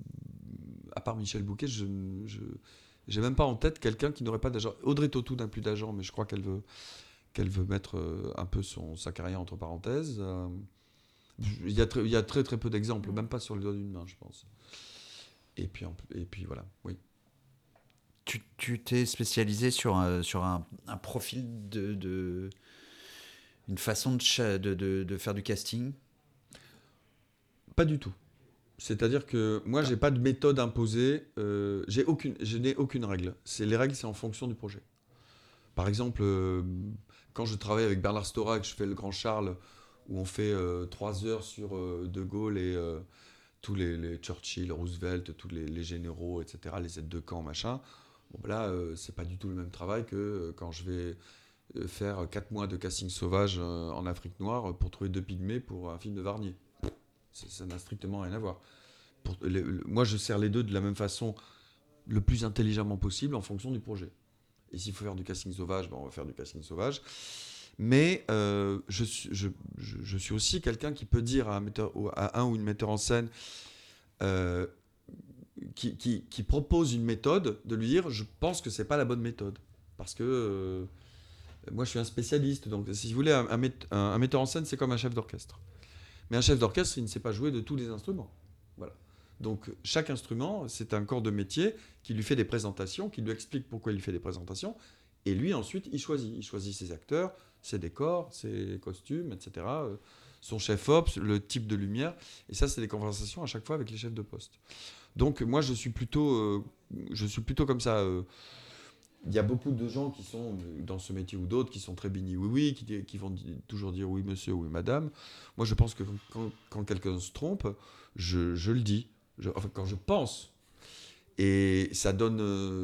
à part Michel Bouquet, je n'ai même pas en tête quelqu'un qui n'aurait pas d'agent. Audrey Tautou n'a plus d'agent, mais je crois qu'elle veut, qu'elle veut mettre euh, un peu son, sa carrière entre parenthèses. Euh, il y a très, il y a très très peu d'exemples, même pas sur le doigt d'une main, je pense. Et puis, et puis voilà, oui. Tu, tu t'es spécialisé sur un, sur un, un profil de, de... une façon de, de, de, de faire du casting ? Pas du tout. C'est-à-dire que moi, j'ai pas de méthode imposée. Euh, j'ai aucune, je n'ai aucune règle. C'est, les règles, c'est en fonction du projet. Par exemple, euh, quand je travaille avec Bernard Stora et que je fais Le Grand Charles, où on fait euh, trois heures sur euh, De Gaulle et euh, tous les, les Churchill, Roosevelt, tous les, les généraux, et cetera, les aides de camp, machin. Bon, ben là, euh, c'est pas du tout le même travail que euh, quand je vais euh, faire quatre mois de casting sauvage euh, en Afrique noire pour trouver deux pygmées pour un film de Varnier. Ça, ça n'a strictement rien à voir. Pour, les, le, moi, je sers les deux de la même façon, le plus intelligemment possible, en fonction du projet. Et s'il faut faire du casting sauvage, ben on va faire du casting sauvage. Mais euh, je, je, je, je suis aussi quelqu'un qui peut dire à un, metteur, à un ou une metteur en scène euh, qui, qui, qui propose une méthode, de lui dire « je pense que c'est pas la bonne méthode ». Parce que euh, moi, je suis un spécialiste. Donc, si vous voulez, un, un, un, un metteur en scène, c'est comme un chef d'orchestre. Mais un chef d'orchestre, il ne sait pas jouer de tous les instruments. Voilà. Donc, chaque instrument, c'est un corps de métier qui lui fait des présentations, qui lui explique pourquoi il fait des présentations. Et lui, ensuite, il choisit. Il choisit ses acteurs, ses décors, ses costumes, et cetera. Son chef-op, le type de lumière. Et ça, c'est des conversations à chaque fois avec les chefs de poste. Donc, moi, je suis plutôt, euh, je suis plutôt comme ça. Euh, Il y a beaucoup de gens qui sont dans ce métier ou d'autres qui sont très bénis oui-oui, qui, qui vont di- toujours dire oui monsieur, oui madame. Moi, je pense que quand, quand quelqu'un se trompe, je, je le dis. Je, enfin, quand je pense. Et ça donne,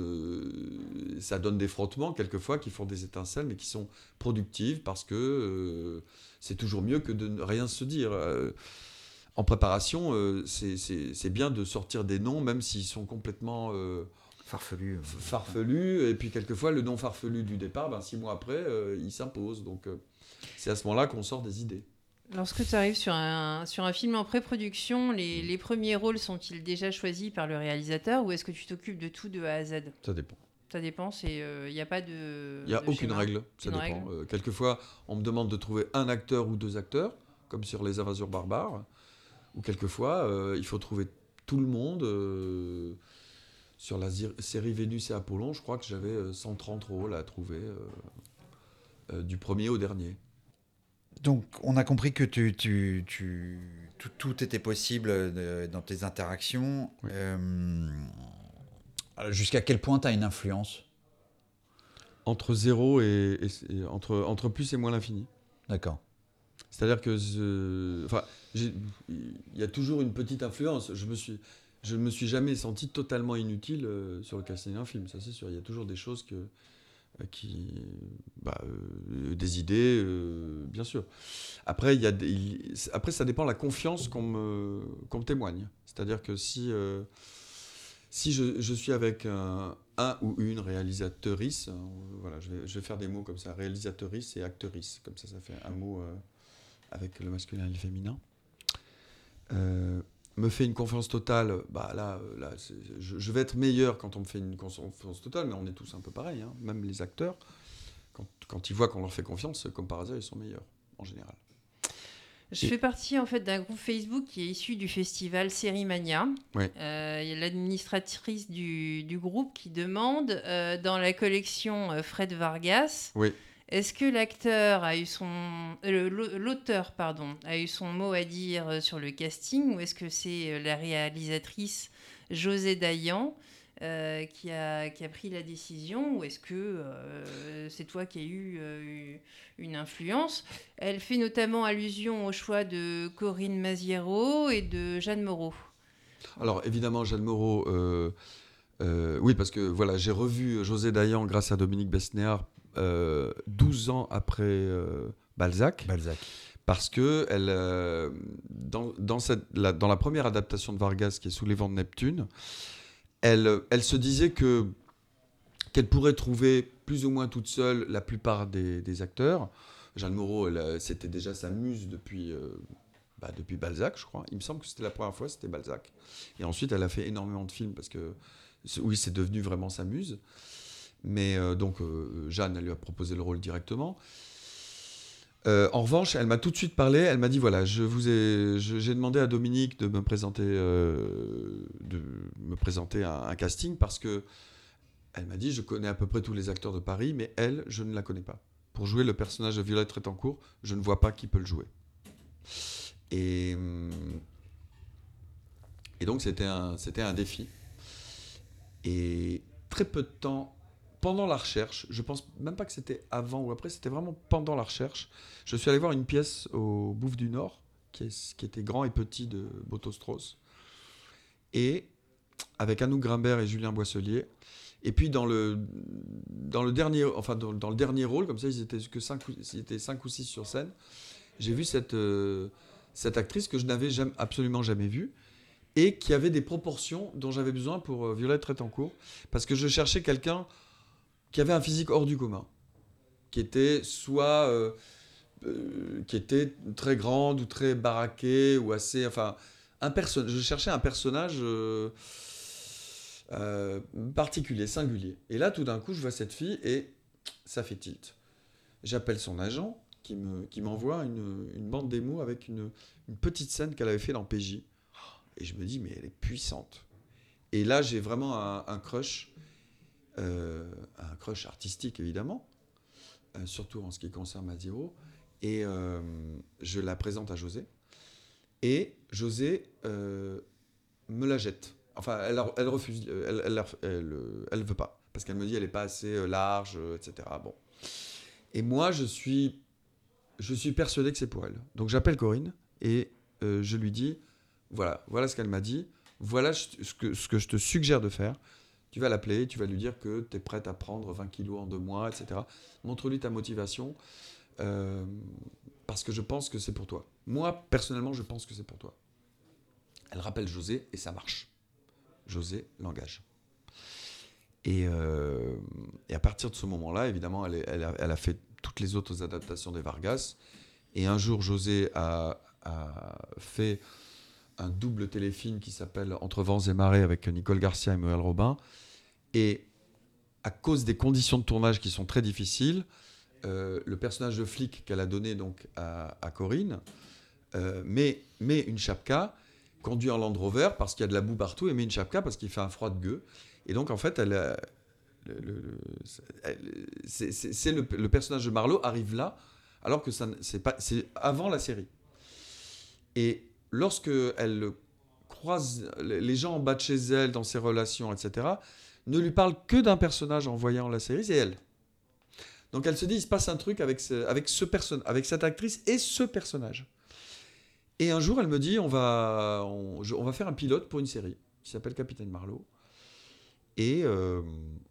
euh, ça donne des frottements, quelquefois, qui font des étincelles, mais qui sont productives, parce que euh, c'est toujours mieux que de ne rien se dire. Euh, en préparation, euh, c'est, c'est, c'est bien de sortir des noms, même s'ils sont complètement euh, Farfelu. farfelus. Et puis, quelquefois, le nom farfelu du départ, ben, six mois après, euh, il s'impose. Donc, euh, c'est à ce moment-là qu'on sort des idées. Lorsque tu arrives sur un, sur un film en pré-production, les, les premiers rôles sont-ils déjà choisis par le réalisateur ou est-ce que tu t'occupes de tout de A à Z ? Ça dépend. Ça dépend, il n'y euh, a pas de. Il n'y a de aucune schéma. règle, ça Une dépend. règle. Euh, quelquefois, on me demande de trouver un acteur ou deux acteurs, comme sur Les Invaseurs barbares. Ou quelquefois, euh, il faut trouver tout le monde. Euh, sur la zir- série Vénus et Apollon, je crois que j'avais euh, cent trente rôles à trouver, euh, euh, du premier au dernier. Donc, on a compris que tu, tu, tu, tout, tout était possible de- dans tes interactions. Oui. Euh, alors, jusqu'à quel point tu as une influence ? Entre zéro et, et- et entre, entre plus et moins l'infini. D'accord. C'est-à-dire que je- enfin, j'ai- il y a toujours une petite influence. Je me suis, je ne me suis jamais senti totalement inutile euh, sur le casting d'un film, ça c'est sûr. Il y a toujours des choses que, euh, qui, bah, euh, des idées, euh, bien sûr. Après, il y a des- il- après, ça dépend de la confiance qu'on me, qu'on me témoigne. C'est-à-dire que si, euh, si je, je suis avec un, un ou une réalisatrice, hein, voilà, je vais, je vais faire des mots comme ça, réalisatrice et actrice, comme ça, ça fait un mot euh, avec le masculin et le féminin. Euh, me fait une confiance totale, bah là, euh, là c'est- je, je vais être meilleur quand on me fait une confiance totale, mais on est tous un peu pareils, hein, même les acteurs, quand, quand ils voient qu'on leur fait confiance, comme par hasard, ils sont meilleurs, en général. Je fais partie en fait d'un groupe Facebook qui est issu du festival Série Mania. Oui. Euh, il y a l'administratrice du, du groupe qui demande euh, dans la collection euh, Fred Vargas, Oui. est-ce que l'acteur a eu son euh, l'auteur pardon a eu son mot à dire euh, sur le casting ou est-ce que c'est euh, la réalisatrice José Dayan euh, qui a qui a pris la décision ou est-ce que euh, c'est toi qui as eu euh, une influence? Elle fait notamment allusion au choix de Corinne Maziero et de Jeanne Moreau. Alors évidemment, Jeanne Moreau, euh, euh, oui, parce que voilà, j'ai revu José Dayan grâce à Dominique Besnéard euh, douze ans après euh, Balzac. Balzac. Parce que elle, euh, dans, dans, cette, la, dans la première adaptation de Vargas, qui est Sous les vents de Neptune, elle, elle se disait que, qu'elle pourrait trouver plus ou moins toute seule la plupart des, des acteurs. Jeanne Moreau, elle, c'était déjà sa muse depuis, euh, bah, depuis Balzac, je crois. Il me semble que c'était la première fois, c'était Balzac. Et ensuite, elle a fait énormément de films, parce que, oui, c'est devenu vraiment sa muse. Mais euh, donc, euh, Jeanne, elle lui a proposé le rôle directement. Euh, en revanche, elle m'a tout de suite parlé. Elle m'a dit voilà, je vous ai, je, j'ai demandé à Dominique de me présenter, euh, de me présenter un, un casting parce que elle m'a dit je connais à peu près tous les acteurs de Paris, mais elle, je ne la connais pas. Pour jouer le personnage de Violette Rétancourt, je ne vois pas qui peut le jouer. Et et donc c'était un, c'était un défi. Et très peu de temps. Pendant la recherche, je pense même pas que c'était avant ou après, c'était vraiment pendant la recherche. Je suis allé voir une pièce au Bouffe du Nord, qui, est, qui était Grand et Petit de Boto Strauss, et avec Anouk Grimbert et Julien Boisselier. Et puis dans le, dans le, dernier, enfin dans, dans le dernier rôle, comme ça, ils étaient que cinq, ils étaient cinq ou six sur scène, j'ai vu cette, euh, cette actrice que je n'avais jamais, absolument jamais vue, et qui avait des proportions dont j'avais besoin pour euh, Violette Rétancourt, parce que je cherchais quelqu'un qui avait un physique hors du commun, qui était soit euh, euh, qui était très grande ou très baraquée ou assez, enfin, un perso- je cherchais un personnage euh, euh, particulier, singulier. Et là, tout d'un coup, je vois cette fille et ça fait tilt. J'appelle son agent qui me qui m'envoie une, une bande démo avec une, une petite scène qu'elle avait fait dans P J. Et je me dis mais elle est puissante. Et là, j'ai vraiment un, un crush. Euh, un crush artistique évidemment, euh, surtout en ce qui concerne Maziero, et euh, je la présente à José, et José euh, me la jette. Enfin, elle, elle refuse, elle, elle, elle, elle veut pas, parce qu'elle me dit elle est pas assez large, et cetera. Bon. Et moi, je suis, je suis persuadé que c'est pour elle. Donc j'appelle Corinne et euh, je lui dis, voilà, voilà ce qu'elle m'a dit. voilà ce que, ce que je te suggère de faire. Tu vas l'appeler, tu vas lui dire que tu es prête à prendre vingt kilos en deux mois, et cetera. Montre-lui ta motivation, euh, parce que je pense que c'est pour toi. Moi, personnellement, je pense que c'est pour toi. Elle rappelle José et ça marche. José l'engage. Et, euh, et à partir de ce moment-là, évidemment, elle, est, elle, a, elle a fait toutes les autres adaptations des Vargas. Et un jour, José a, a fait un double téléfilm qui s'appelle Entre vents et marées avec Nicole Garcia et Noël Robin. Et à cause des conditions de tournage qui sont très difficiles, euh, le personnage de flic qu'elle a donné donc à, à Corinne euh, met, met une chapka, conduit en Land Rover parce qu'il y a de la boue partout, et met une chapka parce qu'il fait un froid de gueux. Et donc en fait, elle, euh, le, le, le, elle, c'est, c'est, c'est le, le personnage de Marlowe arrive là, alors que ça, c'est, pas, c'est avant la série. Et lorsque elle croise les gens en bas de chez elle, dans ses relations, et cetera, ne lui parle que d'un personnage en voyant la série, c'est elle. Donc elle se dit, il se passe un truc avec, ce, avec, ce perso- avec cette actrice et ce personnage. Et un jour, elle me dit, on va, on, je, on va faire un pilote pour une série qui s'appelle Capitaine Marlowe. Et, euh,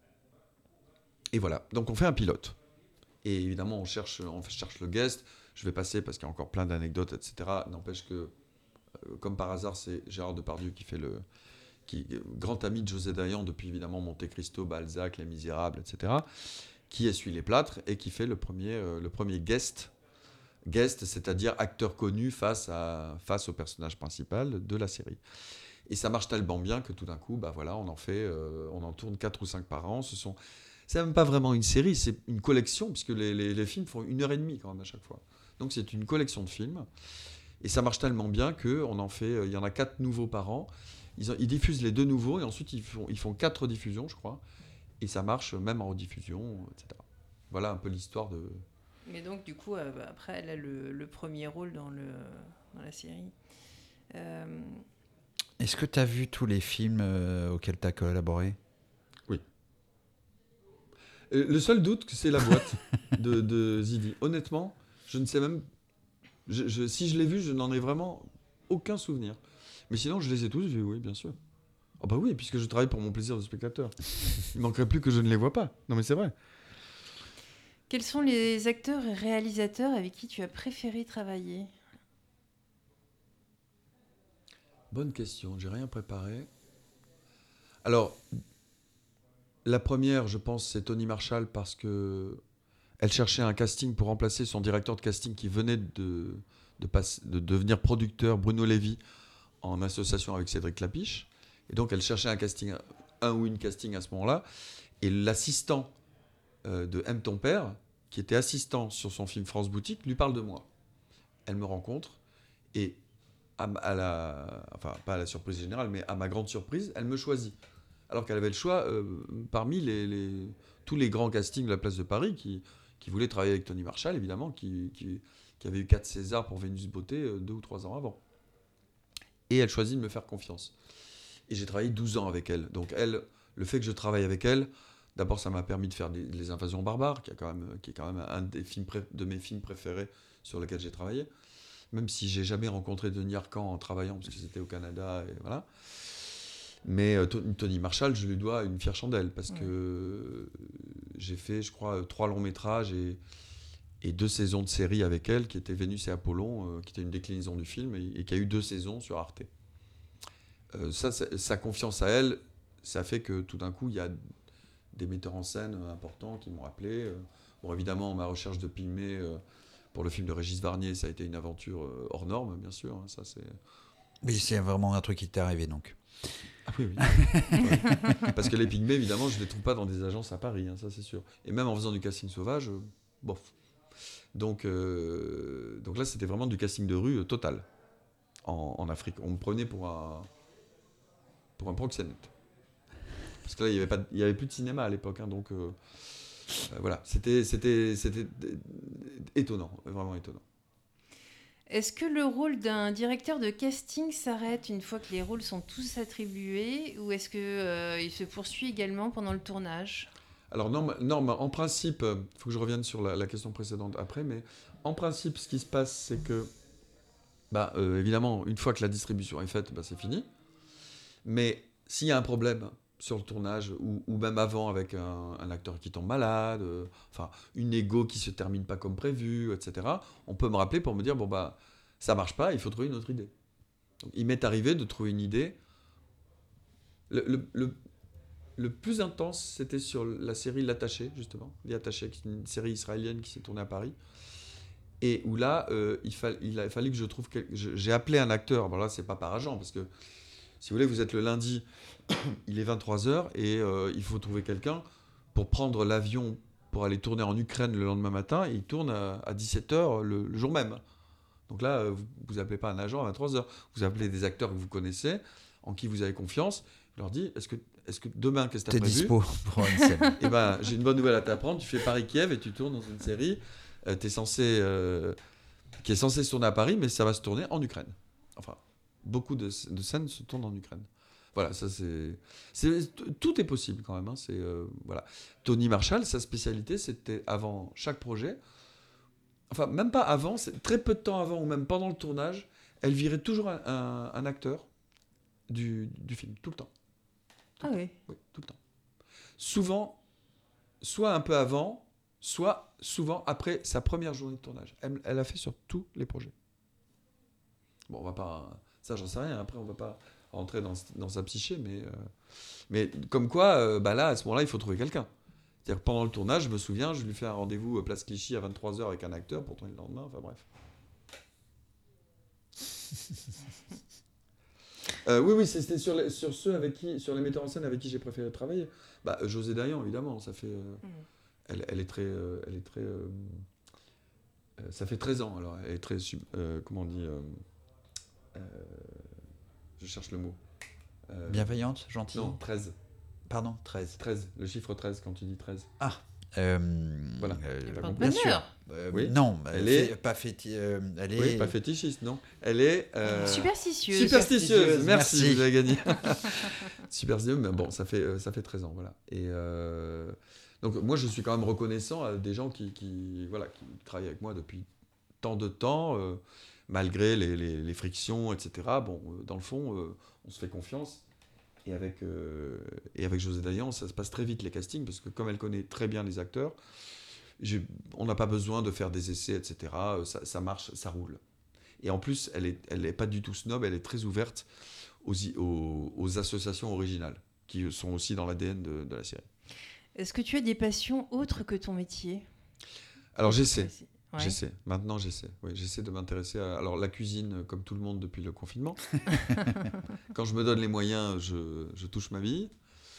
et voilà, donc on fait un pilote. Et évidemment, on cherche, on cherche le guest. Je vais passer parce qu'il y a encore plein d'anecdotes, et cetera. N'empêche que, euh, comme par hasard, c'est Gérard Depardieu qui fait le... Qui, grand ami de José Dayan depuis évidemment Monte Cristo, Balzac, Les Misérables, et cetera, qui essuie les plâtres et qui fait le premier, euh, le premier guest, guest, c'est-à-dire acteur connu face, à, face au personnage principal de la série. Et ça marche tellement bien que tout d'un coup, bah voilà, on en fait, euh, on en tourne quatre ou cinq par an. Ce sont, c'est même pas vraiment une série, c'est une collection, puisque les, les, les films font une heure et demie quand même à chaque fois. Donc c'est une collection de films. Et ça marche tellement bien qu'on en fait, il y en a quatre nouveaux par an. Ils, ils diffusent les deux nouveaux et ensuite ils font, ils font quatre diffusions, je crois. Et ça marche même en rediffusion, et cetera. Voilà un peu l'histoire de... Mais donc, du coup, euh, après, elle a le, le premier rôle dans, le, dans la série. Euh... Est-ce que tu as vu tous les films euh, auxquels tu as collaboré ? Oui. Et le seul doute, c'est la boîte de, de Zidi. Honnêtement, je ne sais même... Je, je, si je l'ai vu, je n'en ai vraiment aucun souvenir. Mais sinon, je les ai tous vus, oui, bien sûr. Oh bah oui, puisque je travaille pour mon plaisir de spectateur. Il manquerait plus que je ne les vois pas. Non mais c'est vrai. Quels sont les acteurs et réalisateurs avec qui tu as préféré travailler ? Bonne question, j'ai rien préparé. Alors, la première, je pense, c'est Tony Marshall parce que elle cherchait un casting pour remplacer son directeur de casting qui venait de, de, passe, de devenir producteur, Bruno Lévy, en association avec Cédric Clapiche. Et donc, elle cherchait un casting, un ou une casting à ce moment-là. Et l'assistant euh, de M. Ton Père, qui était assistant sur son film France Boutique, lui parle de moi. Elle me rencontre et, à, à la, enfin, pas à la surprise générale, mais à ma grande surprise, elle me choisit. Alors qu'elle avait le choix euh, parmi les, les, tous les grands castings de la place de Paris qui, qui voulaient travailler avec Tony Marshall, évidemment, qui, qui, qui avait eu quatre Césars pour Vénus Beauté euh, deux ou trois ans avant. Et elle choisit de me faire confiance. Et j'ai travaillé douze ans avec elle. Donc elle, le fait que je travaille avec elle, d'abord ça m'a permis de faire des, Les Invasions barbares, qui, a quand même, qui est quand même un des films pré, de mes films préférés sur lesquels j'ai travaillé. Même si j'ai jamais rencontré Denis Arcand en travaillant, parce que c'était au Canada, et voilà. Mais euh, Tony Marshall, je lui dois une fière chandelle, parce que euh, j'ai fait, je crois, trois longs métrages et, et deux saisons de série avec elle, qui était Vénus et Apollon, euh, qui était une déclinaison du film, et, et qui a eu deux saisons sur Arte. Euh, ça, ça, sa confiance à elle, ça fait que tout d'un coup, il y a des metteurs en scène importants qui m'ont appelé. Euh, bon, évidemment, ma recherche de Pygmée euh, pour le film de Régis Varnier, ça a été une aventure euh, hors norme, bien sûr. Hein, ça, c'est... Oui, c'est vraiment un truc qui t'est arrivé, donc. Ah oui, oui. Ouais. Parce que les Pygmées, évidemment, je ne les trouve pas dans des agences à Paris, hein, ça c'est sûr. Et même en faisant du casting sauvage, euh, bof. Donc, euh, donc là, c'était vraiment du casting de rue euh, total en, en Afrique. On me prenait pour un, pour un proxénète. Parce que là, il n'y avait, pas, il y avait plus de cinéma à l'époque. Hein, donc, euh, euh, voilà, c'était, c'était, c'était étonnant, vraiment étonnant. Est-ce que le rôle d'un directeur de casting s'arrête une fois que les rôles sont tous attribués ou est-ce qu'il euh, se poursuit également pendant le tournage ? Alors, non, non, en principe, il faut que je revienne sur la, la question précédente après, mais en principe, ce qui se passe, c'est que, bah, euh, évidemment, une fois que la distribution est faite, bah, c'est fini. Mais s'il y a un problème sur le tournage, ou, ou même avant avec un, un acteur qui tombe malade, euh, enfin une égo qui se termine pas comme prévu, et cetera, on peut me rappeler pour me dire, bon bah, ça marche pas, il faut trouver une autre idée. Donc, il m'est arrivé de trouver une idée. Le, le, le, le plus intense, c'était sur la série L'Attaché, justement. L'Attaché, qui est une série israélienne qui s'est tournée à Paris. Et où là, euh, il, fa- il a fallu que je trouve... Quel... je- J'ai appelé un acteur. Bon là, c'est pas par agent, parce que, si vous voulez, vous êtes le lundi, il est vingt-trois heures, et euh, il faut trouver quelqu'un pour prendre l'avion pour aller tourner en Ukraine le lendemain matin, et il tourne à, à dix-sept heures le, le jour même. Donc là, euh, vous, vous appelez pas un agent à vingt-trois heures. Vous appelez des acteurs que vous connaissez, en qui vous avez confiance. Je leur dis, est-ce que, est-ce que demain, qu'est-ce que tu as T'es prévu ? dispo pour une scène. Eh ben, j'ai une bonne nouvelle à t'apprendre. Tu fais Paris-Kiev et tu tournes dans une série euh, t'es censé, euh, qui est censée se tourner à Paris, mais ça va se tourner en Ukraine. Enfin, beaucoup de, de scènes se tournent en Ukraine. Voilà, ça c'est, c'est tout est possible quand même. Hein, c'est euh, voilà. Tony Marshall, sa spécialité, c'était avant chaque projet. Enfin, même pas avant, c'est très peu de temps avant ou même pendant le tournage, elle virait toujours un, un, un acteur du, du film, tout le temps. Tout Ah le oui. temps. Oui, tout le temps. Souvent, soit un peu avant, soit souvent après sa première journée de tournage. Elle, elle a fait sur tous les projets. Bon, on va pas... Ça, j'en sais rien. Après, on va pas rentrer dans, dans sa psyché, mais, euh, mais comme quoi, euh, bah là, à ce moment-là, il faut trouver quelqu'un. C'est-à-dire que pendant le tournage, je me souviens, je lui fais un rendez-vous euh, Place Clichy à vingt-trois heures avec un acteur pour tourner le lendemain. Enfin bref. Euh, oui, oui, c'était sur, les, sur ceux avec qui, sur les metteurs en scène avec qui j'ai préféré travailler. Bah, José Dayan, évidemment, ça fait, euh, Mm. elle, elle est très, euh, elle est très, euh, euh, ça fait treize ans. Alors, elle est très, sub- euh, comment on dit, euh, euh, je cherche le mot. Euh, Bienveillante, gentille. Non, treize. Pardon, treize. treize, le chiffre treize quand tu dis treize. Ah. Euh, Voilà. euh, T'as Porte compris. bien sûr. bonheur. Euh, Oui. Non, Elle fait- est- pas féti- euh, elle est Oui, pas fétichiste, non. Elle est euh, Superstitieuse. superstitieuse. Superstitieuse, Merci, merci. vous avez gagné. Superstitieuse, mais bon, ça fait, euh, ça fait treize ans, voilà. Et euh, donc, moi, je suis quand même reconnaissant à des gens qui, qui, voilà, qui travaillent avec moi depuis tant de temps, euh, malgré les, les, les frictions, et cetera. Bon, euh, dans le fond, euh, on se fait confiance. Et avec, euh, et avec José Dayan, ça se passe très vite les castings, parce que comme elle connaît très bien les acteurs, j'ai- on n'a pas besoin de faire des essais, et cetera. Ça, ça marche, ça roule. Et en plus, elle n'est elle est pas du tout snob, elle est très ouverte aux, i- aux, aux associations originales, qui sont aussi dans l'A D N de, de la série. Est-ce que tu as des passions autres que ton métier ? Alors j'essaie, Ouais. j'essaie. Maintenant j'essaie. Oui, j'essaie de m'intéresser à alors, la cuisine, comme tout le monde depuis le confinement. Quand je me donne les moyens, je, je touche ma bille.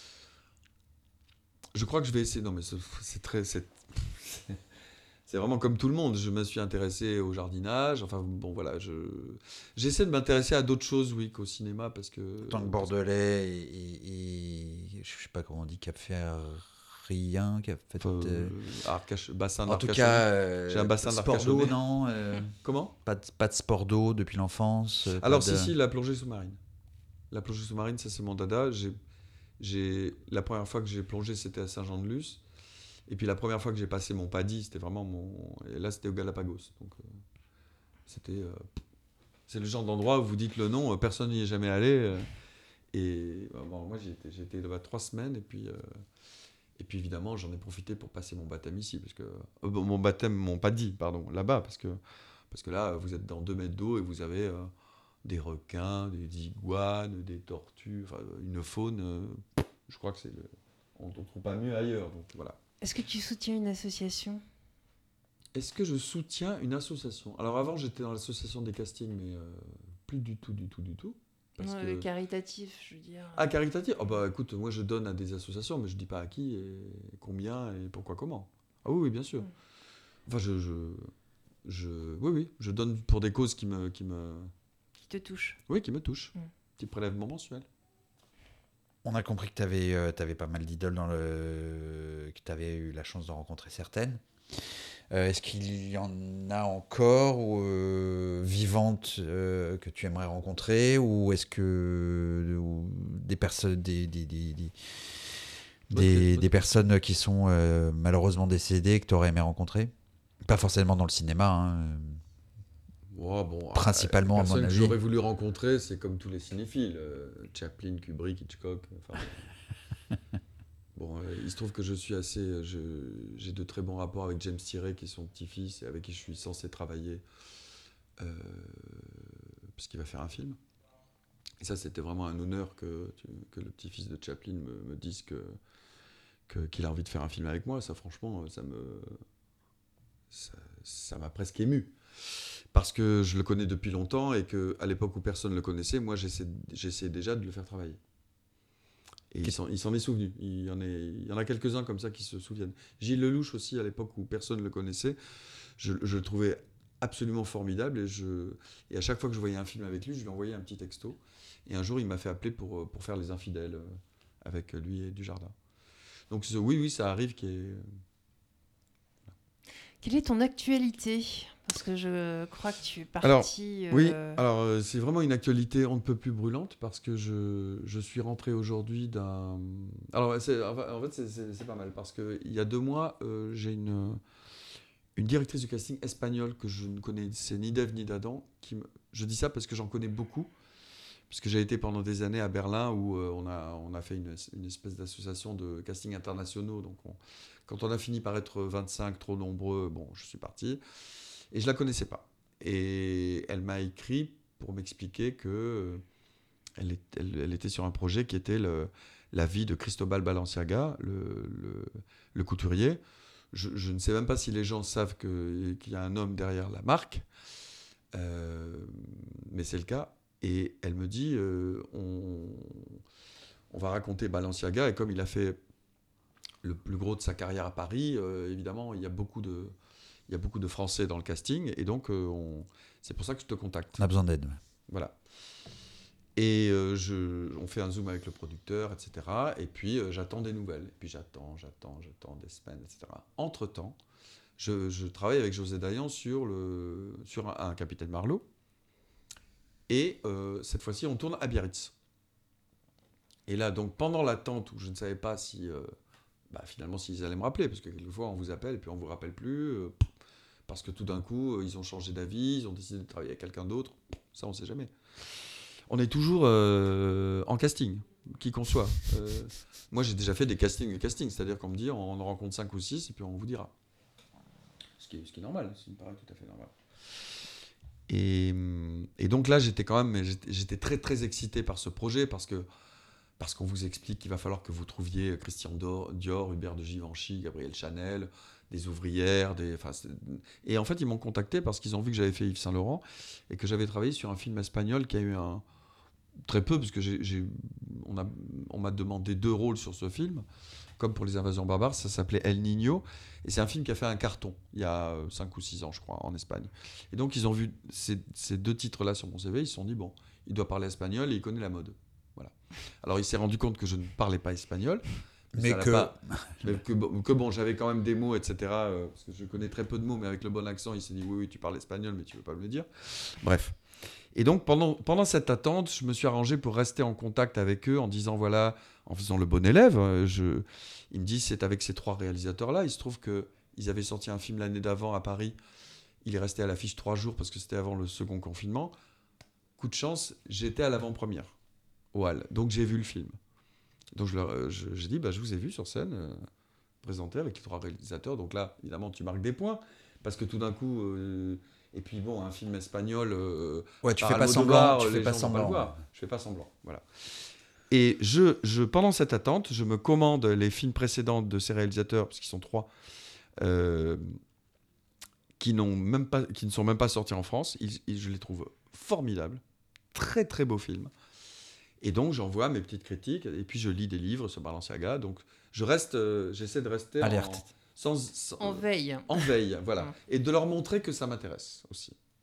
Je crois que je vais essayer. Non, mais c'est, c'est très... C'est, c'est- c'est vraiment comme tout le monde. Je me suis intéressé au jardinage. Enfin, bon, voilà. Je, j'essaie de m'intéresser à d'autres choses, oui, qu'au cinéma, parce que... tant que bordelais et, et- et- je sais pas comment on dit, Cap-Ferrien, Cap Enfin, euh, Arcache- bassin en tout d'Arcachon. cas, euh, J'ai un bassin sport d'eau, d'Arcachonnais. non euh, Comment ? pas, de, pas de sport d'eau depuis l'enfance. euh, pas Alors, de- si, si, la plongée sous-marine. La plongée sous-marine, ça, c'est mon dada. J'ai, j'ai... La première fois que j'ai plongé, c'était à Saint-Jean-de-Luz. Et puis, la première fois que j'ai passé mon paddy, c'était vraiment mon... Et là, c'était au Galapagos. Donc, euh, c'était... euh, C'est le genre d'endroit où vous dites le nom, euh, personne n'y est jamais allé. euh, et euh, bon, moi, j'y étais, j'y étais là-bas trois semaines. Et puis, euh, et puis, évidemment, j'en ai profité pour passer mon baptême ici. Parce que, euh, bon, mon baptême, mon paddy, pardon, là-bas. Parce que, parce que là, vous êtes dans deux mètres d'eau et vous avez... euh, des requins, des iguanes, des tortues, enfin, une faune, euh, je crois que c'est le... on ne trouve pas mieux ailleurs, donc voilà. Est-ce que tu soutiens une association ? Est-ce que je soutiens une association ? Alors avant, j'étais dans l'association des castings, mais euh, plus du tout, du tout, du tout. Parce Ouais, que... le caritatif, je veux dire. Ah, caritatif ? Oh bah écoute, moi je donne à des associations, mais je dis pas à qui, et combien, et pourquoi, comment. Ah oui, oui, bien sûr. Mm. Enfin, je, je, je... Oui, oui, je donne pour des causes qui me... Qui me... Qui te touche. Oui, qui me touchent. Mm. Petit prélèvement mensuel. On a compris que tu avais euh, pas mal d'idoles, dans le... que tu avais eu la chance de rencontrer certaines. Euh, est-ce qu'il y en a encore ou, euh, vivantes euh, que tu aimerais rencontrer, ou est-ce que ou des personnes des, des, des, des, des, des personnes qui sont euh, malheureusement décédées que tu aurais aimé rencontrer? Pas forcément dans le cinéma. Hein. Oh, bon, Principalement, euh, à mon personne que avis. j'aurais voulu rencontrer, c'est comme tous les cinéphiles, euh, Chaplin, Kubrick, Hitchcock. Enfin, bon, euh, il se trouve que je suis assez, je, j'ai de très bons rapports avec James Tiré, qui est son petit-fils et avec qui je suis censé travailler, euh, puisqu'il va faire un film. Et ça, c'était vraiment un honneur que, que le petit-fils de Chaplin me, me dise que, que, qu'il a envie de faire un film avec moi. Ça, franchement, ça me, ça, ça m'a presque ému. Parce que je le connais depuis longtemps et qu'à l'époque où personne ne le connaissait, moi, j'essaie, j'essayais déjà de le faire travailler. Et il s'en, il s'en est souvenu. Il y, en est, il y en a quelques-uns comme ça qui se souviennent. Gilles Lelouch aussi, à l'époque où personne ne le connaissait, je, je le trouvais absolument formidable. Et, je, et à chaque fois que je voyais un film avec lui, je lui envoyais un petit texto. Et un jour, il m'a fait appeler pour, pour faire Les Infidèles euh, avec lui et Dujardin. Donc ce, oui, oui, ça arrive qu'il y ait... Quelle est ton actualité ? Parce que je crois que tu es Alors, parti... euh, Oui, alors euh, c'est vraiment une actualité on ne peut plus brûlante parce que je, je suis rentré aujourd'hui d'un... Alors c'est, en fait c'est, c'est, c'est pas mal parce qu'il y a deux mois, euh, j'ai une, une directrice du casting espagnole que je ne connaissais ni d'Ève ni d'Adam. Qui me... Je dis ça parce que j'en connais beaucoup, puisque j'ai été pendant des années à Berlin où euh, on, a, on a fait une, une espèce d'association de casting internationaux. Donc on, quand on a fini par être vingt-cinq, trop nombreux, bon, je suis parti. Et je la connaissais pas. Et elle m'a écrit pour m'expliquer que euh, elle, est, elle, elle était sur un projet qui était le, la vie de Cristobal Balenciaga, le, le, le couturier. Je, je ne sais même pas si les gens savent que, qu'il y a un homme derrière la marque, euh, mais c'est le cas. Et elle me dit, euh, on, on va raconter Balenciaga, et comme il a fait le plus gros de sa carrière à Paris, euh, évidemment, il y a beaucoup de... Il y a beaucoup de Français dans le casting, et donc euh, on... c'est pour ça que je te contacte. On a besoin d'aide. Voilà. Et euh, je... on fait un zoom avec le producteur, et cetera. Et puis euh, j'attends des nouvelles. Et puis j'attends, j'attends, j'attends des semaines, et cetera. Entre-temps, je, je travaille avec José Dayan sur, le... sur un, un Capitaine Marlowe. Et euh, cette fois-ci, on tourne à Biarritz. Et là, donc pendant l'attente où je ne savais pas si... Euh... Bah, finalement, s'ils allaient me rappeler, parce que quelquefois, on vous appelle, et puis on ne vous rappelle plus... Euh... Parce que tout d'un coup, ils ont changé d'avis, ils ont décidé de travailler avec quelqu'un d'autre. Ça, on ne sait jamais. On est toujours euh, en casting, qui qu'on soit. Euh, moi, j'ai déjà fait des castings et castings, c'est-à-dire qu'on me dit, on en rencontre cinq ou six, et puis on vous dira. Ce qui est, ce qui est normal, ce qui me paraît tout à fait normal. Et, et donc là, j'étais quand même, j'étais, j'étais très très excité par ce projet, parce que parce qu'on vous explique qu'il va falloir que vous trouviez Christian Dior, Hubert de Givenchy, Gabrielle Chanel, des ouvrières, des... Enfin, et en fait, ils m'ont contacté parce qu'ils ont vu que j'avais fait Yves Saint Laurent et que j'avais travaillé sur un film espagnol qui a eu un... Très peu, parce que j'ai, j'ai... On, a... on m'a demandé deux rôles sur ce film, comme pour Les Invasions barbares, ça s'appelait El Niño, et c'est un film qui a fait un carton, il y a cinq ou six ans, je crois, en Espagne. Et donc, ils ont vu ces, ces deux titres-là sur mon C V, ils se sont dit, bon, il doit parler espagnol et il connaît la mode. Voilà. Alors, il s'est rendu compte que je ne parlais pas espagnol, mais, mais que... Pas, mais que, que bon, j'avais quand même des mots, et cetera. Euh, parce que je connais très peu de mots, mais avec le bon accent, il s'est dit, oui, oui, tu parles espagnol, mais tu ne veux pas me le dire. Bref. Et donc, pendant, pendant cette attente, je me suis arrangé pour rester en contact avec eux en disant, voilà, en faisant le bon élève, je, ils me disent, c'est avec ces trois réalisateurs-là. Il se trouve qu'ils avaient sorti un film l'année d'avant à Paris. Il est resté à l'affiche trois jours parce que c'était avant le second confinement. Coup de chance, j'étais à l'avant-première, au Hall. Donc, j'ai vu le film. Donc, je leur, je, j'ai dit, bah, je vous ai vu sur scène, euh, présenté avec les trois réalisateurs. Donc là, évidemment, tu marques des points parce que tout d'un coup... Euh, Et puis bon, un film espagnol. Euh, ouais, tu fais pas semblant. Tu fais pas semblant. Pas le voir. Je fais pas semblant. Voilà. Et je, je, pendant cette attente, je me commande les films précédents de ces réalisateurs, parce qu'ils sont trois, euh, qui n'ont même pas, qui ne sont même pas sortis en France. Ils, ils, je les trouve formidables, très très beaux films. Et donc j'envoie mes petites critiques, et puis je lis des livres sur Balenciaga. Donc je reste, euh, j'essaie de rester alerte. En, Sans, sans, en veille. En veille, voilà. Mmh. Et de leur montrer que ça m'intéresse aussi. Mmh.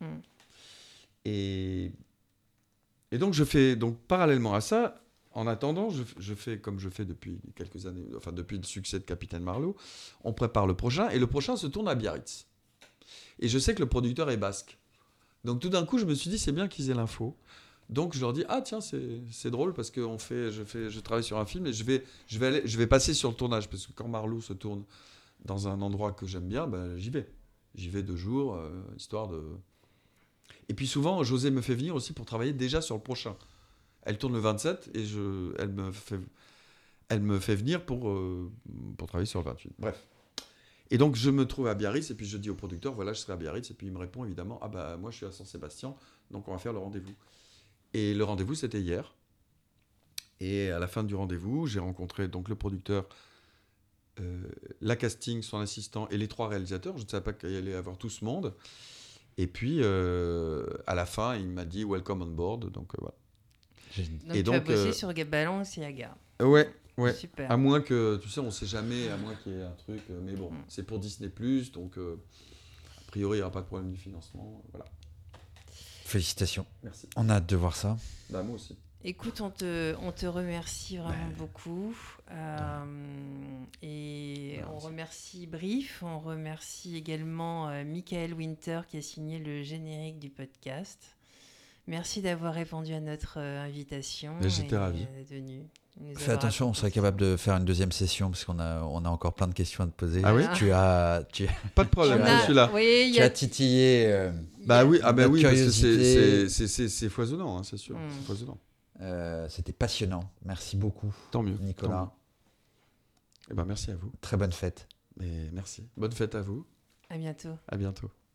Et, et donc, je fais, donc, parallèlement à ça, en attendant, je, je fais comme je fais depuis quelques années, enfin, depuis le succès de Capitaine Marlowe, on prépare le prochain, et le prochain se tourne à Biarritz. Et je sais que le producteur est basque. Donc, tout d'un coup, je me suis dit, c'est bien qu'ils aient l'info. Donc, je leur dis, ah, tiens, c'est, c'est drôle, parce que on fait, je, fais, je travaille sur un film, et je vais, je, vais aller, je vais passer sur le tournage, parce que quand Marlowe se tourne dans un endroit que j'aime bien, ben, j'y vais. J'y vais deux jours, euh, histoire de... Et puis souvent, José me fait venir aussi pour travailler déjà sur le prochain. Elle tourne le vingt-sept et je, elle, me fait, elle me fait venir pour, euh, pour travailler sur le vingt-huit. Bref. Et donc, je me trouve à Biarritz et puis je dis au producteur, voilà, je serai à Biarritz. Et puis il me répond évidemment, ah bah moi je suis à Saint-Sébastien, donc on va faire le rendez-vous. Et le rendez-vous, c'était hier. Et à la fin du rendez-vous, j'ai rencontré donc le producteur, euh, la casting, son assistant et les trois réalisateurs. Je ne savais pas qu'il y allait avoir tout ce monde. Et puis, euh, à la fin, il m'a dit « Welcome on board ». Donc, euh, voilà. Donc, et tu donc, vas bosser euh, sur Balenciaga. Ouais, ouais. Super. À moins que, tu sais, on ne sait jamais, à moins qu'il y ait un truc. euh, mais bon, Mm. c'est pour Disney plus, donc euh, a priori, il n'y aura pas de problème du financement. Voilà. Félicitations. Merci. On a hâte de voir ça. Bah, moi aussi. Écoute, on te, on te remercie vraiment Ouais. beaucoup. Euh, et Voilà, on merci. remercie Brief. On remercie également euh, Michael Winter qui a signé le générique du podcast. Merci d'avoir répondu à notre euh, invitation. Mais j'étais et, ravi. euh, de nu- nous Fais avoir attention, on raconté serait ça. capable de faire une deuxième session parce qu'on a, on a encore plein de questions à te poser. Ah oui Tu as, tu, Pas de problème, On Tu je as- suis là. Oui, il tu y a... as titillé. euh, Bah oui, ah bah Notre oui, parce que c'est- curiosité. c'est- c'est c'est- c'est foisonnant, hein, c'est sûr. Mm. C'est foisonnant. euh, C'était passionnant. Merci beaucoup, Tant mieux. Nicolas. tant mieux. Eh ben, merci à vous. Très bonne fête. Et merci. Bonne fête à vous. À bientôt. À bientôt.